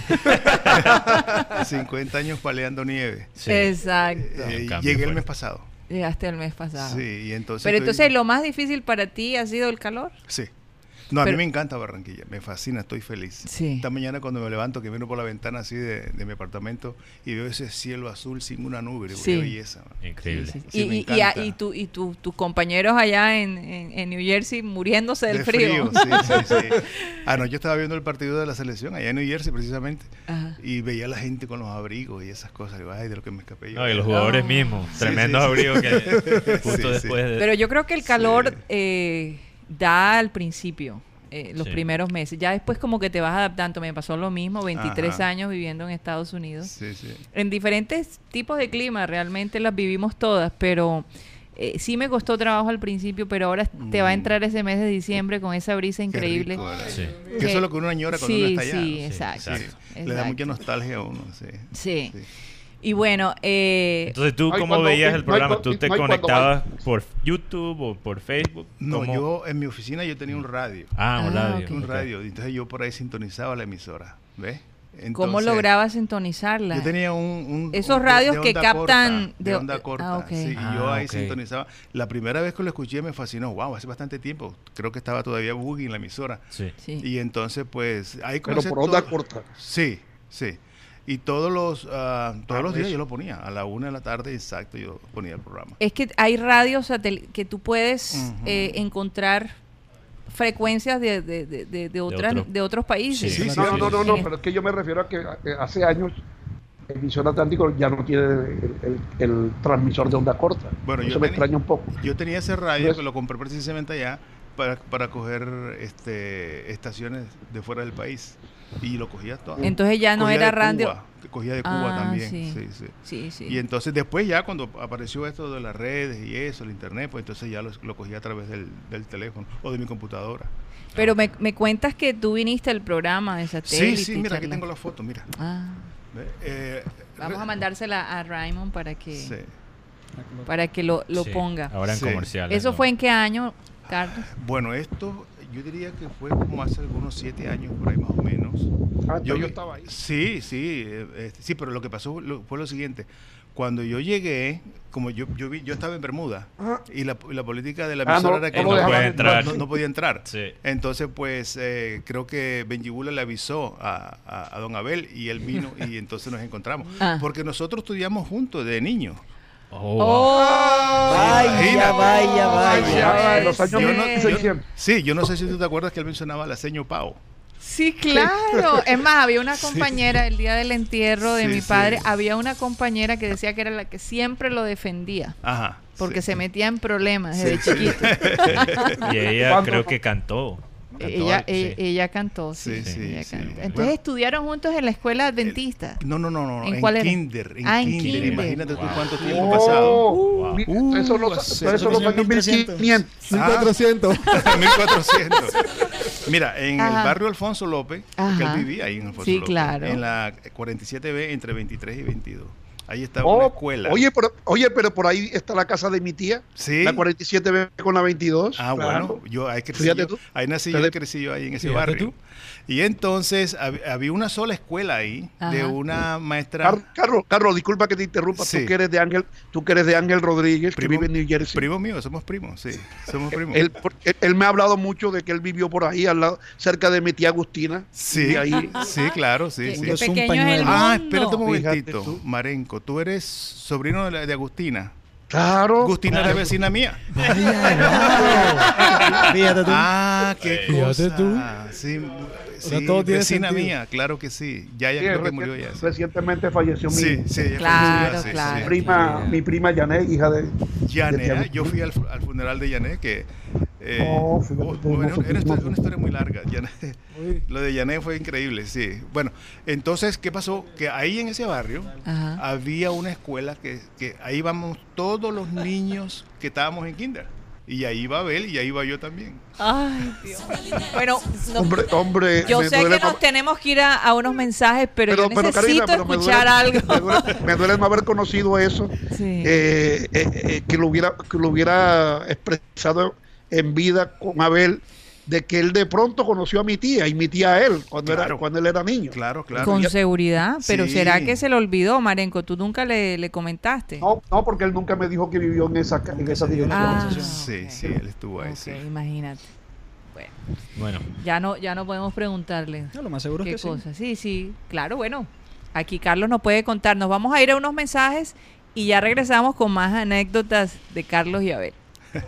cincuenta años paleando nieve. Sí. Exacto. Eh, un cambio llegué el fuerte. mes pasado. Llegaste el mes pasado. Sí, y entonces. Pero estoy- entonces lo más difícil para ti ha sido el calor. Sí. No, a Pero- mí me encanta Barranquilla, me fascina, estoy feliz. Sí. Esta mañana cuando me levanto, que miro por la ventana así de, de mi apartamento y veo ese cielo azul sin una nube, digo, Sí. qué belleza. man. Increíble. Sí, sí. Sí, y, me y, y, a- encanta. y tu- y tu- tus compañeros allá en, en- en New Jersey muriéndose del De frío. sí, sí, sí. Anoche estaba viendo el partido de la selección allá en New Jersey precisamente Ajá. y veía a la gente con los abrigos y esas cosas. Digo, ay, de lo que me escapé yo. No, y los jugadores No. mismos. Sí, Tremendos sí, sí. abrigos que justo Sí, sí. después de... Pero yo creo que el calor Sí. eh, da al principio, eh, los Sí. primeros meses. Ya después como que te vas adaptando. Me pasó lo mismo, veintitrés Ajá. años viviendo en Estados Unidos. Sí, sí. En diferentes tipos de clima, realmente las vivimos todas, pero eh, sí me costó trabajo al principio, pero ahora te va a Mm. entrar ese mes de diciembre con esa brisa Qué increíble. rico, ¿verdad? Sí. Que eso es lo que uno añora cuando sí, uno está allá. Sí, ¿no? exacto. exacto. Le da exacto. mucha nostalgia a uno. Sí. Sí. Sí. Y bueno, eh, Entonces, ¿tú No hay cómo cuando- veías no el hay programa? cuando- ¿Tú te no hay cuando conectabas por YouTube o por Facebook? No, ¿Cómo? yo en mi oficina yo tenía un radio. Ah, un Ah, radio. ok. Un ok. radio. Entonces yo por ahí sintonizaba la emisora. ¿Ves? ¿cómo Entonces, lograbas sintonizarla? Yo tenía un, un- Esos un- radios de que onda captan corta, de- de onda corta. ah, ok. Sí, y Ah, yo ahí ok. sintonizaba. La primera vez que lo escuché me fascinó. Wow, hace bastante tiempo. Creo que estaba todavía Boogie en la emisora. Sí. Sí. Y entonces, pues, ahí pero comencé por onda todo- corta. Sí, sí. Y todos los ah, todos Ah, los días eso. yo lo ponía. A la una de la tarde, exacto, yo ponía el programa. Es que hay radios satel- que tú puedes Ujú. eh, encontrar frecuencias de, de, de, de, de otras, otro- de otros países. Sí, sí, No, sí, no, no, sí. no, pero es que yo me refiero a que eh, hace años Emisión Atlántico ya no tiene el, el- el transmisor de onda corta. Bueno, Eso yo me tenía, extraña un poco. yo tenía ese radio Pues- que lo compré precisamente allá para, para coger este, estaciones de fuera del país. Y lo cogía todo. Entonces ya no Cogía era de radio. Cuba, que cogía de Cuba Ah, también. sí. Sí, sí. Sí, sí. Y entonces después ya cuando apareció esto de las redes y eso, el internet, pues entonces ya lo, lo cogía a través del, del teléfono o de mi computadora. Pero me, me cuentas que tú viniste al programa de satélite. Sí, sí, mira, aquí charla. tengo la foto, mira. Ah, Ve, eh, vamos re- a mandársela a Raymond para que Sí. para que lo, lo Sí, ponga. Ahora en Sí. comerciales. ¿Eso ¿no? fue en qué año, Carlos? Bueno, esto yo diría que fue como hace algunos siete años, por ahí más o menos. Ah, yo, Yo, yo estaba ahí. Sí, sí, eh, este, sí, pero lo que pasó lo- fue lo siguiente. Cuando yo llegué, como yo yo, vi, yo estaba en Bermuda Ajá. y la, y la política de la Ah, emisora no, era que Él no no lo puede dejaban entrar. no, no podía entrar. Sí. Entonces, pues eh, creo que Benjibula le avisó a, a- a don Abel y él vino y entonces nos encontramos. Ah. Porque nosotros estudiamos juntos de niños. Oh, ¡Oh! Vaya, imagínate. vaya, vaya. Ah, en los años Yo no- mil yo- seiscientos. Sí, yo no sé si tú te acuerdas que él mencionaba la seño Pau. Sí, claro. Es más, había una compañera el día del entierro de Sí, mi sí. padre, había una compañera que decía que era la que siempre lo defendía, Ajá. porque sí. se metía en problemas desde chiquito. y ella ¿Cuándo creo no? que cantó. Cantó Ella, algo, ella, sí. ella cantó, sí. Sí, sí, ella sí. cantó. Entonces Bueno. estudiaron juntos en la escuela adventista. No, no, no, no. ¿En En, cuál era? kinder. En Ah, en kinder. kinder. Imagínate tú Wow. cuánto tiempo pasado. Oh, mi- Uh, eso lo- hace- eso son los años mil quinientos. mil cuatrocientos. mil cuatrocientos. Mira, en Ajá. el barrio Alfonso López, que Ajá. él vivía ahí en Alfonso Sí, López, claro. en la cuarenta y siete B entre veintitrés y veintidós. Ahí estaba Oh, una escuela. Oye, pero, oye, pero por ahí está la casa de mi tía, Sí. la cuarenta y siete B con la veintidós. Ah, claro. bueno, yo ahí crecí, Fíjate yo, tú. ahí nací Fíjate- yo, crecí yo ahí en ese Fíjate barrio. tú. Y entonces hab- había una sola escuela ahí de Ajá. una maestra. Car- Carlos, Carlos, disculpa que te interrumpa. Sí. Tú que eres de Ángel, tú que eres de Ángel Rodríguez, Primo- que vive en New Jersey. Primo mío, somos primos, sí, somos primos. Él, por- él- él me ha hablado mucho de que él vivió por ahí, al lado, cerca de mi tía Agustina. Sí, Y ahí, sí, claro, sí, Qué- sí. qué Yo soy un pequeño es el pañuelo. Ah, mundo. espérate un Fíjate momentito, tú. Marenco, tú eres sobrino de, la- de Agustina. claro. Agustina era vecina mía. Fíjate tú. Ah, qué Fíjate cosa. tú. Sí, sea, sí, todo tiene vecina sentido. mía, claro que sí. Ya ella Sí, creo que reci- murió ya. Sí, Recientemente falleció mi, sí, sí, ella Claro, falleció, sí, claro. mi sí. prima, mi prima Janet, hija de. Janet, de tía ¿eh? Yo fui al, fu- al funeral de Janet que eh, Oh, fíjate oh, tú, bueno, hermoso, era una, hermoso. una historia muy larga. Janet, Uy. lo de Janet fue increíble, sí. Bueno, entonces, ¿qué pasó? Que ahí en ese barrio Ajá. había una escuela que, que ahí íbamos todos los niños que estábamos en kinder. Y ahí iba Abel y ahí iba yo también. Ay, Dios. Bueno, no- Hombre, hombre. yo me sé duele que nos ma- tenemos que ir a, a unos mensajes, pero, yo necesito Karina, pero me escuchar duele- algo. Me duele, me duele no haber conocido eso. Sí. eh, eh, eh, que lo hubiera que lo hubiera expresado en vida con Abel, de que él de pronto conoció a mi tía y mi tía a él cuando era Claro. cuando él era niño. Claro, claro. Con Ya- seguridad, pero Sí. ¿será que se le olvidó, Marenco? ¿Tú nunca le, le comentaste? No, no, porque él nunca me dijo que vivió en esa ca- en esa dirección. Ah, Sí, ok. sí, él estuvo ahí, Ok, sí. imagínate. Bueno, Bueno, ya no, ya no podemos preguntarle No, lo más seguro es qué que sí. cosa. Sí, sí, claro, bueno. Aquí Carlos nos puede contar. Nos vamos a ir a unos mensajes y ya regresamos con más anécdotas de Carlos y Abel.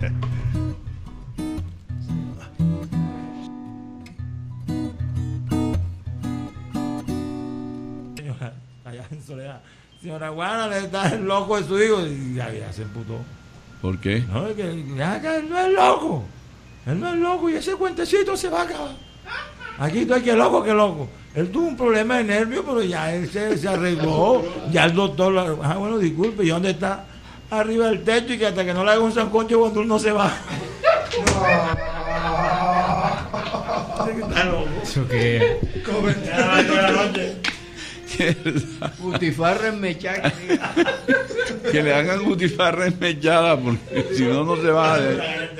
Señora, allá en Soledad. Señora Guana le está el loco de su hijo y ya, ya se emputó. ¿Por qué? No, es que, ya que él no es loco. Él no es loco y ese cuentecito se va a acabar. Aquí estoy que loco, que loco. Él tuvo un problema de nervio, pero ya él se, se arregló. Ya el doctor lo... Ah, bueno, disculpe, ¿y dónde está? Arriba del techo y que hasta que no le haga un sancocho cuando uno se va. Está loco. ¿eso qué? Ya va a llegar la noche. Butifarra en mechaca. Que le hagan butifarra enmechada, porque si no, no se va de...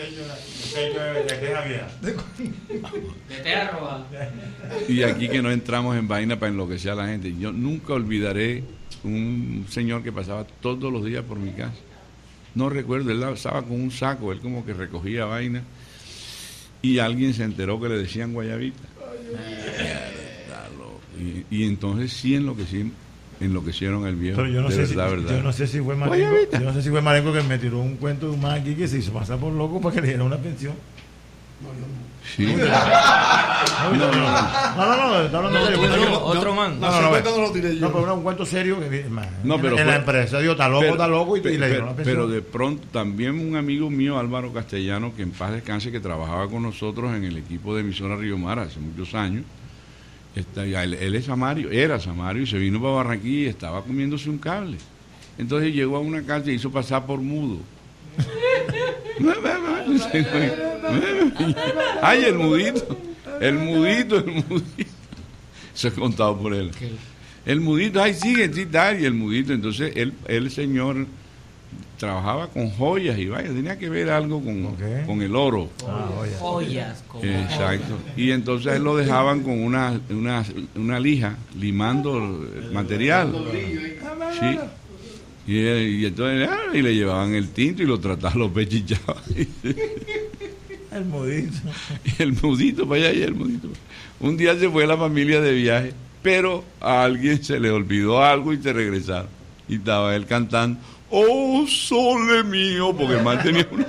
De perro. Y aquí que no entramos en vaina para enloquecer a la gente. Yo nunca olvidaré un señor que pasaba todos los días por mi casa. No recuerdo, él estaba con un saco, él como que recogía vaina. Y alguien se enteró que le decían guayabita. Y, y entonces sí enloquecieron, enloquecieron el viejo. Pero yo no, de sé verdad, si, verdad. yo no sé si fue Marenco, Guayabita. yo no sé si fue Marenco que me tiró un cuento de un man aquí que se hizo pasar por loco para que le diera una pensión. Sí. No, no, no, no, está hablando en serio. Otro, Cuento- otro man. No, no, no, cuenta no lo tiré yo. no, pero era un cuento serio que man, No, pero en, en fue- la empresa. Digo, está loco, Pero- está loco y, pe- y le dieron pero, la pensión. pero de pronto también un amigo mío, Álvaro Castellano, que en paz descanse, que trabajaba con nosotros en el equipo de emisora Río Mar hace muchos años. Está, ya, él, él es samario, era samario y se vino para Barranquilla y estaba comiéndose un cable. Entonces llegó a una casa y hizo pasar por mudo. Ay, el mudito, el mudito, el mudito. Eso es contado por él. El mudito, ay, sigue, sí, tal, y el mudito. Entonces, él, el señor trabajaba con joyas y vaya, tenía que ver algo con, Ok. con el oro. Ah, oye. Ollas. como- Exacto. Y entonces él lo dejaban con una, una, una lija, limando el material. Sí. Y, él- y entonces ah, y le llevaban el tinto y lo trataban, lo pechichaban. El modito. Y el mudito para allá y el mudito. Un día se fue la familia de viaje, pero a alguien se le olvidó algo y se regresaron. Y estaba él cantando, oh, sole mío, porque el man tenía una...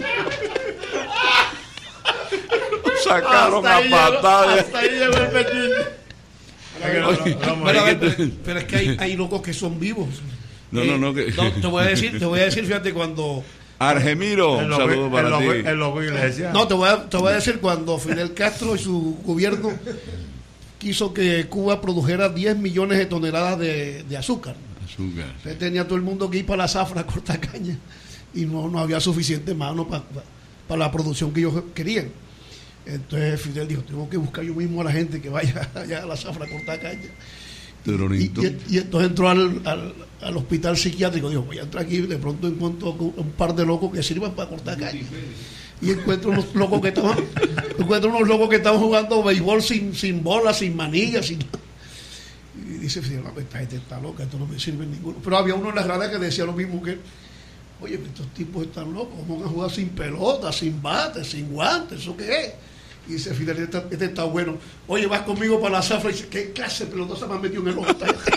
Lo sacaron a patadas. Hasta ahí llegó el pechito. Oye, Pero, a ver, es que- pero- pero es que hay, hay locos que son vivos. No, Eh, no, no, que- te voy a decir, te voy a decir, fíjate, cuando Argemiro, El un loco, saludo para el loco, ti. el loco iglesia. no te voy a, te voy a decir cuando Fidel Castro y su gobierno quiso que Cuba produjera diez millones de toneladas de, de azúcar. Azúcar. Entonces tenía todo el mundo que ir para la zafra a cortar caña y no, no había suficiente mano para la producción que ellos querían. Entonces Fidel dijo, tengo que buscar yo mismo a la gente que vaya allá a la zafra a cortar caña. Y, Terorito. y- y entonces entró al, al, al hospital psiquiátrico, dijo, voy a entrar aquí, de pronto encuentro un par de locos que sirvan para cortar caña. Y encuentro unos locos que estaban, encuentro unos locos que estaban jugando béisbol sin, sin bolas, sin manillas, sin y dice Fidel, no, esta gente está loca, esto no me sirve ninguno. Pero había uno en la grada que decía lo mismo que él. Oye, estos tipos están locos, ¿cómo van a jugar sin pelota, sin bate, sin guantes? ¿Eso qué es? Y dice Fidel, este, este está bueno. Oye, vas conmigo para la zafra y dice, ¿qué clase de pelotazo me han metido en el ojo?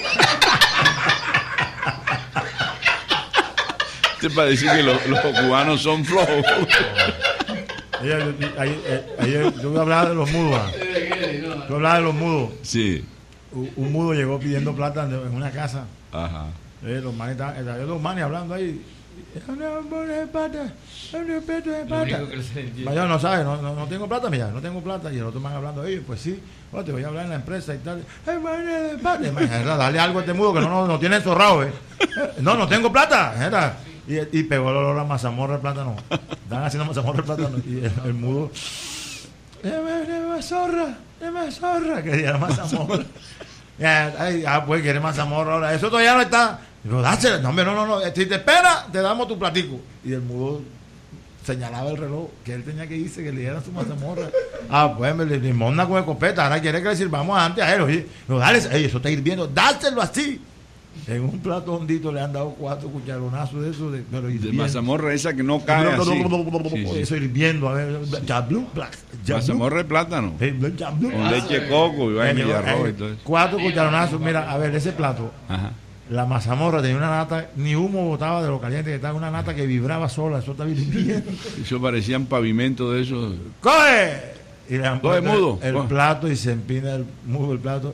Te parece que los, los cubanos son flojos. Ayer, ayer- ayer yo voy a hablar de los mudos. ah. Yo voy a hablar de los mudos. Sí. Un, un mudo llegó pidiendo plata en en una casa. Ajá. Eh, los manes estaban, estaban los manes hablando ahí. Una bola de pata, una peto de Lo pata. único que se entiende. Mayor no sabe, no, no, no tengo plata, mira, no tengo plata. Y el otro man hablando, ellos, pues sí, oh, te voy a hablar en la empresa y tal. Ay, bola de pata. Y, man, era, dale algo a este mudo que no, no, no tiene zorrado, eh. No, no tengo plata. Era. Y, y pegó el olor a mazamorra de plátano. Estaban haciendo mazamorra de plátano. Y el, el mudo, deme, deme zorra, deme zorra. Que era mazamorra. Ya, ay, ah, pues quiere mazamorra ahora. Eso todavía no está. Digo, dásela. No, hombre, no, no, no. Si te espera, te damos tu platico. Y el mudo señalaba el reloj que él tenía que irse, que le dieran su mazamorra. Ah, pues me le limona con escopeta. Ahora quiere que le sirvamos antes a él. Oye, no, dale, ey, eso está hirviendo. Dáselo así. En un plato hondito le han dado cuatro cucharonazos de eso. De, pero De hirviendo. mazamorra esa que no cae así. Sí, sí. Eso hirviendo. A ver, ya blue, black, ya blue. Mazamorra de plátano. Eh, ya blue. Con leche de coco y vaina y Eh, arroz eh, y todo eso. Cuatro cucharonazos. Mira, a ver, ese plato. Ajá. La mazamorra tenía una nata, ni humo botaba de lo caliente que estaba, una nata que vibraba sola, eso estaba hirviendo. Eso parecían pavimentos de esos. ¡Coge! Y le han Coge, puesto mudo, el, el coge. plato y se empina el mudo el plato.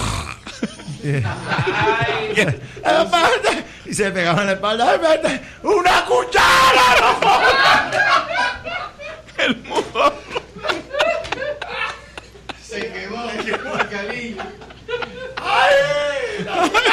y, y se pegaba en la espalda. ¡Ay, vete! ¡Una cuchara! El mudo. Se quemó, se quemó el caliño. ¡Ay! ¡La cuchara!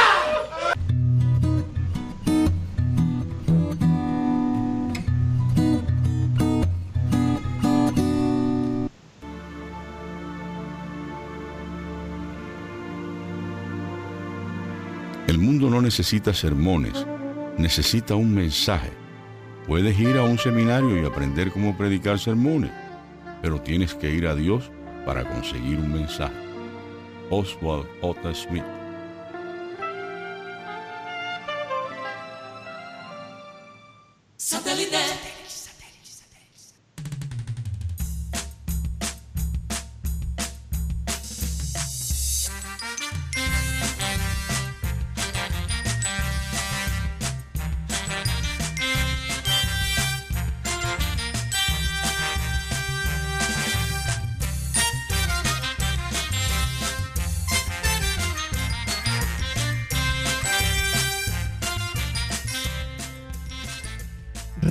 El mundo no necesita sermones, necesita un mensaje. Puedes ir a un seminario y aprender cómo predicar sermones, pero tienes que ir a Dios para conseguir un mensaje. Oswald J. Smith.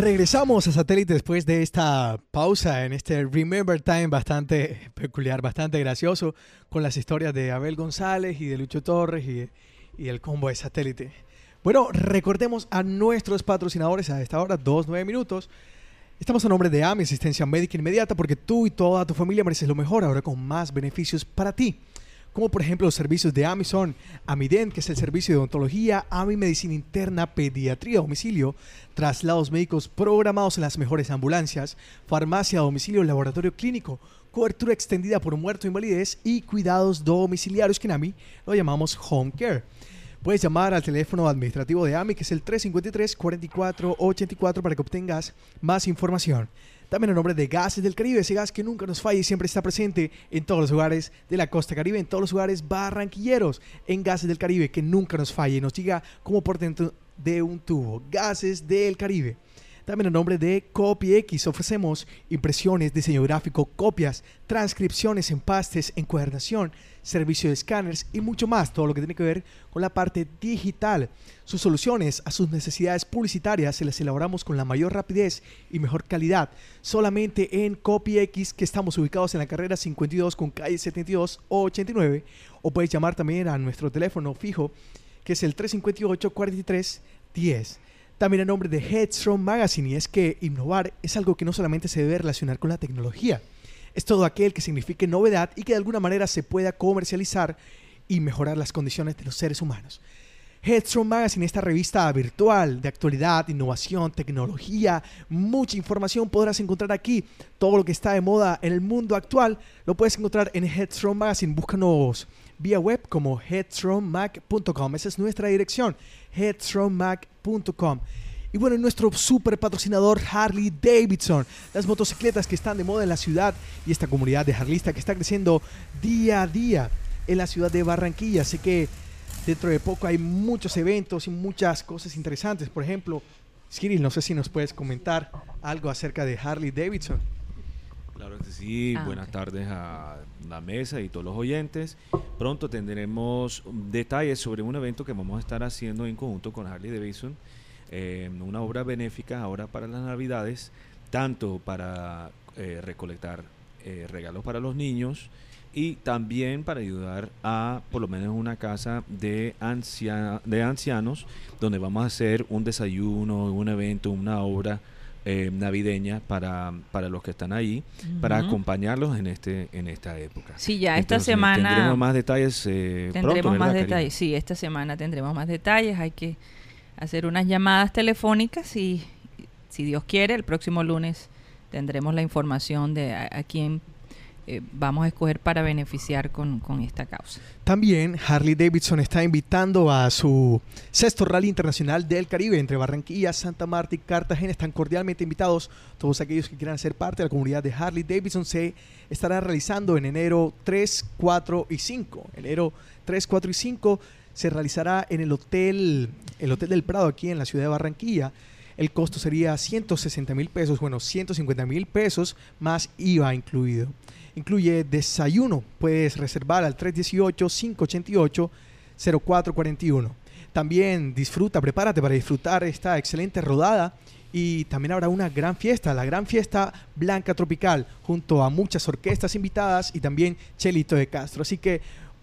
Regresamos a Satélite después de esta pausa en este Remember Time bastante peculiar, bastante gracioso, con las historias de Abel González y de Lucho Torres y, y el combo de Satélite. Bueno, recordemos a nuestros patrocinadores a esta hora, dos, nueve minutos. Estamos a nombre de A M I, Asistencia Médica Inmediata, porque tú y toda tu familia mereces lo mejor, ahora con más beneficios para ti. Como por ejemplo los servicios de A M I son AMIDENT, que es el servicio de odontología, A M I Medicina Interna, Pediatría a domicilio, traslados médicos programados en las mejores ambulancias, farmacia a domicilio, laboratorio clínico, cobertura extendida por muerte o invalidez y cuidados domiciliarios, que en A M I lo llamamos Home Care. Puedes llamar al teléfono administrativo de A M I, que es el tres cinco tres, cuatro cuatro ocho cuatro, para que obtengas más información. También en nombre de Gases del Caribe, ese gas que nunca nos falla y siempre está presente en todos los lugares de la costa caribe, en todos los lugares barranquilleros, en Gases del Caribe, que nunca nos falla y nos llega como por dentro de un tubo. Gases del Caribe. También en nombre de CopyX ofrecemos impresiones, diseño gráfico, copias, transcripciones, empastes, encuadernación, servicio de escáneres y mucho más, todo lo que tiene que ver con la parte digital. Sus soluciones a sus necesidades publicitarias se las elaboramos con la mayor rapidez y mejor calidad, solamente en CopyX, que estamos ubicados en la carrera cincuenta y dos con calle setenta y dos ochenta y nueve, o puedes llamar también a nuestro teléfono fijo, que es el tres cinco ocho, cuatro tres, diez. También en nombre de Headstrong Magazine, y es que innovar es algo que no solamente se debe relacionar con la tecnología, es todo aquel que signifique novedad y que de alguna manera se pueda comercializar y mejorar las condiciones de los seres humanos. Headstrong Magazine, esta revista virtual de actualidad, innovación, tecnología, mucha información podrás encontrar aquí. Todo lo que está de moda en el mundo actual lo puedes encontrar en Headstrong Magazine. Búscanos vía web como headstrong mag punto com. Esa es nuestra dirección, headstrong mag punto com. Y bueno, nuestro super patrocinador Harley Davidson, las motocicletas que están de moda en la ciudad y esta comunidad de harlista que está creciendo día a día en la ciudad de Barranquilla. Así que dentro de poco hay muchos eventos y muchas cosas interesantes. Por ejemplo, Cyril, no sé si nos puedes comentar algo acerca de Harley Davidson. Claro que sí, Ah, buenas ok. tardes a la mesa y todos los oyentes. Pronto tendremos detalles sobre un evento que vamos a estar haciendo en conjunto con Harley Davidson, eh, una obra benéfica ahora para las Navidades, tanto para eh, recolectar eh, regalos para los niños y también para ayudar a por lo menos una casa de, ancia, de ancianos, donde vamos a hacer un desayuno, un evento, una obra Eh, navideña para, para los que están ahí, Ujú. para acompañarlos en este en esta época. Sí, ya esta Entonces, semana tendremos más detalles eh, tendremos pronto, ¿verdad, más Karina? detalles. Sí, esta semana tendremos más detalles. Hay que hacer unas llamadas telefónicas y, si Dios quiere, el próximo lunes tendremos la información de a, a quién eh, vamos a escoger para beneficiar con, con esta causa. También Harley Davidson está invitando a su sexto Rally Internacional del Caribe entre Barranquilla, Santa Marta y Cartagena. Están cordialmente invitados todos aquellos que quieran ser parte de la comunidad de Harley Davidson. Se estará realizando en enero tres, cuatro y cinco. Enero tres, cuatro y cinco se realizará en el hotel, el Hotel del Prado, aquí en la ciudad de Barranquilla. El costo sería ciento sesenta mil pesos, bueno, ciento cincuenta mil pesos más I V A incluido. Incluye desayuno, puedes reservar al tres uno ocho, cinco ocho ocho, cero cuatro cuatro uno. También disfruta, prepárate para disfrutar esta excelente rodada y también habrá una gran fiesta, la gran fiesta Blanca Tropical, junto a muchas orquestas invitadas y también Chelito de Castro. Así que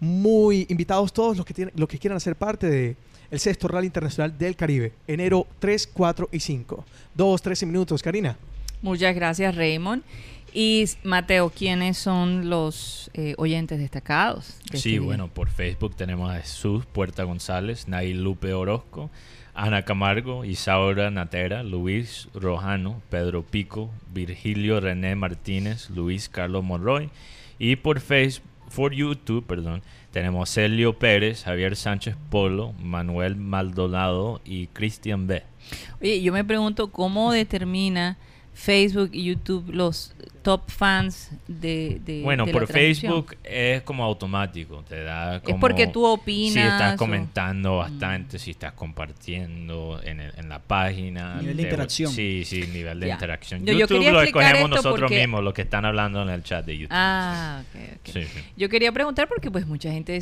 muy invitados todos los que, tienen, los que quieran ser parte de el sexto Rally Internacional del Caribe, enero tres, cuatro y cinco. Dos, trece minutos, Karina. Muchas gracias, Raymond. Y Mateo, ¿quiénes son los eh, oyentes destacados de Sí, este día? bueno, por Facebook tenemos a Jesús Puerta González, Nail Lupe Orozco, Ana Camargo, Isaura Natera, Luis Rojano, Pedro Pico, Virgilio René Martínez, Luis Carlos Monroy. Y por Facebook, por YouTube, perdón, tenemos Celio Pérez, Javier Sánchez Polo, Manuel Maldonado y Cristian B. Oye, yo me pregunto cómo determina Facebook y YouTube los top fans de, de Bueno, de por la transmisión. Facebook es como automático, te da como... Es porque tú opinas. Si estás o- comentando bastante, si estás compartiendo en, el- en la página. Nivel de te- interacción. Sí, sí, nivel de Ya. interacción. Yo- yo YouTube quería lo explicar escogemos esto nosotros porque- mismos, los que están hablando en el chat de YouTube. Ah, ok, ok. Sí, sí. Yo quería preguntar porque pues mucha gente dice-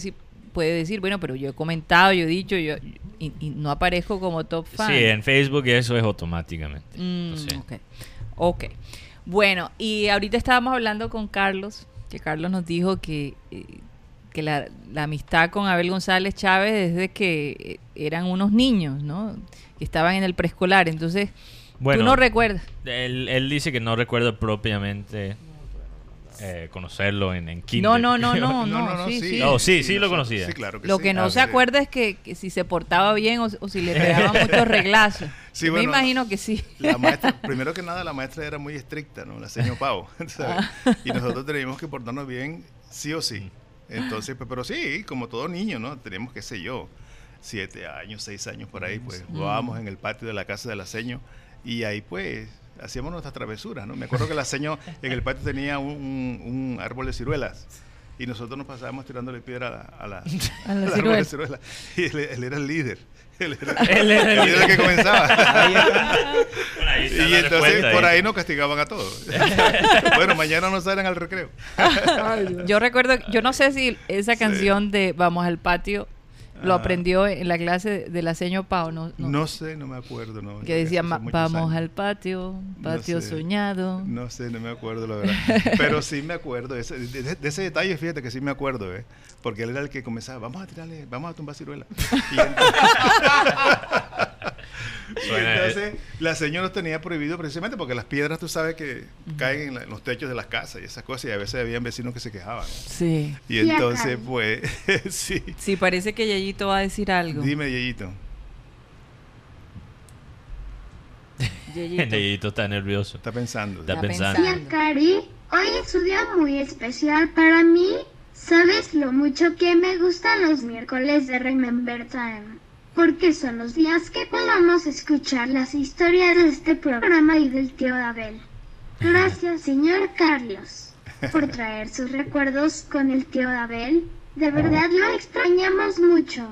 puede decir, bueno, pero yo he comentado, yo he dicho, yo y, y no aparezco como top fan. Sí, en Facebook eso es automáticamente. Mm, Sí. ok. Ok. Bueno, y ahorita estábamos hablando con Carlos, que Carlos nos dijo que, eh, que la, la amistad con Abel González Chávez desde que eh, eran unos niños, ¿no? Que estaban en el preescolar. Entonces, Bueno, tú no recuerdas. Él, él dice que no recuerda propiamente eh, conocerlo en, en kinder. No, no, no, no, No, no, no, sí, sí. sí. Oh, sí, sí Sí, lo no, conocía. sí, claro que Lo sí. que no Ah, se sí. acuerda es que, que si se portaba bien o, o si le pegaban muchos reglazos. Sí, Me bueno, imagino que sí. La maestra, primero que nada, la maestra era muy estricta, ¿no? La señora Pau, ¿sabes? Y nosotros teníamos que portarnos bien sí o sí. Entonces, pues, pero sí, como todo niño, ¿no? Teníamos, qué sé yo, siete años, seis años por ahí, pues Mm. jugábamos en el patio de la casa de la seño y ahí, pues, hacíamos nuestras travesuras, ¿no? Me acuerdo que la seño en el patio tenía un, un- un árbol de ciruelas y nosotros nos pasábamos tirándole piedra a la, a la, A la al árbol ciruela. de ciruelas. Y él, él era el líder. Él era, Él era el él era el que comenzaba. Por ahí está Y la entonces respuesta por ahí. ahí nos castigaban a todos. Bueno, mañana no salen al recreo. Ay, Dios. Yo recuerdo, yo no sé si esa canción de Vamos al patio lo Ah. aprendió en la clase de la seño Pau, ¿no? no. No sé, no me acuerdo. No, Que decía, hace "Ma- muchos vamos años. al patio, patio No sé. soñado". No sé, no me acuerdo la verdad. Pero sí me acuerdo. Ese- de, de- de ese detalle, fíjate que sí me acuerdo, ¿eh? Porque él era el que comenzaba, vamos a tirarle, vamos a tumbar ciruela. Y entonces, y Suena- entonces la señora nos tenía prohibido precisamente porque las piedras, tú sabes que caen en, la- en los techos de las casas y esas cosas. Y a veces habían vecinos que se quejaban. Sí. Y Sí, acá. entonces, pues, sí. Sí, parece que Yayito va a decir algo. Dime, Yeyito. Yayito. Neyito está nervioso. Está pensando. Está Está pensando. pensando. Tía Cari, hoy es un día muy especial para mí. ¿Sabes lo mucho que me gustan los miércoles de Remember Time? Porque son los días que podamos escuchar las historias de este programa y del tío Abel. Gracias, señor Carlos, por traer sus recuerdos con el tío Abel. De verdad lo extrañamos mucho.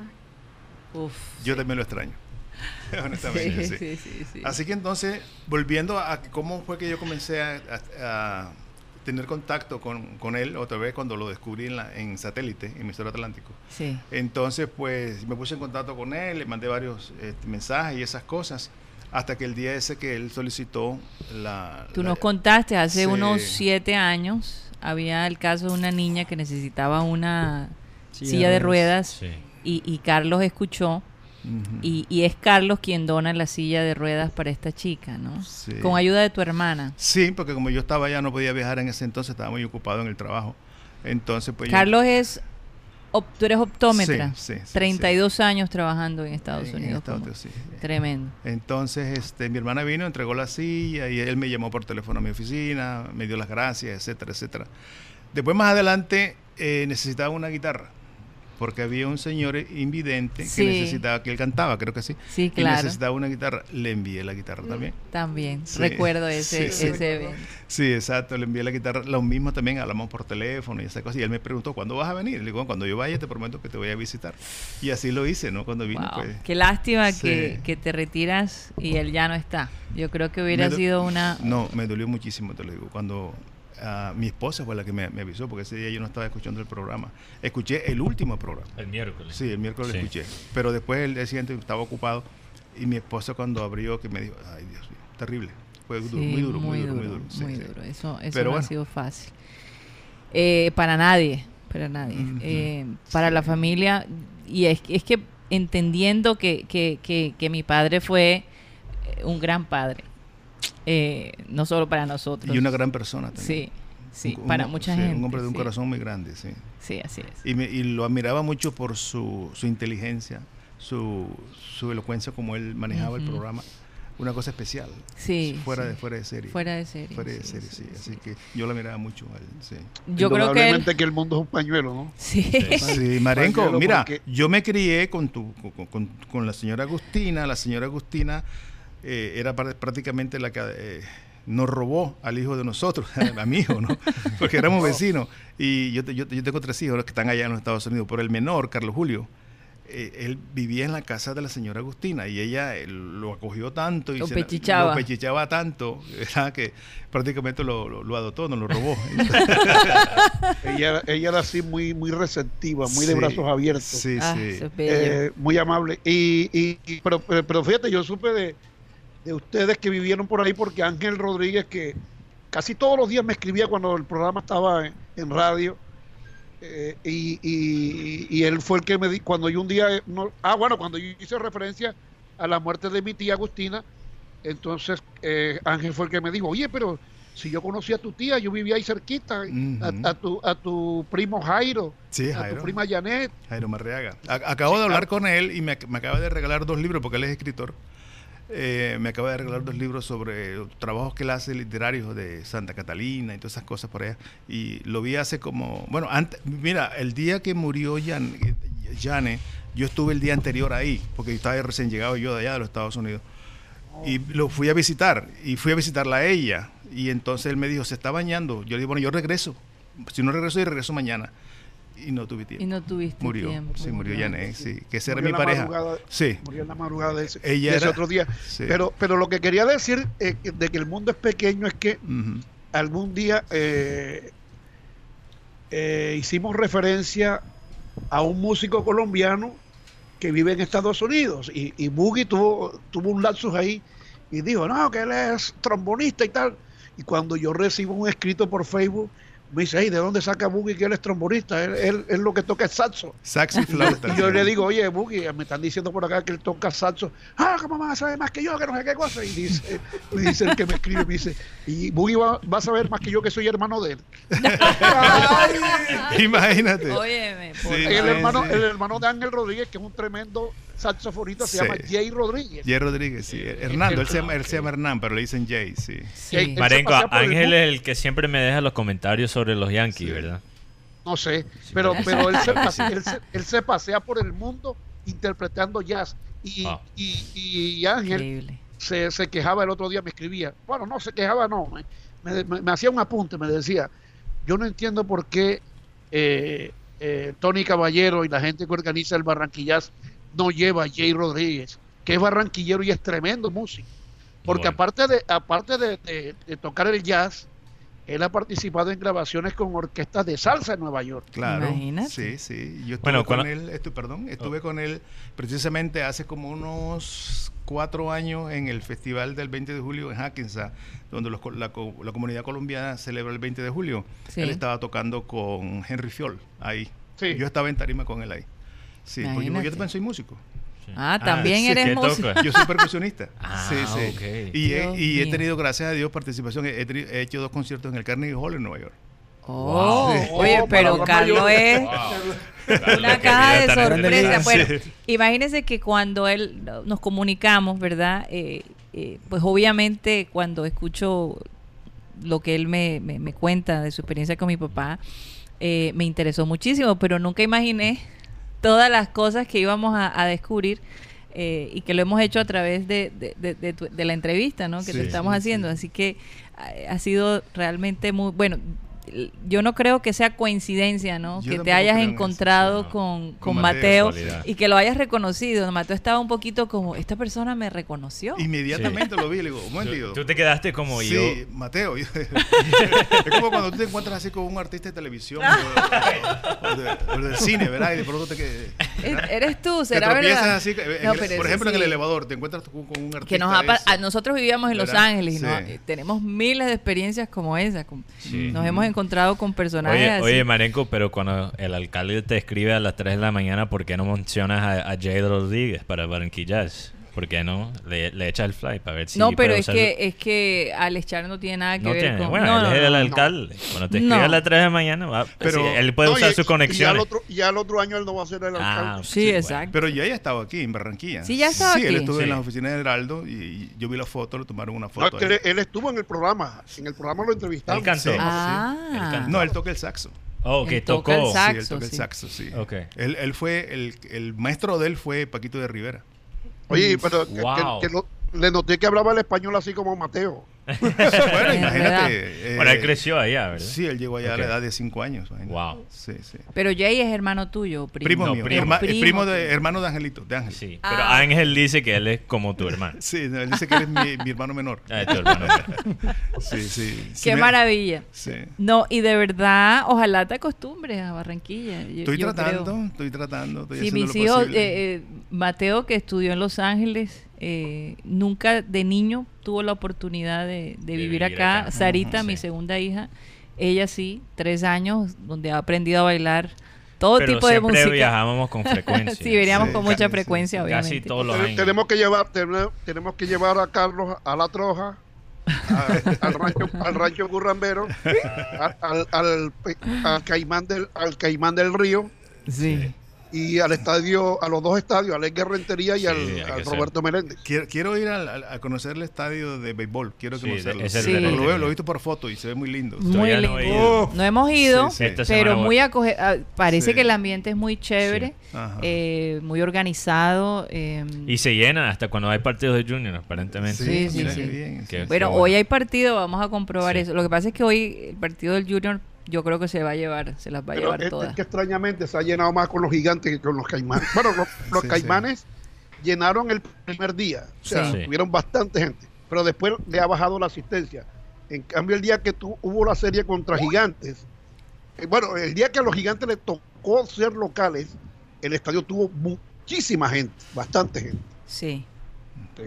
Uf. Yo también lo extraño. Honestamente, Sí, sí. sí, sí, sí. Así que entonces, volviendo a cómo fue que yo comencé a, a- a tener contacto con, con él otra vez cuando lo descubrí en, la, en satélite, en Mister Atlántico. Sí. Entonces, pues me puse en contacto con él, le mandé varios este, mensajes y esas cosas, hasta que el día ese que él solicitó la... Tú la- nos contaste hace Sí. unos siete años, había el caso de una niña que necesitaba una Silla silla, de de ruedas. ruedas, Sí. y, y Carlos escuchó, Ujú. y, y es Carlos quien dona la silla de ruedas para esta chica, ¿no? Sí. Con ayuda de tu hermana. Sí, porque como yo estaba allá, no podía viajar en ese entonces, estaba muy ocupado en el trabajo. Entonces, pues yo- Carlos es, op- tú eres optómetra, Sí, sí, sí, treinta y dos años trabajando en Estados en Unidos. Estados como- Unidos, sí. Tremendo. Entonces, este, mi hermana vino, entregó la silla y él me llamó por teléfono a mi oficina, me dio las gracias, etcétera, etcétera. Después, más adelante, eh, necesitaba una guitarra, porque había un señor invidente Sí. que necesitaba, que él cantaba, creo que sí. Sí, Y claro. necesitaba una guitarra, le envié la guitarra también. También, Sí. recuerdo ese, Sí, sí. ese evento. Sí, exacto, le envié la guitarra. Lo mismo también, hablamos por teléfono y esa cosa. Y él me preguntó, ¿cuándo vas a venir? Le digo, cuando yo vaya te prometo que te voy a visitar. Y así lo hice, ¿no? Cuando vine, Wow. pues... Qué lástima Sí. que, que te retiras y él ya no está. Yo creo que hubiera Me do- sido una... No, me dolió muchísimo, te lo digo. Cuando ah, mi esposa fue la que me, me avisó, porque ese día yo no estaba escuchando el programa. Escuché el último programa. El miércoles. Sí, el miércoles Sí. lo escuché. Pero después el día siguiente estaba ocupado y mi esposa cuando abrió que me dijo, ay Dios mío, terrible. Fue duro, Sí, muy duro, muy duro, muy duro. Sí, muy sí. duro. Eso, eso Pero no ha bueno. sido fácil. Eh, para nadie, para nadie. Ujú. Eh, para Sí. la familia. Y es, es que entendiendo que, que, que, que mi padre fue eh, un gran padre. Eh, no solo para nosotros. Y una gran persona también. Sí, sí, Un- para un- mucha sí, gente. Un hombre de un sí. corazón muy grande, sí. Sí, así es. Y, me- y lo admiraba mucho por su, su inteligencia, su, su elocuencia, como él manejaba el Ujú. programa. Una cosa especial. Sí, Fuera, sí. De, fuera de serie. Fuera de serie. Fuera de sí, serie, sí, sí. sí. Así que yo lo admiraba mucho a él, sí. Yo creo que él... Indudablemente que el mundo es un pañuelo, ¿no? Sí. Sí, Marenco, Pañuelo, mira, porque- yo me crié con, tu, con, con- con la señora Agustina. La señora Agustina eh, era par- prácticamente la que eh, nos robó al hijo de nosotros, a mi hijo, ¿no? Porque éramos vecinos. Y yo, te- yo, te- yo tengo tres hijos que están allá en los Estados Unidos. Pero el menor, Carlos Julio, eh, él vivía en la casa de la señora Agustina y ella eh, lo acogió tanto y Lo se- pechichaba. lo pechichaba tanto, ¿verdad? Que prácticamente lo, lo, lo adoptó, no lo robó. ella, ella era así muy, muy receptiva, muy de Sí, brazos abiertos. Sí, Ah, sí. eso es bello. Eh, muy amable. Y, y- y- pero, pero, pero fíjate, yo supe de, de ustedes que vivieron por ahí porque Ángel Rodríguez, que casi todos los días me escribía cuando el programa estaba en, en radio, eh, y, y- y él fue el que me di, cuando yo un día, eh, no, ah, bueno, cuando yo hice referencia a la muerte de mi tía Agustina, entonces eh, Ángel fue el que me dijo, oye, pero si yo conocí a tu tía, yo vivía ahí cerquita, Ujú. a, a tu, a tu primo Jairo, Sí, a Jairo. tu prima Janet. Jairo Marreaga. A- acabo de hablar con él y me, me acaba de regalar dos libros, porque él es escritor. Eh, me acaba de regalar dos libros sobre trabajos que él hace literarios de Santa Catalina y todas esas cosas por allá. Y lo vi hace como... Bueno, antes, mira, el día que murió Jan, Jane, yo estuve el día anterior ahí, porque estaba recién llegado yo de allá de los Estados Unidos. Y lo fui a visitar, y fui a visitarla a ella. Y entonces él me dijo, se está bañando. Yo le dije, bueno, yo regreso. Si no regreso, yo regreso mañana. Y no tuve tiempo. Y no tuviste Murió, tiempo. sí, murió Janet, sí, que esa era Murió mi en la pareja. madrugada- Sí, Murió en la madrugada de ese, Ella de ese era- otro día. sí. Pero, pero lo que quería decir eh, de que el mundo es pequeño es que Ujú. algún día eh, eh, hicimos referencia a un músico colombiano que vive en Estados Unidos y, y Boogie tuvo, tuvo un lapsus ahí y dijo, no, que él es trombonista y tal. Y cuando yo recibo un escrito por Facebook, me dice, hey, ¿de dónde saca Boogie que él es trombonista? Él, él, él lo que toca es saxo. Saxo y flauta. Y yo sí. le digo, oye, Boogie, me están diciendo por acá que él toca saxo. Ah, ¿cómo vas a saber más que yo? Que no sé qué cosa. Y dice, me dice el que me escribe, me dice, y Boogie va, va a saber más que yo que soy hermano de él. Imagínate. Óyeme, por Sí, el, favor. hermano, sí. el hermano de Ángel Rodríguez, que es un tremendo saxofonista, se Sí. llama Jay Rodríguez. Jay Rodríguez, sí. Hernando, él se, llama, él se llama Hernán, pero le dicen Jay, sí. Sí. Él se Marenco, pasea por el Ángel mundo. es el que siempre me deja los comentarios sobre los Yankees, Sí. ¿verdad? No sé, pero, pero él, se Creo que pasea, sí. él, se, él se pasea por el mundo interpretando jazz. Y, Ah. y, y Ángel Increíble. se, se quejaba el otro día, me escribía. Bueno, no se quejaba, no. Me, me- me hacía un apunte, me decía, yo no entiendo por qué eh, eh, Tony Caballero y la gente que organiza el Barranquillas no lleva a Jay Rodríguez, que es barranquillero y es tremendo músico. Porque Bueno. aparte de aparte de, de- de tocar el jazz, él ha participado en grabaciones con orquestas de salsa en Nueva York. Claro. Imagínate. Sí, sí. Yo estuve Bueno, con cuando- él, estu- perdón, estuve con él precisamente hace como unos cuatro años en el Festival del veinte de julio en Hackensack, donde los co- la, co- la comunidad colombiana celebra el veinte de julio. Sí. Él estaba tocando con Henry Fiol ahí. Sí. Yo estaba en tarima con él ahí. Sí, porque yo, yo Imagínate. también soy músico. Ah, también sí, eres ¿qué músico. toca? Yo soy percusionista. Ah, sí, sí. ok. Y, he, Dios y he mío. tenido, gracias a Dios, participación. He, he teni- he hecho dos conciertos en el Carnegie Hall en Nueva York. Oh, Sí. oye, Oh, pero para Carlos mayor. es una caja de sorpresas. Bueno, Sí. imagínense que cuando él nos comunicamos, ¿verdad? Eh, eh, pues obviamente cuando escucho lo que él me, me, me cuenta de su experiencia con mi papá, eh, me interesó muchísimo, pero nunca imaginé todas las cosas que íbamos a, a descubrir. Eh, y que lo hemos hecho a través de, de, de, de tu- de la entrevista, ¿no? Que Sí, te estamos sí, haciendo. sí. Así que ha, ha sido realmente muy bueno. Yo no creo que sea coincidencia, ¿no? Yo Que te tampoco hayas creo en eso, encontrado sí, no. con, con Con Mateo, Mateo. Casualidad. y que lo hayas reconocido. Mateo estaba un poquito como, esta persona me reconoció. Inmediatamente lo vi y le digo, un momentito. Tú, tú te quedaste como Sí, yo. Mateo. es como cuando tú te encuentras así con un artista de televisión o, o de- o del cine, ¿verdad? Y de pronto te que E- Eres tú, te será tropiezas verdad. así, en No, el- pero por eso ejemplo, en el sí. elevador te encuentras con, con un artista. Que nos ha pa- de eso. a nosotros vivíamos en Los ¿Verdad? Ángeles y Sí. no- eh, tenemos miles de experiencias como esa. con- Sí. Nos hemos encontrado con personajes Oye, así. oye, Marenco, pero cuando el alcalde te escribe a las tres de la mañana, ¿por qué no mencionas a, a Jay Rodríguez para Barranquillas? ¿Por qué no? Le, le echa el fly para ver si no, pero puede es usar- que es que Alex Char no tiene nada que No ver tiene. con... Bueno, no, él no, es no, el no. alcalde. Cuando te escribe No. a las tres de la mañana, va, Pero- sí, él puede No, usar y- su y conexión. ya el otro, ya el otro año él no va a ser el Ah, alcalde. Sí, exacto. Pero ya haya estado aquí en Barranquilla. Sí, ya estaba Sí, él aquí. estuvo Sí. en las oficinas de Heraldo y, y yo vi la foto, le tomaron una No, foto. es que ahí. él, él estuvo en el programa. En el programa lo entrevistamos. Él cantó. Sí. Ah. Él cantó. No, él toca el saxo. Oh, que Él toca tocó. el saxo. sí, él toca sí. el saxo, sí. Ok. Él, él fue, el, el maestro de él fue Paquito de Rivera. Oye, pero que, Wow. que- que lo- le noté que hablaba el español así como Mateo. Bueno, imagínate. Eh, bueno, él creció allá, ¿verdad? Sí, él llegó allá Okay. a la edad de cinco años. Imagínate. Wow. Sí, sí. Pero Jay es hermano tuyo, primo. Primo No, mío, primo. herma- Primo primo de, tuyo. hermano de Angelito, de Ángel. Sí, Ah. pero Ángel dice que él es como tu hermano. Sí, no, él dice que él es mi, mi hermano menor. Ah, es tu hermano. Sí, sí. sí Qué me- maravilla. Sí. No, y de verdad, ojalá te acostumbres a Barranquilla. Yo- Estoy yo tratando, creo. estoy tratando, estoy Sí, haciendo mis lo hijos, posible. eh, eh, Mateo, que estudió en Los Ángeles, eh, nunca de niño tuvo la oportunidad de, de vivir, vivir acá. acá. Sarita, Ujú, mi sí. segunda hija, ella sí, tres años, donde ha aprendido a bailar todo Pero tipo de siempre música. viajábamos con frecuencia. Sí, veníamos Sí, con casi, mucha sí, frecuencia, sí. obviamente. Casi todos los Ten- años. Tenemos que llevar, tenemos, tenemos que llevar a Carlos a la Troja, a- al rancho, al rancho Currambero, a- al, al, al caimán del, al Caimán del Río Sí. y al estadio, a los dos estadios, al Edgar Rentería y Sí, al, hay que al ser. Roberto Meléndez. Quiero, quiero ir al- al- a, conocer el estadio de béisbol. Quiero Sí, conocerlo. es el Sí. Porque de lo, veo- Rentería. lo he visto por foto y se ve muy lindo. Muy Todavía lindo. no he ido. No hemos ido, Sí, sí. Esta pero semana muy voy. acoge ah, parece Sí. que el ambiente es muy chévere, Ajá. eh, muy organizado. eh, Y se llena hasta cuando hay partidos de Junior, aparentemente. Sí, sí, mira sí. qué bien. Qué- bueno, qué bueno. hoy hay partido, vamos a comprobar Sí. eso. Lo que pasa es que hoy el partido del Junior yo creo que se va a llevar, se las va a Pero llevar es, todas. es que extrañamente se ha llenado más con los gigantes que con los caimanes. Bueno, los, los Sí, sí. caimanes llenaron el primer día, o sea, Sí. tuvieron bastante gente, pero después le ha bajado la asistencia. En cambio, el día que tu, hubo la serie contra gigantes, eh, bueno, el día que a los gigantes les tocó ser locales, el estadio tuvo muchísima gente, bastante gente. Sí. Sí.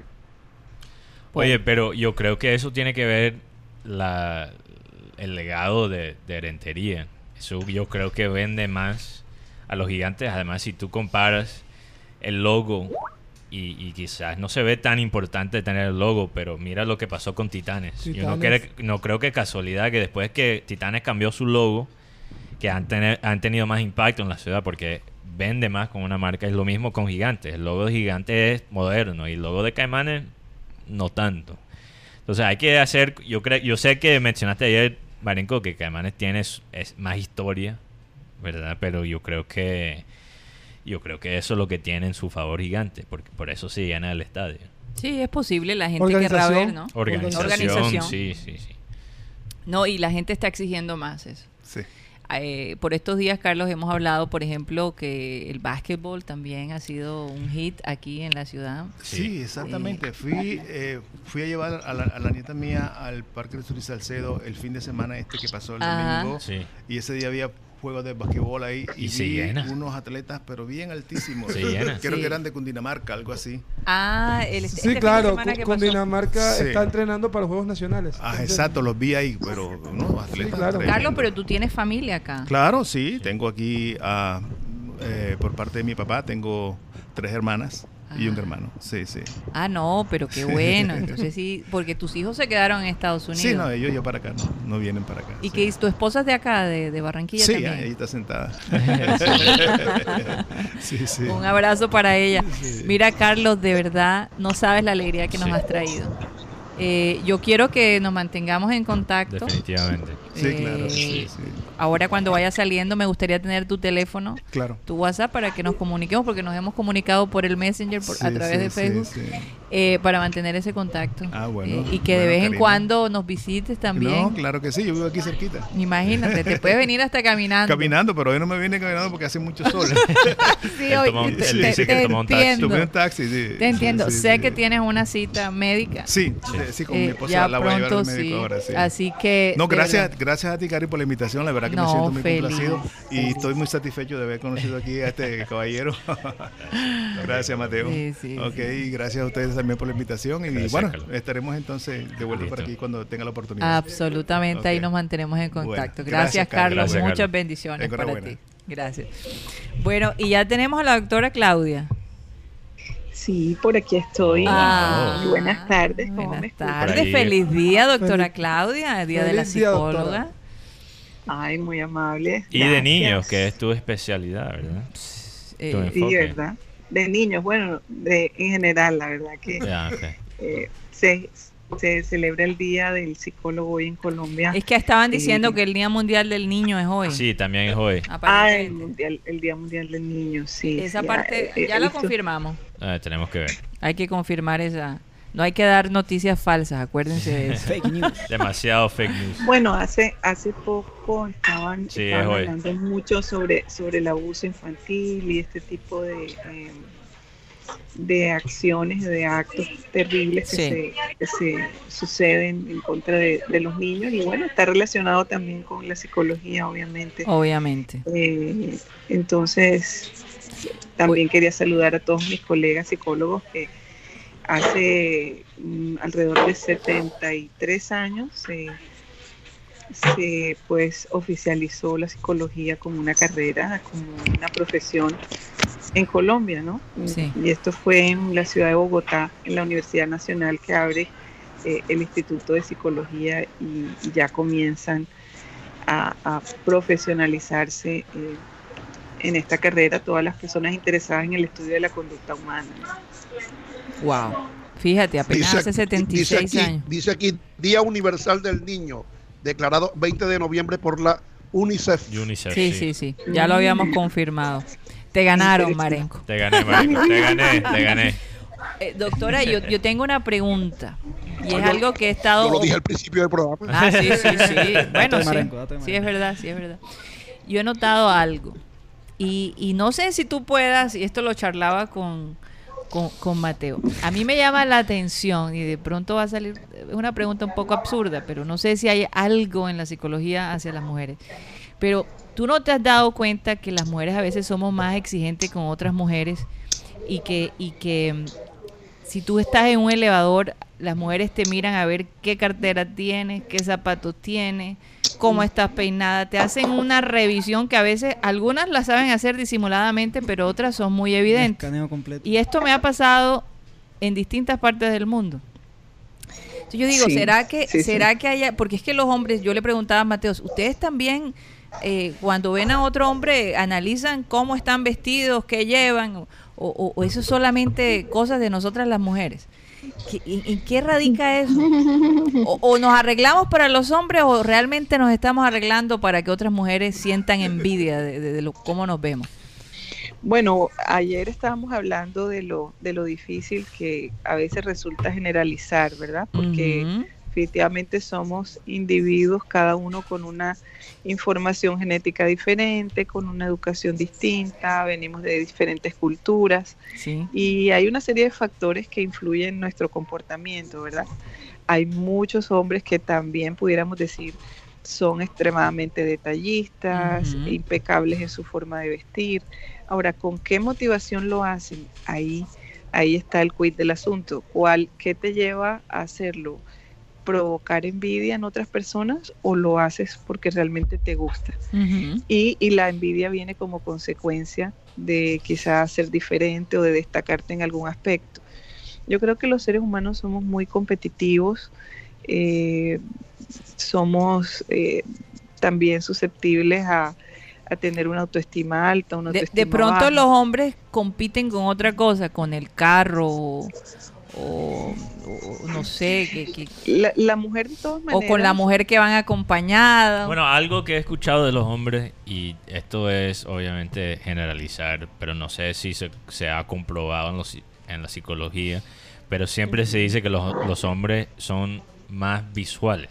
Oye, pero yo creo que eso tiene que ver la, el legado de, de Rentería. Eso yo creo que vende más a los gigantes. Además, si tú comparas el logo y, y quizás no se ve tan importante tener el logo, pero mira lo que pasó con Titanes. Yo no, Titanes. creo, no creo que casualidad que después que Titanes cambió su logo, que han, tener, han tenido más impacto en la ciudad porque vende más con una marca. Es lo mismo con Gigantes. El logo de Gigantes es moderno y el logo de Caimanes no tanto. Entonces hay que hacer, yo creo, yo sé que mencionaste ayer, Marenco, que Caimanes tiene es, es más historia, ¿verdad? Pero yo creo que yo creo que eso es lo que tiene en su favor Gigantes, porque por eso se llena el estadio. Sí, es posible, la gente querrá Organización. ver, ¿no? Organización, Organización. sí, sí, sí. No, y la gente está exigiendo más eso. Sí. Eh, por estos días, Carlos, hemos hablado, por ejemplo, que el básquetbol también ha sido un hit aquí en la ciudad. Sí, exactamente. Fui eh, fui a llevar a la, a la nieta mía al Parque de Sur y Salcedo el fin de semana este que pasó el Ajá. domingo. Sí. Y ese día había juegos de basquetbol ahí y, Y se vi llena. unos atletas pero bien altísimos. Se llena. Creo Sí. que eran de Cundinamarca, algo así. Ah, el este Sí, fin de claro, semana que con pasó. Dinamarca Sí. está entrenando para los Juegos Nacionales. Ah, Entonces, exacto, los vi ahí, pero no, atletas. claro. tremendos. Carlos, pero tú tienes familia acá. Claro, sí, tengo aquí ah, eh, por parte de mi papá tengo tres hermanas y un Ah. hermano. Sí, sí. Ah, no, pero qué bueno. Entonces sí, porque tus hijos se quedaron en Estados Unidos. Sí, no, ellos ya para acá, no, no vienen para acá. ¿Y sí. que tu esposa es de acá, de, de Barranquilla Sí, también? ahí está sentada. sí, sí. Un abrazo para ella. Sí. Mira, Carlos, de verdad, no sabes la alegría que nos Sí. has traído. Eh, yo quiero que nos mantengamos en contacto. Definitivamente. Sí, Eh, claro. Sí, sí. Ahora cuando vaya saliendo me gustaría tener tu teléfono, Claro. tu WhatsApp, para que nos comuniquemos, porque nos hemos comunicado por el Messenger, por, a Sí, través sí, de sí, Facebook, sí. eh, para mantener ese contacto. Ah, bueno. Eh, y que de Bueno, vez en Karina. cuando nos visites también. No, claro que sí, yo vivo aquí cerquita. Imagínate, te puedes venir hasta caminando. Caminando, pero hoy no me vine caminando porque hace mucho sol. Sí, Él hoy- toma un- te, él te- dice que te toma un taxi. entiendo. Tomé un taxi, sí. Te entiendo. Sí, sí, sé sí. que tienes una cita médica. Sí, sí, sí, con mi Eh, esposa ya la voy a llevar al pronto, médico sí. ahora, sí. Así que. No, de gracias, verdad, gracias a ti, Cari, por la invitación. La verdad que No, me siento muy feliz. complacido y estoy muy satisfecho de haber conocido aquí a este caballero. Gracias, Mateo. Sí, sí, ok, sí. y gracias a ustedes también por la invitación. Y Gracias, bueno, Carlos. estaremos entonces de vuelta por Listo. aquí cuando tenga la oportunidad. Absolutamente, ahí Ok. nos mantenemos en Bueno, contacto. gracias, gracias, Carlos. Carlos. Gracias, Muchas Carlos. bendiciones para Enhorabuena. ti. Gracias. Bueno, y ya tenemos a la doctora Claudia. Sí, por aquí estoy. Ah. Muy buenas tardes. ¿Cómo me Buenas escuchan? tardes, Por ahí. feliz día, doctora Feliz- Claudia, día de la feliz día, doctora. psicóloga. Ay, muy amable. Y de Gracias. niños, que es tu especialidad, ¿verdad? Eh, Tu Sí, enfoque. ¿verdad? De niños, bueno, de, en general, la verdad que Ya, ok. eh, se, se celebra el Día del Psicólogo hoy en Colombia. es que estaban diciendo Eh, que el Día Mundial del Niño es hoy. Sí, también es hoy. Ah, el, Aparentemente. mundial, el Día Mundial del Niño, sí. Esa sí, parte eh, ya he la visto- confirmamos. Ah, tenemos que ver. Hay que confirmar esa. No hay que dar noticias falsas, acuérdense de eso. Fake news. Demasiado fake news. Bueno, hace hace poco estaban, Sí, estaban es hoy. hablando mucho sobre, sobre el abuso infantil y este tipo de, eh, de acciones, de actos terribles que, Sí. se, que se suceden en contra de, de los niños. Y bueno, está relacionado también con la psicología, obviamente. Obviamente. Eh, entonces, también quería saludar a todos mis colegas psicólogos que hace mm, alrededor de setenta y tres años se, se pues oficializó la psicología como una carrera, como una profesión en Colombia, ¿no? Sí. Y esto fue en la ciudad de Bogotá, en la Universidad Nacional, que abre eh, el Instituto de Psicología y, y ya comienzan a, a profesionalizarse eh, en esta carrera todas las personas interesadas en el estudio de la conducta humana, ¿no? Wow. Fíjate, apenas Dice hace aquí- setenta y dice seis aquí- años. Dice aquí, Día Universal del Niño, declarado veinte de noviembre por la UNICEF. UNICEF, Sí, sí, sí. Ya lo habíamos confirmado. Te ganaron, Marenco. Te gané, Marenco. Te gané, te gané. Eh, doctora, yo, yo tengo una pregunta. Y es Yo- algo que he estado... Yo lo dije al principio del programa. Ah, sí, sí, sí. Bueno, de sí. Marenco, dato de Sí, Marenco. es verdad, sí, es verdad. Yo he notado algo. Y, y no sé si tú puedas, y esto lo charlaba con, con, con Mateo. A mí me llama la atención, y de pronto va a salir es una pregunta un poco absurda, pero no sé si hay algo en la psicología hacia las mujeres. Pero tú no te has dado cuenta que las mujeres a veces somos más exigentes con otras mujeres y que, y que mm, si tú estás en un elevador, las mujeres te miran a ver qué cartera tienes, qué zapatos tienes, cómo estás peinada, te hacen una revisión que a veces algunas la saben hacer disimuladamente, pero otras son muy evidentes. Escaneo completo. Y esto me ha pasado en distintas partes del mundo. Entonces yo digo, Sí, ¿será que sí, sí. será que haya, porque es que los hombres, yo le preguntaba a Mateo, ustedes también eh, cuando ven a otro hombre analizan cómo están vestidos, qué llevan, o, o, o eso es solamente cosas de nosotras las mujeres? ¿Qué- ¿En, en qué radica eso? O, o nos arreglamos para los hombres o realmente nos estamos arreglando para que otras mujeres sientan envidia de, de- de lo, cómo nos vemos? Bueno, ayer estábamos hablando de lo, de lo difícil que a veces resulta generalizar, ¿verdad? Porque Ujú. efectivamente somos individuos, cada uno con una información genética diferente, con una educación distinta, venimos de diferentes culturas Sí. y hay una serie de factores que influyen en nuestro comportamiento, ¿verdad? Hay muchos hombres que también pudiéramos decir son extremadamente detallistas, Ujú. impecables en su forma de vestir. Ahora, ¿con qué motivación lo hacen? Ahí, ahí está el quid del asunto. ¿Cuál, qué te lleva a hacerlo? ¿Provocar envidia en otras personas o lo haces porque realmente te gusta? Ujú. Y, y la envidia viene como consecuencia de quizás ser diferente o de destacarte en algún aspecto. Yo creo que los seres humanos somos muy competitivos, eh, somos eh, también susceptibles a, a tener una autoestima alta, una De, autoestima de pronto baja. los hombres compiten con otra cosa, con el carro o, o- o no sé, que, que- La, la mujer de todas o maneras... con la mujer que van acompañada. Bueno, algo que he escuchado de los hombres, y esto es obviamente generalizar, pero no sé si se, se ha comprobado en, los, en la psicología, pero siempre se dice que los, los hombres son más visuales,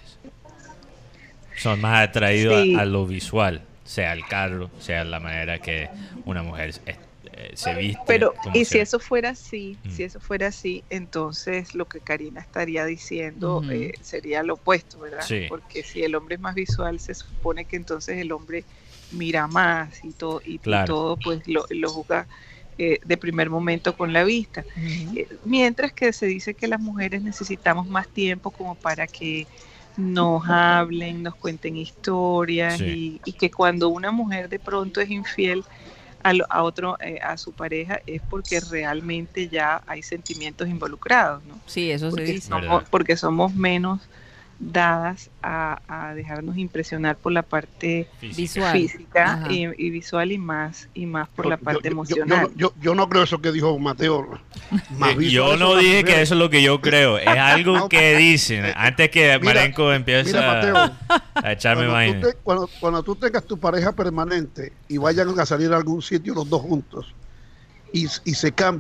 son más atraídos Sí. a, a lo visual, sea el carro, sea la manera que una mujer es- eh, se viste. Pero, cómo y se si ve. eso fuera así, Mm. si eso fuera así, entonces lo que Karina estaría diciendo Ujú. eh, sería lo opuesto, ¿verdad? Sí. Porque si el hombre es más visual, se supone que entonces el hombre mira más y todo, y, y Claro. todo pues lo, lo juzga eh, de primer momento con la vista. Ujú. Eh, Mientras que se dice que las mujeres necesitamos más tiempo como para que nos hablen, nos cuenten historias Sí. y, y que cuando una mujer de pronto es infiel a, lo- a otro, eh, a su pareja es porque realmente ya hay sentimientos involucrados, ¿no? Sí, eso se Porque dice. Verdad. somos, porque somos menos dadas a, a dejarnos impresionar por la parte Física. Visual. física Ajá. y, y visual y más y más por la Yo- parte yo- yo- emocional. Yo, yo, yo no creo eso que dijo Mateo. Más Eh, visual, Yo eso no las dije que mujeres. eso es lo que yo creo, es algo No, que dicen. Antes que mira, Marenco empiece mira, Mateo, a echarme Cuando vaina. tú, te- cuando, cuando tú tengas tu pareja permanente y vayan a salir a algún sitio los dos juntos y, y se cambien,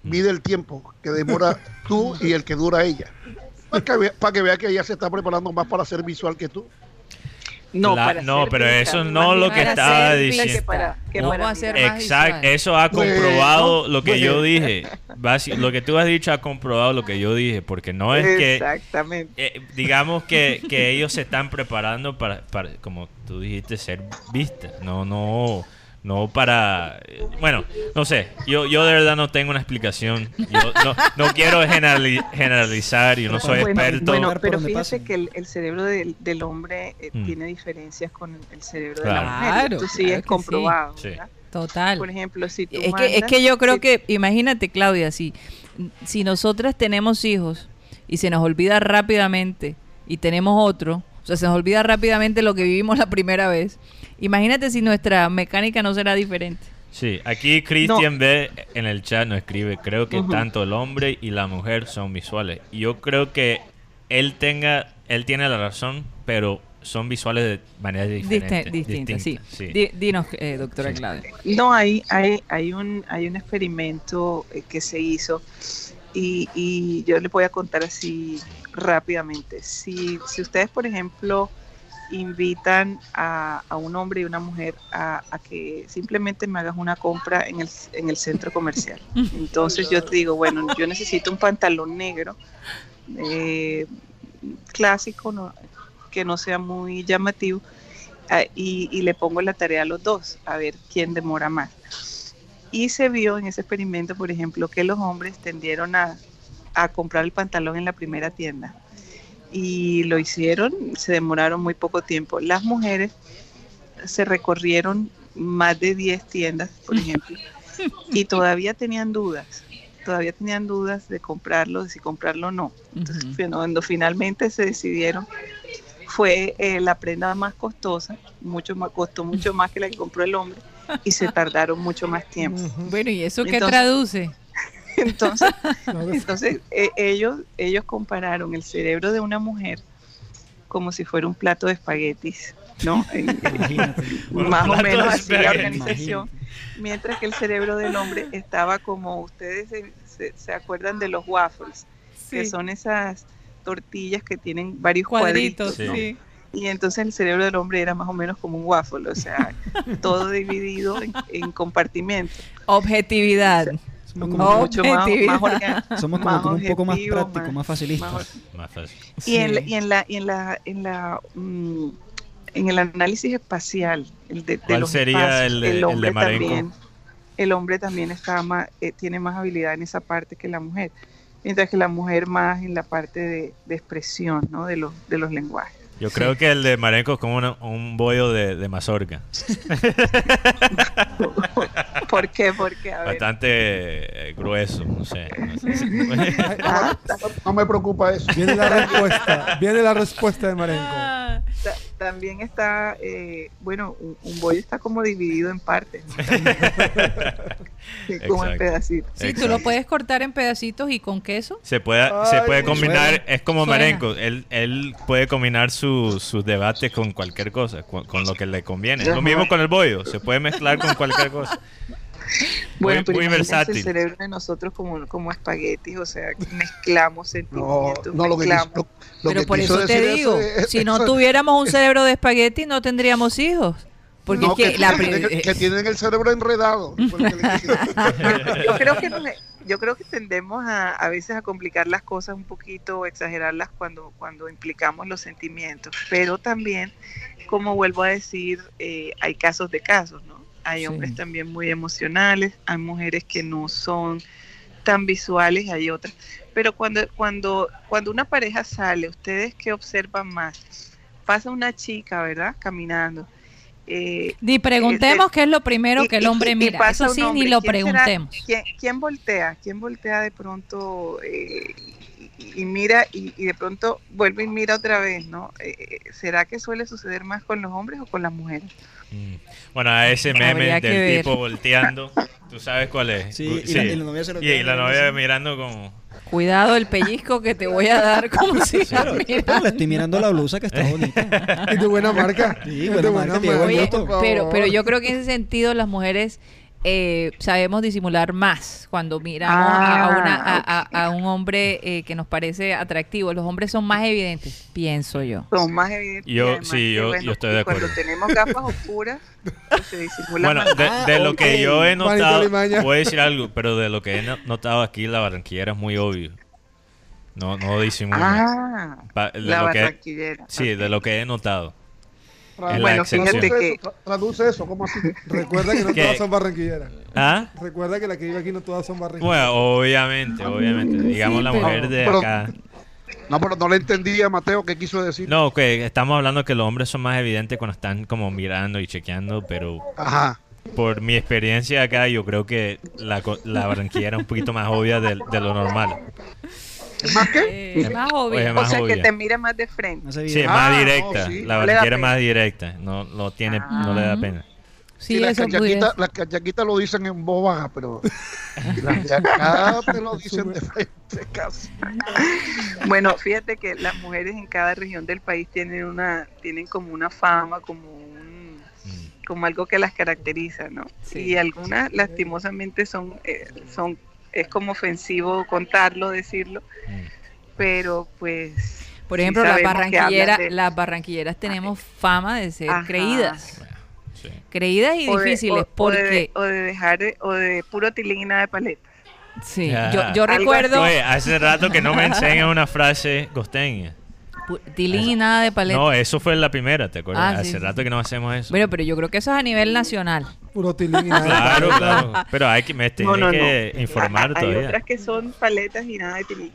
mide el tiempo que demora tú y el que dura ella. Para que, vea, para que vea que ella se está preparando más para ser visual que tú. No, La- para no ser pero vista, eso me no imagino lo que para estaba ser diciendo. vista. que para, que No para va a ser mirar. más Exacto, visual. eso ha Bueno, comprobado lo que bueno. yo dije. Basi- Lo que tú has dicho ha comprobado lo que yo dije, porque no es que, Exactamente. eh, digamos que, que ellos se están preparando para, para, como tú dijiste, ser vistas. No, no, no para, eh, bueno, no sé. Yo, yo de verdad no tengo una explicación. Yo no, no quiero generali- generalizar. Yo no soy bueno, experto. bueno, Por pero donde fíjese pasen. que el, el cerebro del, del hombre eh, Mm. tiene diferencias con el cerebro Claro. de la mujer. Claro, Esto sí claro es que sí. comprobado. Sí. ¿verdad? Total. Por ejemplo, si tú Es que, es mandas- que yo creo si- que, imagínate, Claudia, si, si nosotras tenemos hijos y se nos olvida rápidamente y tenemos otro, o sea, se nos olvida rápidamente lo que vivimos la primera vez, imagínate si nuestra mecánica no será diferente. Sí, aquí Cristian B en el chat nos escribe, creo que Ujú. tanto el hombre y la mujer son visuales. Y yo creo que él tenga, él tiene la razón, pero son visuales de maneras diferentes. Diste- distinta, sí. distintas, sí. Di- dinos, eh, doctora Sí. Claudia. No, hay, hay, hay, un, hay un experimento eh, que se hizo y, y yo les voy a contar así rápidamente. Si, si ustedes, por ejemplo, invitan a, a un hombre y una mujer a, a que simplemente me hagas una compra en el, en el centro comercial. Entonces yo te digo, bueno, yo necesito un pantalón negro eh, clásico, ¿no? Que no sea muy llamativo. Ah, y, y le pongo la tarea a los dos, a ver quién demora más. Y se vio en ese experimento, por ejemplo, que los hombres tendieron a, a comprar el pantalón en la primera tienda. Y lo hicieron, se demoraron muy poco tiempo. Las mujeres se recorrieron más de diez tiendas, por ejemplo, y todavía tenían dudas. Todavía tenían dudas de comprarlo, de si comprarlo o no. Entonces, Ujú. cuando finalmente se decidieron, fue eh, la prenda más costosa, mucho más, costó mucho más que la que compró el hombre y se tardaron mucho más tiempo. Bueno, ¿y eso qué Entonces- traduce? Entonces, entonces eh, ellos, ellos compararon el cerebro de una mujer como si fuera un plato de espaguetis, ¿no? En- Imagínate. más o plato menos de así la espagueti. organización, mientras que el cerebro del hombre estaba como, ustedes se, se- se acuerdan de los waffles, que Sí. son esas tortillas que tienen varios Cuadritos, cuadritos, ¿no? sí. Y entonces el cerebro del hombre era más o menos como un waffle, o sea, todo dividido en, en compartimentos. Objetividad. Somos como, Mucho más, Objetividad. más orgánico, somos como, más como un poco más objetivo, prácticos, más- más facilistas. más- Más fácil. Y en, la- Sí. y en la y en la en la mm, en el análisis espacial, el de, de ¿Cuál los sería espacios, el de- el de hombre Marenco? también, el hombre también está más, eh, tiene más habilidad en esa parte que la mujer, mientras que la mujer más en la parte de, de expresión, ¿no? De los de los lenguajes. Yo creo que el de Marenco es como una- un bollo de, de mazorca. ¿Por qué? Porque a ver, Bastante eh, grueso, no sé. no sé. ah, No me preocupa eso. Viene la respuesta. Viene la respuesta de Marenco. Ah, ta- también está, eh, bueno, un, un bollo está como dividido en partes, ¿no? Sí, como en Exacto. pedacitos. sí, tú Exacto. lo puedes cortar en pedacitos y con queso. Se puede, se puede Ay, combinar, suena. es como Suena. Marenco, él, él puede combinar su- sus debates con cualquier cosa, con, con lo que le conviene. Lo Ajá. mismo con el bollo, se puede mezclar con cualquier cosa. Bueno, Muy- pero muy imagínense versátil. el cerebro de nosotros como, como espaguetis, o sea, mezclamos No, sentimientos, no lo que mezclamos. quiso, lo- lo Pero que por quiso eso te decir digo, es- si no eso- tuviéramos un cerebro de espagueti, no tendríamos hijos. Porque no, es que, que, la tienen, pri- que tienen el cerebro enredado. fue lo que le quise decir. Yo creo que nos- yo creo que tendemos a, a veces a complicar las cosas un poquito, o exagerarlas cuando, cuando implicamos los sentimientos, pero también, como vuelvo a decir, eh, hay casos de casos, ¿no? Hay Sí. hombres también muy emocionales, hay mujeres que no son tan visuales, hay otras. Pero cuando, cuando, cuando una pareja sale, ¿ustedes qué observan más? Pasa una chica, ¿verdad? Caminando. Eh, Ni preguntemos qué es lo primero y- que el y- hombre y mira. pasa Eso un sí, hombre. ni lo ¿Quién será? preguntemos. ¿Quién, quién voltea? ¿Quién voltea de pronto eh, y, y mira y, y de pronto vuelve y mira otra vez, ¿no? Eh, ¿Será que suele suceder más con los hombres o con las mujeres? Mm. Bueno, a ese meme Habría que del ver. tipo volteando, ¿tú sabes cuál es? Sí, y la- y la novia se lo Y queda la novia mirando así. mirando como... Cuidado el pellizco que te voy a dar como si Pero, pero le estoy mirando la blusa que está bonita. Es de buena marca. Sí, Es buena de marca, tiene buen Oye, gusto. por pero, favor. pero yo creo que en ese sentido las mujeres eh, sabemos disimular más cuando miramos Ah, a, una, a, a- a un hombre eh, que nos parece atractivo. Los hombres son más evidentes, pienso yo. Son más evidentes. Yo- y además sí, que, yo- bueno, yo estoy de acuerdo. Cuando tenemos gafas oscuras, pues se disimula Bueno, más. de, Ah, de lo ok. que yo he Manito notado, limaña. voy a decir algo, pero de lo que he no- notado aquí, la barranquillera es muy obvio. No, no disimula. Ah, Pa- de la lo que- barranquillera. Sí, de lo que he notado. Tra- Es la Bueno, excepción. fíjate Traduce que- eso, tra- traduce eso, ¿cómo así? Recuerda que no ¿Qué? todas son barranquilleras. ¿Ah? Recuerda que la que vive aquí no todas son barranquilleras. Bueno, obviamente, obviamente. Digamos Sí, la pero- mujer de pero- acá. No, pero no le entendí a Mateo qué quiso decir. No, que estamos hablando que los hombres son más evidentes cuando están como mirando y chequeando, pero Ajá. por mi experiencia acá, yo creo que la, co- la barranquillera es un poquito más obvia de, de lo normal. ¿Es más qué? Eh, más obvio. Oye, O más sea, que obvia. te mira más de frente. Más Sí, es evidente. más Ah, directa. no, sí. La No le da barranquillera es más pena. directa. No, no tiene, no le da pena. Sí, Sí, las eso pudiera cachaquitas, ser. las cachaquitas lo dicen en voz baja, pero las de acá te lo dicen de frente casi. Bueno, fíjate que las mujeres en cada región del país tienen una, tienen como una fama, como un, como algo que las caracteriza, ¿no? Sí. Y algunas lastimosamente son, eh, son, es como ofensivo contarlo, decirlo, Mm. pero pues. Por sí ejemplo, las sabemos que barranquilleras, hablan de- las barranquilleras tenemos fama de ser Ajá. creídas. Sí. Creídas y o de- difíciles, o- o porque de, o de dejar, de- o de puro tilín y nada de paleta. sí, Ya. yo, yo Algo recuerdo Oye, hace rato que no me enseñan una frase costeña. pu- tilín y nada de paleta. No, eso fue la primera, ¿te acuerdas? Ah, sí, hace sí. rato que no hacemos eso. Bueno, pero yo creo que eso es a nivel nacional. Puro tilín y nada. Claro, claro. Pero hay que, me tiene No, no, que no. informar Hay todavía. otras que son paletas y nada de tilín.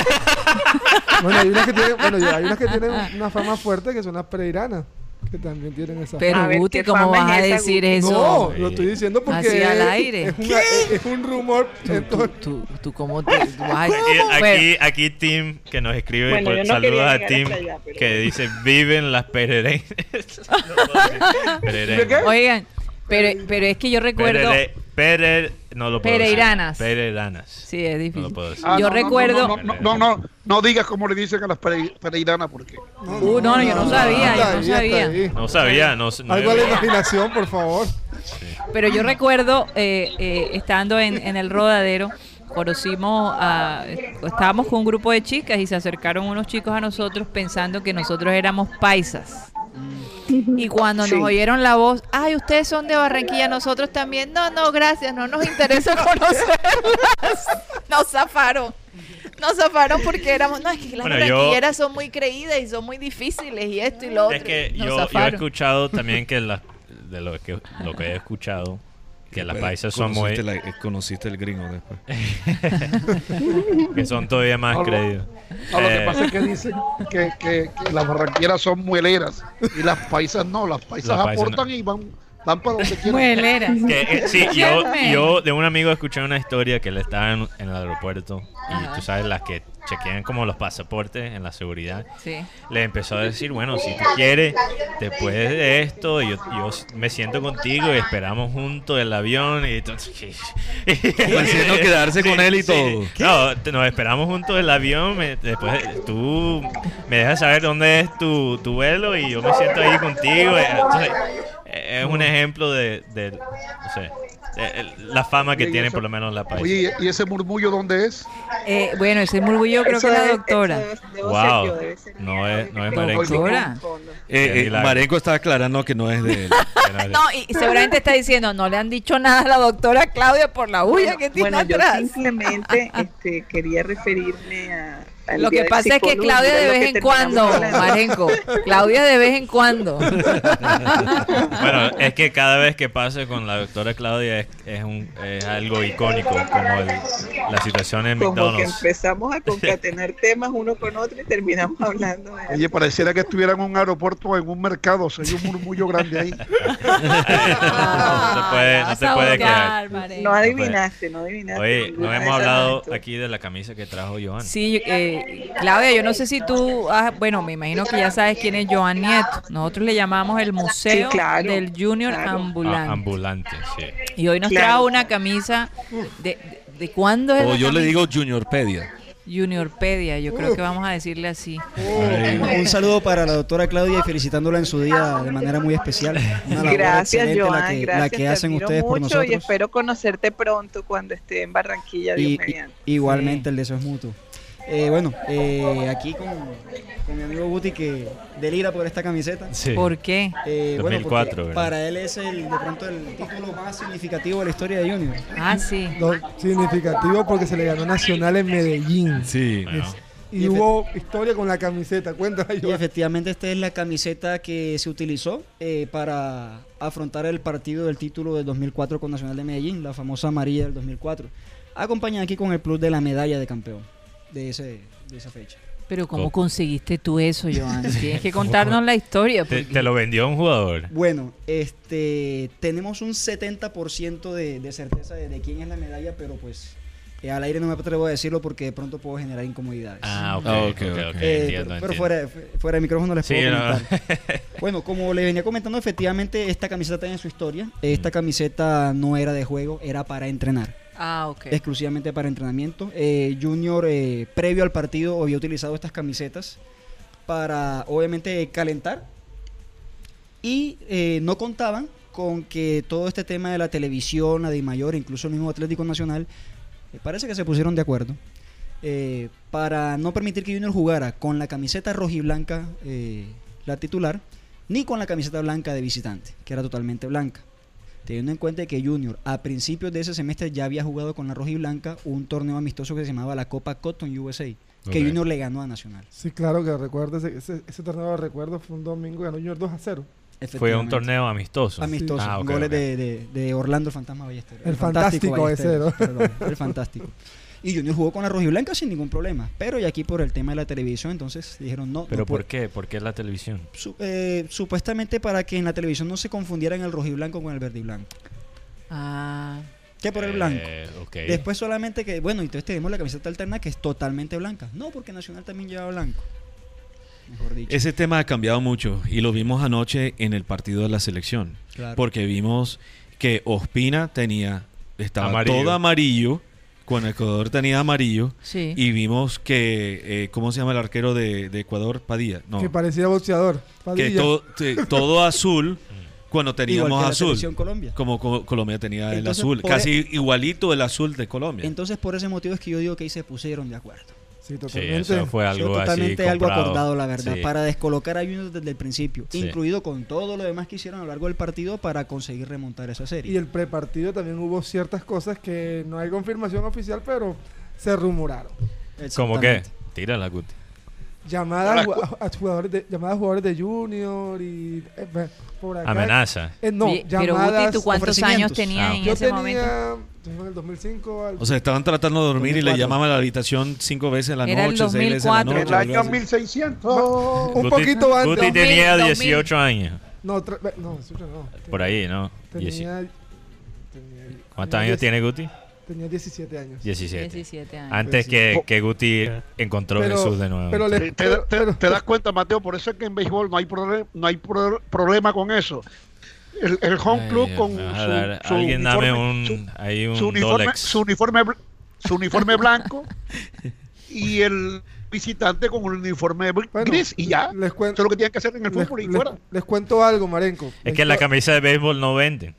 Bueno, hay unas que tienen, bueno, hay unas que tienen una fama fuerte que son las pereiranas, que también tienen esa Pero A ver, Guti, ¿qué ¿cómo fama vas a es esa, decir Guti? eso? No, Sí. lo estoy diciendo porque Así al es- aire. Es, una- es- es un rumor. en Tú, todo- tú, tú cómo te... tú vas a- Aquí, Bueno, aquí, aquí Tim, que nos escribe, Bueno, por- yo no saludos quería a llegar Tim, hasta allá, pero que bueno. dice, viven las perereinas. No puedo decir. Perereinas. Oigan, pero, pero es que yo recuerdo... Perere- perer- no lo puedo decir. Pereiranas. Pereiranas. Sí, es No difícil. lo puedo decir. Ah, Yo no, no, recuerdo- No, no, no, no, no, no digas como le dicen a las pere- pereiranas, porque. Uh, no, yo no sabía, yo hasta no ahí, hasta sabía. ahí. No sabía, no, no Algo a la imaginación, por favor. Pero yo recuerdo, eh, eh, estando en, en el rodadero, conocimos a... Estábamos con un grupo de chicas y se acercaron unos chicos a nosotros pensando que nosotros éramos paisas. Y cuando Sí. nos oyeron la voz, ay, ustedes son de Barranquilla, nosotros también. No, no, gracias, no nos interesa conocerlas. Nos zafaron. Nos zafaron porque éramos, no, es que las Bueno, yo- barranquilleras son muy creídas y son muy difíciles y esto y lo otro. Es que Nos yo, yo he zafaron. escuchado también que la, de lo que, lo que he escuchado, que las Pero paisas son muy... conociste la- eh, conociste el gringo después. que son todavía más No, no. creídos. No, lo que Eh, pasa es que dicen que, que, que las barranqueras son mueleras y las paisas no, las paisas Las paisas aportan y van, van para donde quieran. Mueleras. que, eh, sí, yo, Cierme. yo de un amigo escuché una historia que él estaba en, en el aeropuerto y Ajá. tú sabes, las que chequean como los pasaportes en la seguridad. Sí. Le empezó a decir, bueno, si tú quieres, después de esto, yo, yo me siento contigo y esperamos juntos el avión. Y entonces, Ofreciendo quedarse con él y todo. No, te- nos esperamos juntos el avión. me- después tú me dejas saber dónde es tu, tu vuelo y yo me siento ahí contigo. eh, Entonces, eh, es un ejemplo de, de no sé, de- el- la fama que Oye, y tiene eso- por lo menos la país. Oye, ¿y ese murmullo dónde es? Eh, bueno, ese murmullo creo Eso que es la debe- doctora. eso debe- debo ser Wow, yo, debe ser no mi- es, no es mi- Marenco. Doctora. Eh, Qué eh, milagro. Marenco está aclarando que no es de él. No, y seguramente está diciendo, no le han dicho nada a la doctora Claudia por la bulla que tiene Bueno, yo atrás. simplemente este, quería referirme a... al Lo Día que del pasa es que Psicólogo, Claudia mira de lo vez que en terminamos cuando, hablando. Marenco, Claudia de vez en cuando. Bueno, es que cada vez que pase con la doctora Claudia es, es, un, es algo icónico, como el- la situación en Como que McDonald's. empezamos a concatenar temas uno con otro y terminamos hablando de Oye, pareciera que estuviera en un aeropuerto o en un mercado, se oye un murmullo grande ahí. no te puede, no te puede quedar. No adivinaste, no adivinaste. Oye, no ninguna de hemos esas hablado dos. aquí de la camisa que trajo Joan. Sí, eh, Claudia, yo no sé si tú, has- bueno, me imagino que ya sabes quién es Joan Nieto. Nosotros le llamamos el Museo Sí, claro, del Junior claro. Ambulante. Ah, ambulante, sí. Y hoy nos Claro. trajo una camisa de, de, ¿de cuándo es O la yo le camisa? digo Juniorpedia. Juniorpedia, yo creo que vamos a decirle así. Un saludo para la doctora Claudia y felicitándola en su día de manera muy especial. Una labor Gracias, excelente Joan, la que, gracias. la que te hacen admiro ustedes por mucho nosotros. y espero conocerte pronto cuando esté en Barranquilla, Dios Y- mediante. y- igualmente el deseo es mutuo. Eh, bueno, eh, aquí con, con mi amigo Guti que delira por esta camiseta. Sí. ¿Por qué? Eh, bueno, dos mil cuatro, porque ¿verdad? para él es el, de pronto el título más significativo de la historia de Junior. Ah, sí. Lo significativo porque se le ganó Nacional en Medellín. Sí. Bueno, Y, Y efe- hubo historia con la camiseta. Cuéntame, Y yo. efectivamente esta es la camiseta que se utilizó eh, para afrontar el partido del título del dos mil cuatro con Nacional de Medellín, la famosa amarilla del dos mil cuatro. Acompañada aquí con el plus de la medalla de campeón de, ese, de esa fecha. Pero ¿cómo Co- conseguiste tú eso, Joan? Tienes que contarnos la historia. Te, porque- te lo vendió un jugador. Bueno, este tenemos un setenta por ciento de, de certeza de, de quién es la medalla, pero pues eh, al aire no me atrevo a decirlo porque de pronto puedo generar incomodidades. Ah, ok, Ah, ok, ok, ok, ok. entiendo, Eh, pero, entiendo. pero fuera, fuera de micrófono les Sí, puedo no. comentar. Bueno, como les venía comentando, efectivamente esta camiseta tiene su historia. Esta camiseta no era de juego, era para entrenar. Ah, ok. Exclusivamente para entrenamiento. Eh, Junior, eh, previo al partido, había utilizado estas camisetas para, obviamente, calentar. Y eh, no contaban con que todo este tema de la televisión, la de Mayor, incluso el mismo Atlético Nacional, eh, parece que se pusieron de acuerdo eh, para no permitir que Junior jugara con la camiseta rojiblanca, eh, la titular, ni con la camiseta blanca de visitante, que era totalmente blanca. Teniendo en cuenta que Junior a principios de ese semestre ya había jugado con la roja y blanca un torneo amistoso que se llamaba la Copa Cotton U S A, que Ok. Junior le ganó a Nacional. Sí, claro que recuerdo ese, ese, ese torneo de recuerdo fue un domingo, ganó Junior dos a cero. Fue un Efectivamente. torneo amistoso. Amistoso, Ah, ok, goles ok. De, de, de Orlando el Fantasma Ballesteros. El fantástico Ballesteros, Ballesteros. perdón, el fantástico. Y Junior jugó con la roja y blanca sin ningún problema. Pero y aquí por el tema de la televisión, entonces dijeron no. ¿Pero no por puede- qué? ¿Por qué la televisión? Su- eh, supuestamente para que en la televisión no se confundieran el rojo y blanco con el verde y blanco. Ah, ¿Qué por el Eh, blanco? ok. Después solamente que, bueno, entonces tenemos la camiseta alterna que es totalmente blanca. No, porque Nacional también lleva blanco. Mejor dicho. Ese tema ha cambiado mucho y lo vimos anoche en el partido de la selección. Claro. Porque vimos que Ospina tenía, estaba Amarillo. todo amarillo, cuando Ecuador tenía amarillo, sí. y vimos que, eh, ¿cómo se llama el arquero de, de Ecuador? Padilla. No, Que parecía boxeador. que Padilla. to- te- todo azul cuando Igual que teníamos la azul. selección Colombia. Como Co- Colombia tenía el Entonces, azul, por casi igualito el azul de Colombia. Entonces, por ese motivo es que yo digo que ahí se pusieron de acuerdo. Sí, Sí, totalmente. eso fue Fue algo totalmente así algo comprado. acordado, la verdad, Sí. para descolocar a Junior desde el principio, Sí. incluido con todo lo demás que hicieron a lo largo del partido para conseguir remontar esa serie. Y el prepartido también hubo ciertas cosas que no hay confirmación oficial, pero se rumoraron. ¿Cómo qué? Exactamente. Tírala, Guti. Llamadas a, a jugadores de llamadas a jugadores de Junior y eh, ve, por acá. Amenaza. Eh, no, Oye, pero llamadas. Guti, ¿tú cuántos años ofrecimientos. tenías Ah, en Yo ese tenía, momento? yo fue en el dos mil cinco. Al, O sea, estaban tratando de dormir y le dos mil cuatro. llamaban a la habitación cinco veces en la Era el noche, seis veces en la dos mil noche. En el algo año así. mil seiscientos. un Guti- poquito antes. Guti dos mil, tenía dos mil. dieciocho años. No, tre- ve- no, escucha, no. Por ahí, ¿no? Tenía, Dieci- tenía- ¿Cuántos tenía años diez- tiene Guti? Tenía diecisiete años. diecisiete. diecisiete años. Antes Sí. que, que Guti encontró Pero- Jesús de nuevo. pero le- Te, te- pero- te- pero- te das cuenta, Mateo, por eso es que en béisbol no hay, prole- no hay pro- problema con eso. El, el home Ay, club Dios, con me vas a su, dar- su alguien dame uniforme, un, su- ahí un su uniforme, Dolex. su uniforme, bl- su uniforme blanco y el visitante con un uniforme bl- Bueno, gris y ya. les Eso cuento, es lo que tienen que hacer en el les, fútbol y les- fuera. les cuento algo, Marenco. Es que la camisa de béisbol no vende.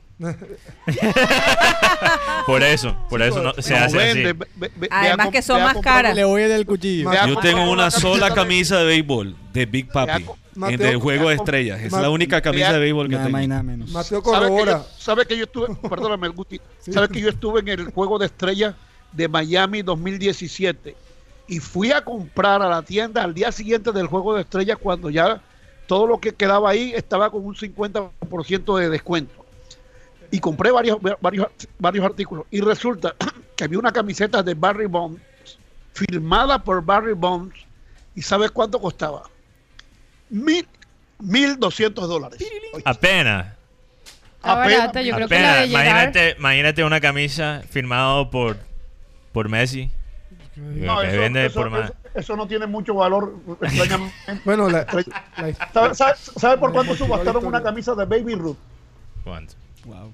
Por eso, por eso no, se No hace vende, así. ve- ve- ve- Además ve a com- que son ve a más comprar caras. un- Le voy del cuchillo. ve a Yo comprar tengo una sola de- camisa de béisbol de Big Papi, Mateo- en del juego de estrellas. Es la única camisa de béisbol que Nada más y tengo. nada menos. Mateo ¿Sabe que, corrobora. yo, sabe que yo estuve, perdóname, Guti, Sí. sabe que yo estuve en el juego de estrellas de Miami dos mil diecisiete y fui a comprar a la tienda al día siguiente del juego de estrellas cuando ya todo lo que quedaba ahí estaba con un cincuenta por ciento de descuento. Y compré varios, varios, varios artículos y resulta que había una camiseta de Barry Bonds firmada por Barry Bonds y ¿sabes cuánto costaba? Mil, mil doscientos dólares. Apenas. Está barata, yo creo que la Apenas. de Gerard. Imagínate, imagínate una camisa firmada por, por Messi. No, que eso, vende eso- por más. eso- eso no tiene mucho valor, extrañamente. Bueno, la, la- ¿Sabe, sabe- sabe por cuánto Porque subastaron la una historia. camisa de Baby Ruth? ¿Cuánto? Wow.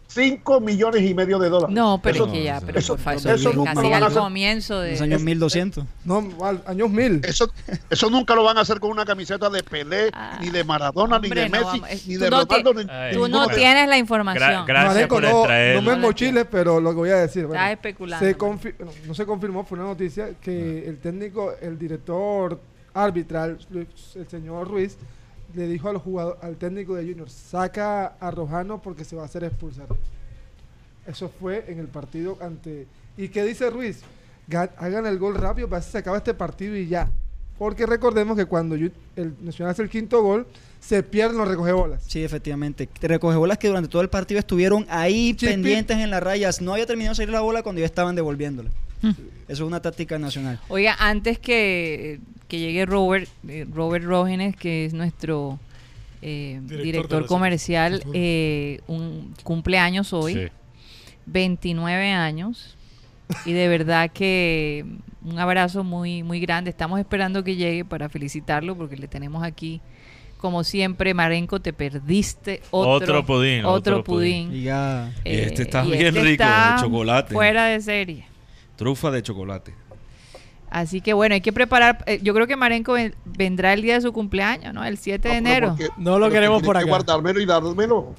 cinco millones y medio de dólares. No, pero eso, es que ya, pero eso, fue eso, eso nunca casi lo van a al hacer. comienzo de... Los años mil doscientos. No, al- años mil. Eso, eso nunca lo van a hacer con una camiseta de Pelé, ni de Maradona, hombre, ni de no, Messi, vamos, es- ni tú de no Ronaldo. ti- ni- Ay, Tú ninguno no de- tienes la información. Gra- gracias Marenco, por no, traer. no me mochiles, pero lo que voy a decir. bueno, Estás especulando. se confi- no, no se confirmó, fue una noticia que el técnico, el director arbitral, el señor Ruiz, le dijo al jugador, al técnico de Junior, saca a Rojano porque se va a hacer expulsar. Eso fue en el partido ante... ¿Y qué dice Ruiz? Ga- hagan el gol rápido para que se acaba este partido y ya. Porque recordemos que cuando Ju- el Nacional hace el quinto gol, se pierden los recogebolas. Sí, efectivamente. Recogebolas que durante todo el partido estuvieron ahí Sí, pendientes en las rayas. No había terminado de salir la bola cuando ya estaban devolviéndola. Eso es una táctica nacional. Oiga, antes que, que llegue Robert, eh, Robert Rógenes, que es nuestro eh, Director director, de comercial, eh, un cumpleaños hoy, Sí. veintinueve años, y de verdad que un abrazo muy, muy grande. Estamos esperando que llegue para felicitarlo porque le tenemos aquí, como siempre. Marenco, te perdiste otro, Otro pudín, otro otro pudín. pudín. Y ya. Y este está y bien este rico, está de chocolate. fuera de serie. Trufa de chocolate. Así que bueno, hay que preparar. eh, yo creo que Marenco ven- vendrá el día de su cumpleaños, ¿no? El siete de No, pero enero. porque- No lo pero queremos tienen por que acá. guardármelo y dármelo.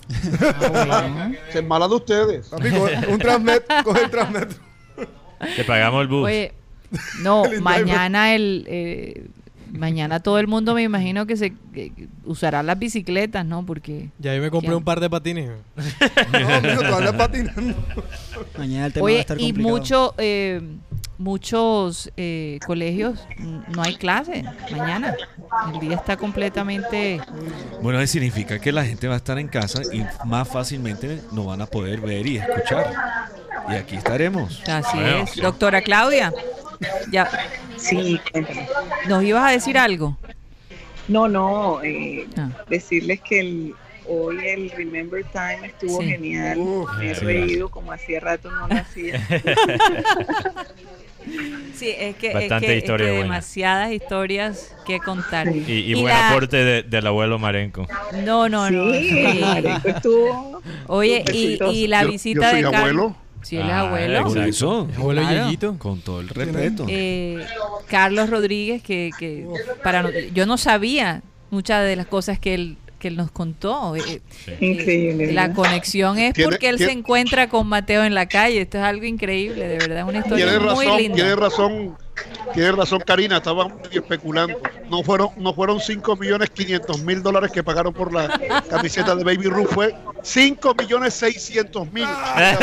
Se es mala de ustedes. Amigo, un transmet, coge el transmetro. Te pagamos el bus. Oye, no, El mañana el eh, mañana todo el mundo me imagino que se que usará las bicicletas, ¿no? Porque Ya yo me compré ¿Quién? un par de patines. No, amigo, tú andas patinando. Mañana el tema va a oye, estar y complicado. mucho eh, muchos eh, colegios mm, no hay clase mañana. El día está completamente. Bueno, eso significa que la gente va a estar en casa y más fácilmente nos van a poder ver y escuchar. Y aquí estaremos. Así Bueno, es. sí. Doctora Claudia, ya Sí, cuéntame. nos ibas a decir algo. No, no, eh, Ah. decirles que el, hoy el Remember Time estuvo Sí. genial. Uf, Me he sí, reído como hacía rato no lo hacía. Sí, es que, Bastante es que, historia es que buena. demasiadas historias que contar. Sí. Y, y Y buen la- aporte de- del abuelo Marenco. No, no, no. Sí, sí. Marenco estuvo. Oye, y, exitoso. y la Yo- visita yo soy de Carlos. abuelo. Sí, él es Ah, abuelo. Por eso, Abuelo Claro. Yeyito. con todo el respeto. Eh, Carlos Rodríguez, que, que para no- yo no sabía muchas de las cosas que él que él nos contó. Eh, eh, Increíble. la ¿verdad? conexión es Tiene- porque él tiene- se encuentra con Mateo en la calle. Esto es algo increíble, de verdad, es una historia Tiene muy razón, linda. tiene razón, tiene razón Karina, estaba especulando. No fueron, no fueron cinco millones quinientos mil dólares que pagaron por la camiseta de Baby Ruth, fue cinco millones seiscientos mil.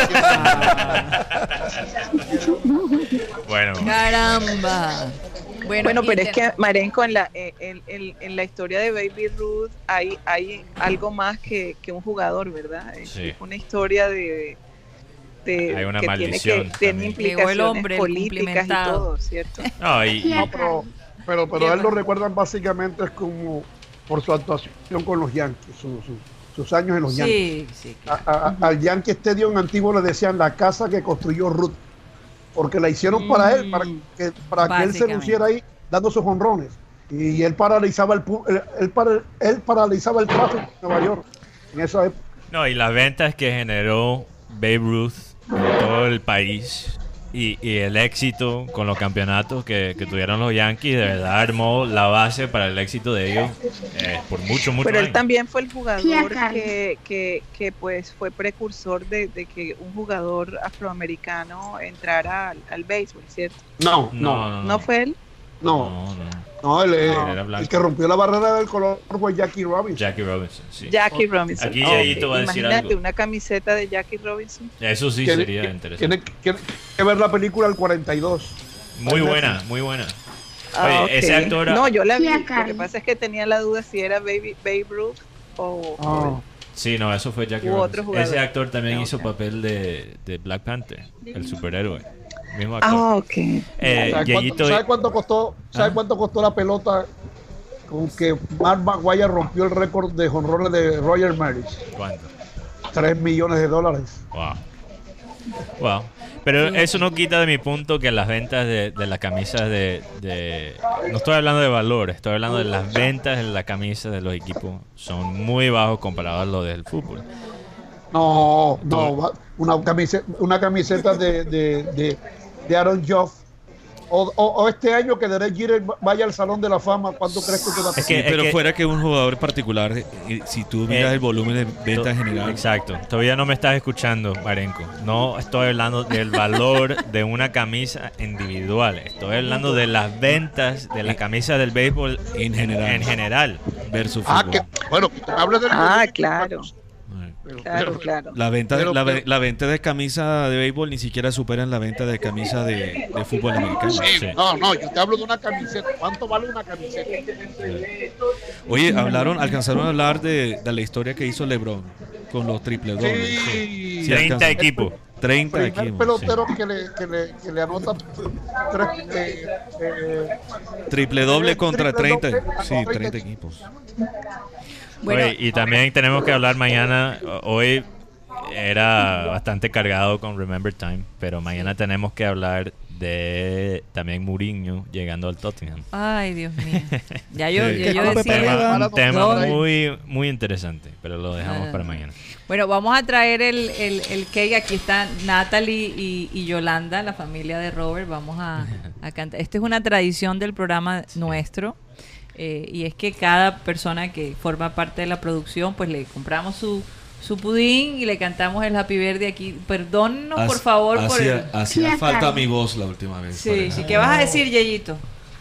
Bueno, Caramba. Bueno, Bueno, y pero te- es que Marenco, en la, eh, en, en- en la historia de Baby Ruth hay, hay algo más que, que un jugador, ¿verdad? Es Sí. una historia de, de Hay una que maldición tiene, que, tiene también. Llegó el implicaciones hombre, el políticas y cumplimentado. todo, ¿cierto? no, y, y- No, pero, pero, pero a él lo recuerdan básicamente es como por su actuación con los Yankees, su- su- sus años en los Yankees. Sí, sí. A- a- al Yankee Stadium antiguo le decían la casa que construyó Ruth, porque la hicieron para él, para que, para que él se Básicamente. luciera ahí dando sus honrones. Y él paralizaba el, pu- él, él para- él paralizaba el tráfico en Nueva York en esa época. no, y las ventas que generó Babe Ruth en todo el país y, y el éxito con los campeonatos que, que tuvieron los Yankees, de verdad armó la base para el éxito de ellos eh, por mucho, mucho Pero él años. también fue el Tía jugador Carmen. que, que, que pues fue precursor de, de que un jugador afroamericano entrara al, al béisbol, ¿cierto? No, No, no, no, ¿No fue él? no, no, no. no, él, eh, Él era blanco. el que rompió la barrera del color fue Jackie Robinson. Jackie Robinson, sí. Jackie Robinson. Aquí Ok, Yayito va a decir imagínate algo. una camiseta de Jackie Robinson. Eso sí Tiene- sería tiene- interesante. Tiene, tiene que ver la película El cuarenta y dos. Muy Ahí me- buena, muy buena. Ah, Oye, ok. ese actor... No, yo la vi. Tía Lo que Carmen. pasa es que tenía la duda si era Baby, Babe Ruth o... Ah. Sí, no, eso fue Jackie U otro Robinson. jugador. Ese actor también Ah, hizo ok. papel de, de Black Panther, el superhéroe. Mismo actor. Ah, ok. Eh, ¿Sabe, cuánto, Yeyito- sabe cuánto costó? ¿Sabe Ah. cuánto costó la pelota con que Mark Maguire rompió el récord de jonrones de Roger Maris? ¿Cuánto? Tres millones de dólares. Wow. Wow. Pero eso no quita de mi punto que las ventas de, de las camisas de, de... No estoy hablando de valor, estoy hablando de las ventas de las camisas de los equipos son muy bajos comparados a lo del fútbol. No, no, va- una camiseta, una camiseta de, de, de, de Aaron Joff. O, o, o este año que Derek Jeter vaya al Salón de la Fama. ¿Cuánto crees que te va a Sí, tener? pero fuera que un jugador particular, eh, si tú miras Eh, el volumen de venta To- general. Exacto. Todavía no me estás escuchando, Marenco. No estoy hablando del valor de una camisa individual. Estoy hablando de las ventas de la camisa del béisbol en general. En general. Versus Ah, fútbol. que, bueno, habla del. Ah, claro. Pero- Claro, pero- claro. La venta, Pero- la, ve- pero- la venta de camisa de béisbol ni siquiera superan la venta de camisa de, de fútbol americano. Sí, no, no, yo te hablo de una camiseta. ¿Cuánto vale una camiseta? Oye, hablaron, alcanzaron a hablar de, de la historia que hizo LeBron con los triple dobles. Sí. Sí, treinta alcanzó. equipos. treinta Primer equipos. pelotero que, le, que, le, que le anota tres, eh, eh, Triple doble contra triple treinta. doble, Sí, treinta treinta equipos. Bueno. Oye, y también tenemos que hablar mañana. o- Hoy era bastante cargado con Remember Time, pero mañana tenemos que hablar de también Mourinho llegando al Tottenham. Ay, Dios mío. Ya yo, Sí. ya yo Ah, decía. Pepe, Un tema No. muy, muy interesante, pero lo dejamos Ah. para mañana. Bueno, vamos a traer el, el, el cake. Aquí están Natalie y, y Yolanda, la familia de Robert. Vamos a, a cantar. Esta es una tradición del programa nuestro. eh, y es que cada persona que forma parte de la producción, pues le compramos su, su pudín y le cantamos el Happy Birthday aquí. Perdónnos, por favor, por el... Hacía, hacía falta mi voz la última vez. Sí, sí. ¿Qué vas a decir, Yeyito?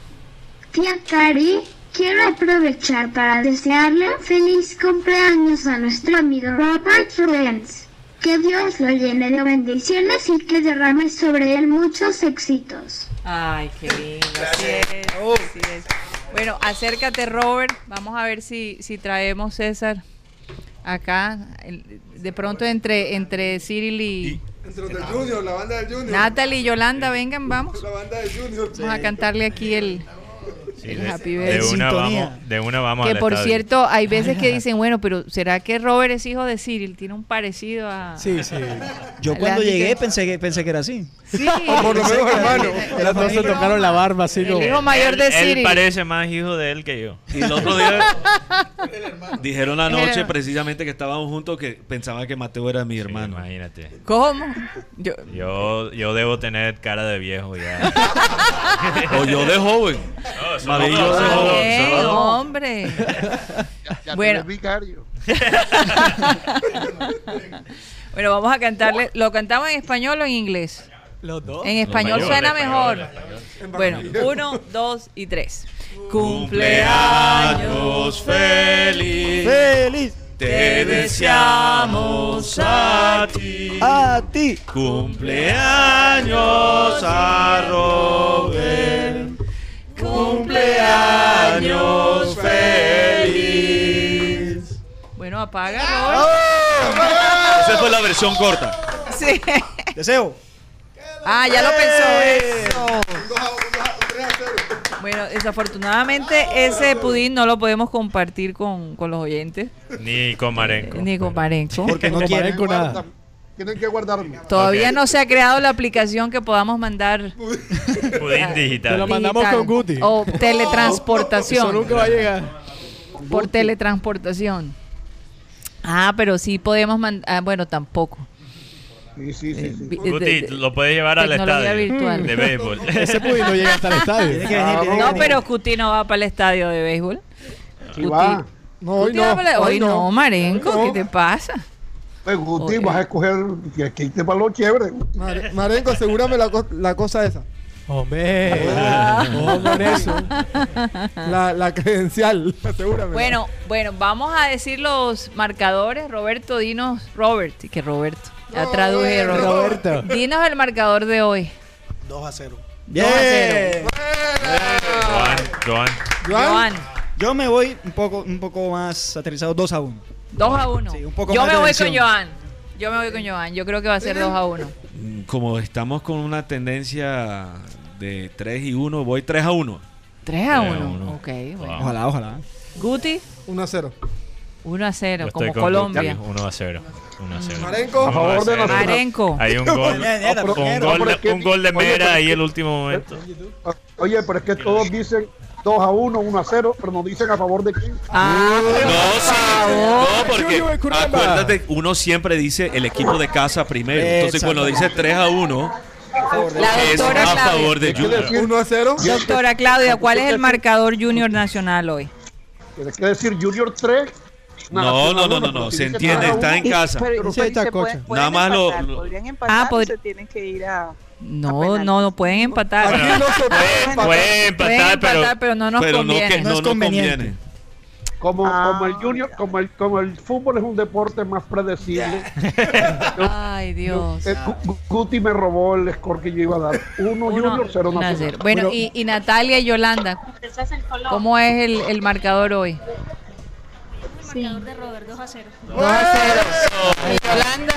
Tía Cari, quiero aprovechar para desearle un feliz cumpleaños a nuestro amigo Robert Friends. Que Dios lo llene de bendiciones y que derrame sobre él muchos éxitos. Ay, qué lindo. Así es, así es. Bueno, acércate, Robert. Vamos a ver si, si traemos, César, acá. el- de pronto entre, entre Cyril y Entre los del Junior, la banda del Junior. Natalie y Yolanda, vengan, vamos. La banda del Junior. Vamos a cantarle aquí el, Sí, el de, Happy de Birthday. una Sintonía. vamos, de una vamos Que al por estadio. cierto, hay veces que dicen, bueno, pero ¿será que Robert es hijo de Cyril? Tiene un parecido a... Sí, sí. Yo Le cuando han dicho- llegué pensé que pensé que era así. Sí. O por lo menos hermano. Las dos se tocaron la barba así El como... hijo mayor de Él, él Cyril. parece más hijo de él que yo. Y el otro día dijeron anoche Era- precisamente que estábamos juntos que pensaba que Mateo era mi hermano. Sí, imagínate. ¿Cómo? Yo, Yo, yo debo tener cara de viejo ya. O yo de joven. No, somos María y yo dos, de somos joven. dos, bien, somos dos. hombre. Ya, ya Bueno. tiene vicario. Bueno, vamos a cantarle. ¿Lo cantamos en español o en inglés? Los dos. En español mayor, suena en mejor. español, en Bueno, uno, dos y tres. Cumpleaños feliz. ¡Feliz! Te deseamos a ti. ¡A ti! Cumpleaños a Robert. Cumpleaños feliz. Bueno, apaga, Robert. Esa fue la versión corta. Sí. Deseo. Ah, ya lo pensó. Eso. Bueno, desafortunadamente ese pudín no lo podemos compartir con, con los oyentes, Ni con Marenco. ni con Parenco. Porque no No quieren. parezco nada. Tienen que guardarlo. Todavía Ok. no se ha creado la aplicación que podamos mandar Pudín Te digital. lo mandamos digital. con Guti. O Eso teletransportación. nunca va a llegar. Por teletransportación. Ah, pero sí podemos mandar. Ah, bueno, tampoco. Sí, sí, sí. sí. Vi- de- Guti, de- lo puedes llevar al tecnología estadio virtual. de béisbol. Ese pudín no llega hasta el estadio. Tiene que venir, tiene que No, venir. pero Cuti no va para el estadio de béisbol. Sí va. No, hoy Cuti va no. para el- Hoy no, Marenco, Hoy no. ¿qué te pasa? Pues Guti, Oye. vas a escoger que, que te para lo chévere. Mare- Marenco, asegúrame la, co- la cosa esa. Hombre, Ah. ojo con eso. La, la credencial. Asegúrame. Bueno, bueno, vamos a decir los marcadores. Roberto, dinos, Robert, que Roberto. Ya traduje, Roberto. Roberto. Dinos el marcador de hoy. dos a cero. dos a cero. Joan, Joan. Joan, Yo me voy un poco, un poco más aterrizado, dos a uno. dos a uno. Sí, un poco Yo más me de voy tensión. con Joan. Yo me voy con Joan. Yo creo que va a ser dos a uno. Como estamos con una tendencia de tres y uno, voy tres a uno. tres a tres a uno. uno. Ok, bueno. Ojalá, ojalá. Guti, uno a cero. uno a cero, Yo como estoy con Colombia. Guti, uno a cero. uno a cero. Marenco. A favor de uno a cero. nosotros. Marenco. Hay un gol, Nieta, un primero. gol, pero de, es que- un gol de oye, Mera pero- ahí el último momento. Oye, pero es que todos dicen, dos a uno, uno a cero, pero nos dicen a favor de quién. Ah, No, sí. No, porque Junior Curamba. acuérdate, uno siempre dice el equipo de casa primero. Entonces, cuando dice tres a uno, La es doctora a Claudia. favor de Junior. uno a cero. Doctora Claudia, ¿cuál es el marcador Junior Nacional hoy? Tiene que decir Junior tres. No, no, no, no, no, se entiende, está en casa. Pero, Ese pero está se puede- cocha. pueden Nada más lo- empatar, lo- podrían empatar Ah, o pod- se tienen que ir a... No, no, no pueden empatar. Aquí no se puede Puede, empatar. puede empatar, Pueden empatar, pero pero no nos pero no, conviene. que, no, No es no conveniente. conviene. Como, Ah, como el Junior, como el, como el fútbol es un deporte más predecible. Ay, Dios. eh, Gu- Guti me robó el score que yo iba a dar. Uno, Uno, Junior, cero uno a Nacional. cero. Bueno, y, y Natalia y Yolanda, ¿cómo es el, el marcador hoy? Marcador de Robert, dos a cero. dos a cero. ¿Y Yolanda?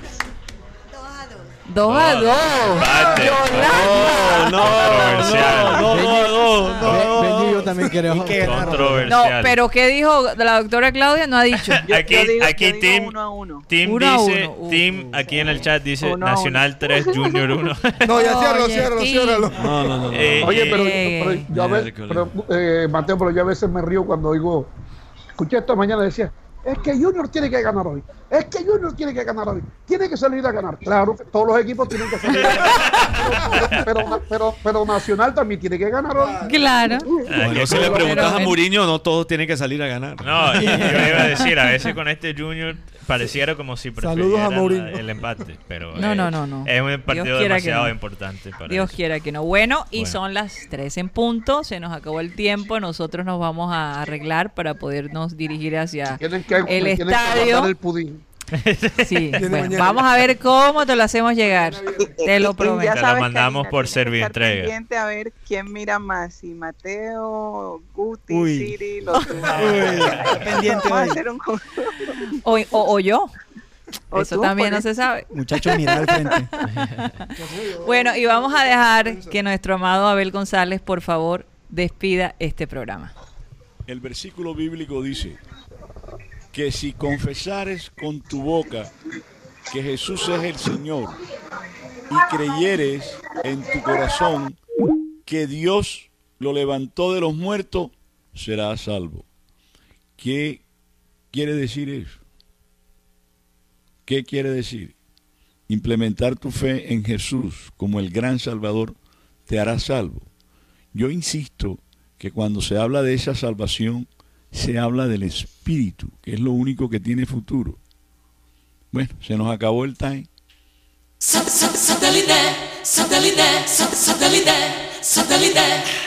dos a dos. empate. Yolanda. Controversial. No, no, no, no. Benji y yo también queremos. No, Controversial. pero ¿qué dijo la doctora Claudia? No ha dicho. Yo, Aquí- yo digo, aquí yo digo Tim- uno a uno. Tim Uno a dice, uno. Uh, Tim aquí en el chat dice Uno a Nacional tres, Junior uno. No, ya ciérralo, Oye, ciérralo, sí. ciérralo. No, no, no, no. Eh, Oye, pero, Eh, pero yo a veces, miércoles. pero, eh, Mateo, pero yo a veces me río cuando oigo, escuché esta mañana, decía, es que Junior tiene que ganar hoy, es que Junior tiene que ganar hoy, tiene que salir a ganar. Claro, que todos los equipos tienen que salir a ganar, pero, pero, pero, pero Nacional también tiene que ganar hoy. Claro. Bueno, si le preguntas Pero- a Mourinho, no todos tienen que salir a ganar. No, y yo iba a decir, a veces con este Junior pareciera como si Saludos a prefirieran Mourinho. el empate, pero No, eh, no, no, no. es un partido Dios quiera que demasiado no. importante para Dios eso. quiera que no. Bueno, y Bueno. son las tres en punto, se nos acabó el tiempo, nosotros nos vamos a arreglar para podernos dirigir hacia Tienen que, el tienen que estadio. guardar el pudín. Sí, Viene bueno, mañana. vamos a ver cómo te lo hacemos llegar. Te lo Y prometo. ya Te lo sabes, mandamos Karina, por tienes que Servientrega. estar pendiente a ver quién mira más, si Mateo, Guti, Uy. Siri, los dos. pendiente Vamos a hoy. hacer un con- O, o- o yo. O Eso tú, también por no eso. se sabe. Muchachos, mirad al frente. Bueno, y vamos a dejar que nuestro amado Abel González, por favor, despida este programa. El versículo bíblico dice que si confesares con tu boca que Jesús es el Señor y creyeres en tu corazón que Dios lo levantó de los muertos, serás salvo. ¿Qué quiere decir eso? ¿Qué quiere decir? Implementar tu fe en Jesús como el gran Salvador te hará salvo. Yo insisto que cuando se habla de esa salvación, se habla del Espíritu, que es lo único que tiene futuro. Bueno, se nos acabó el time. Satellite, satellite, satellite, satellite.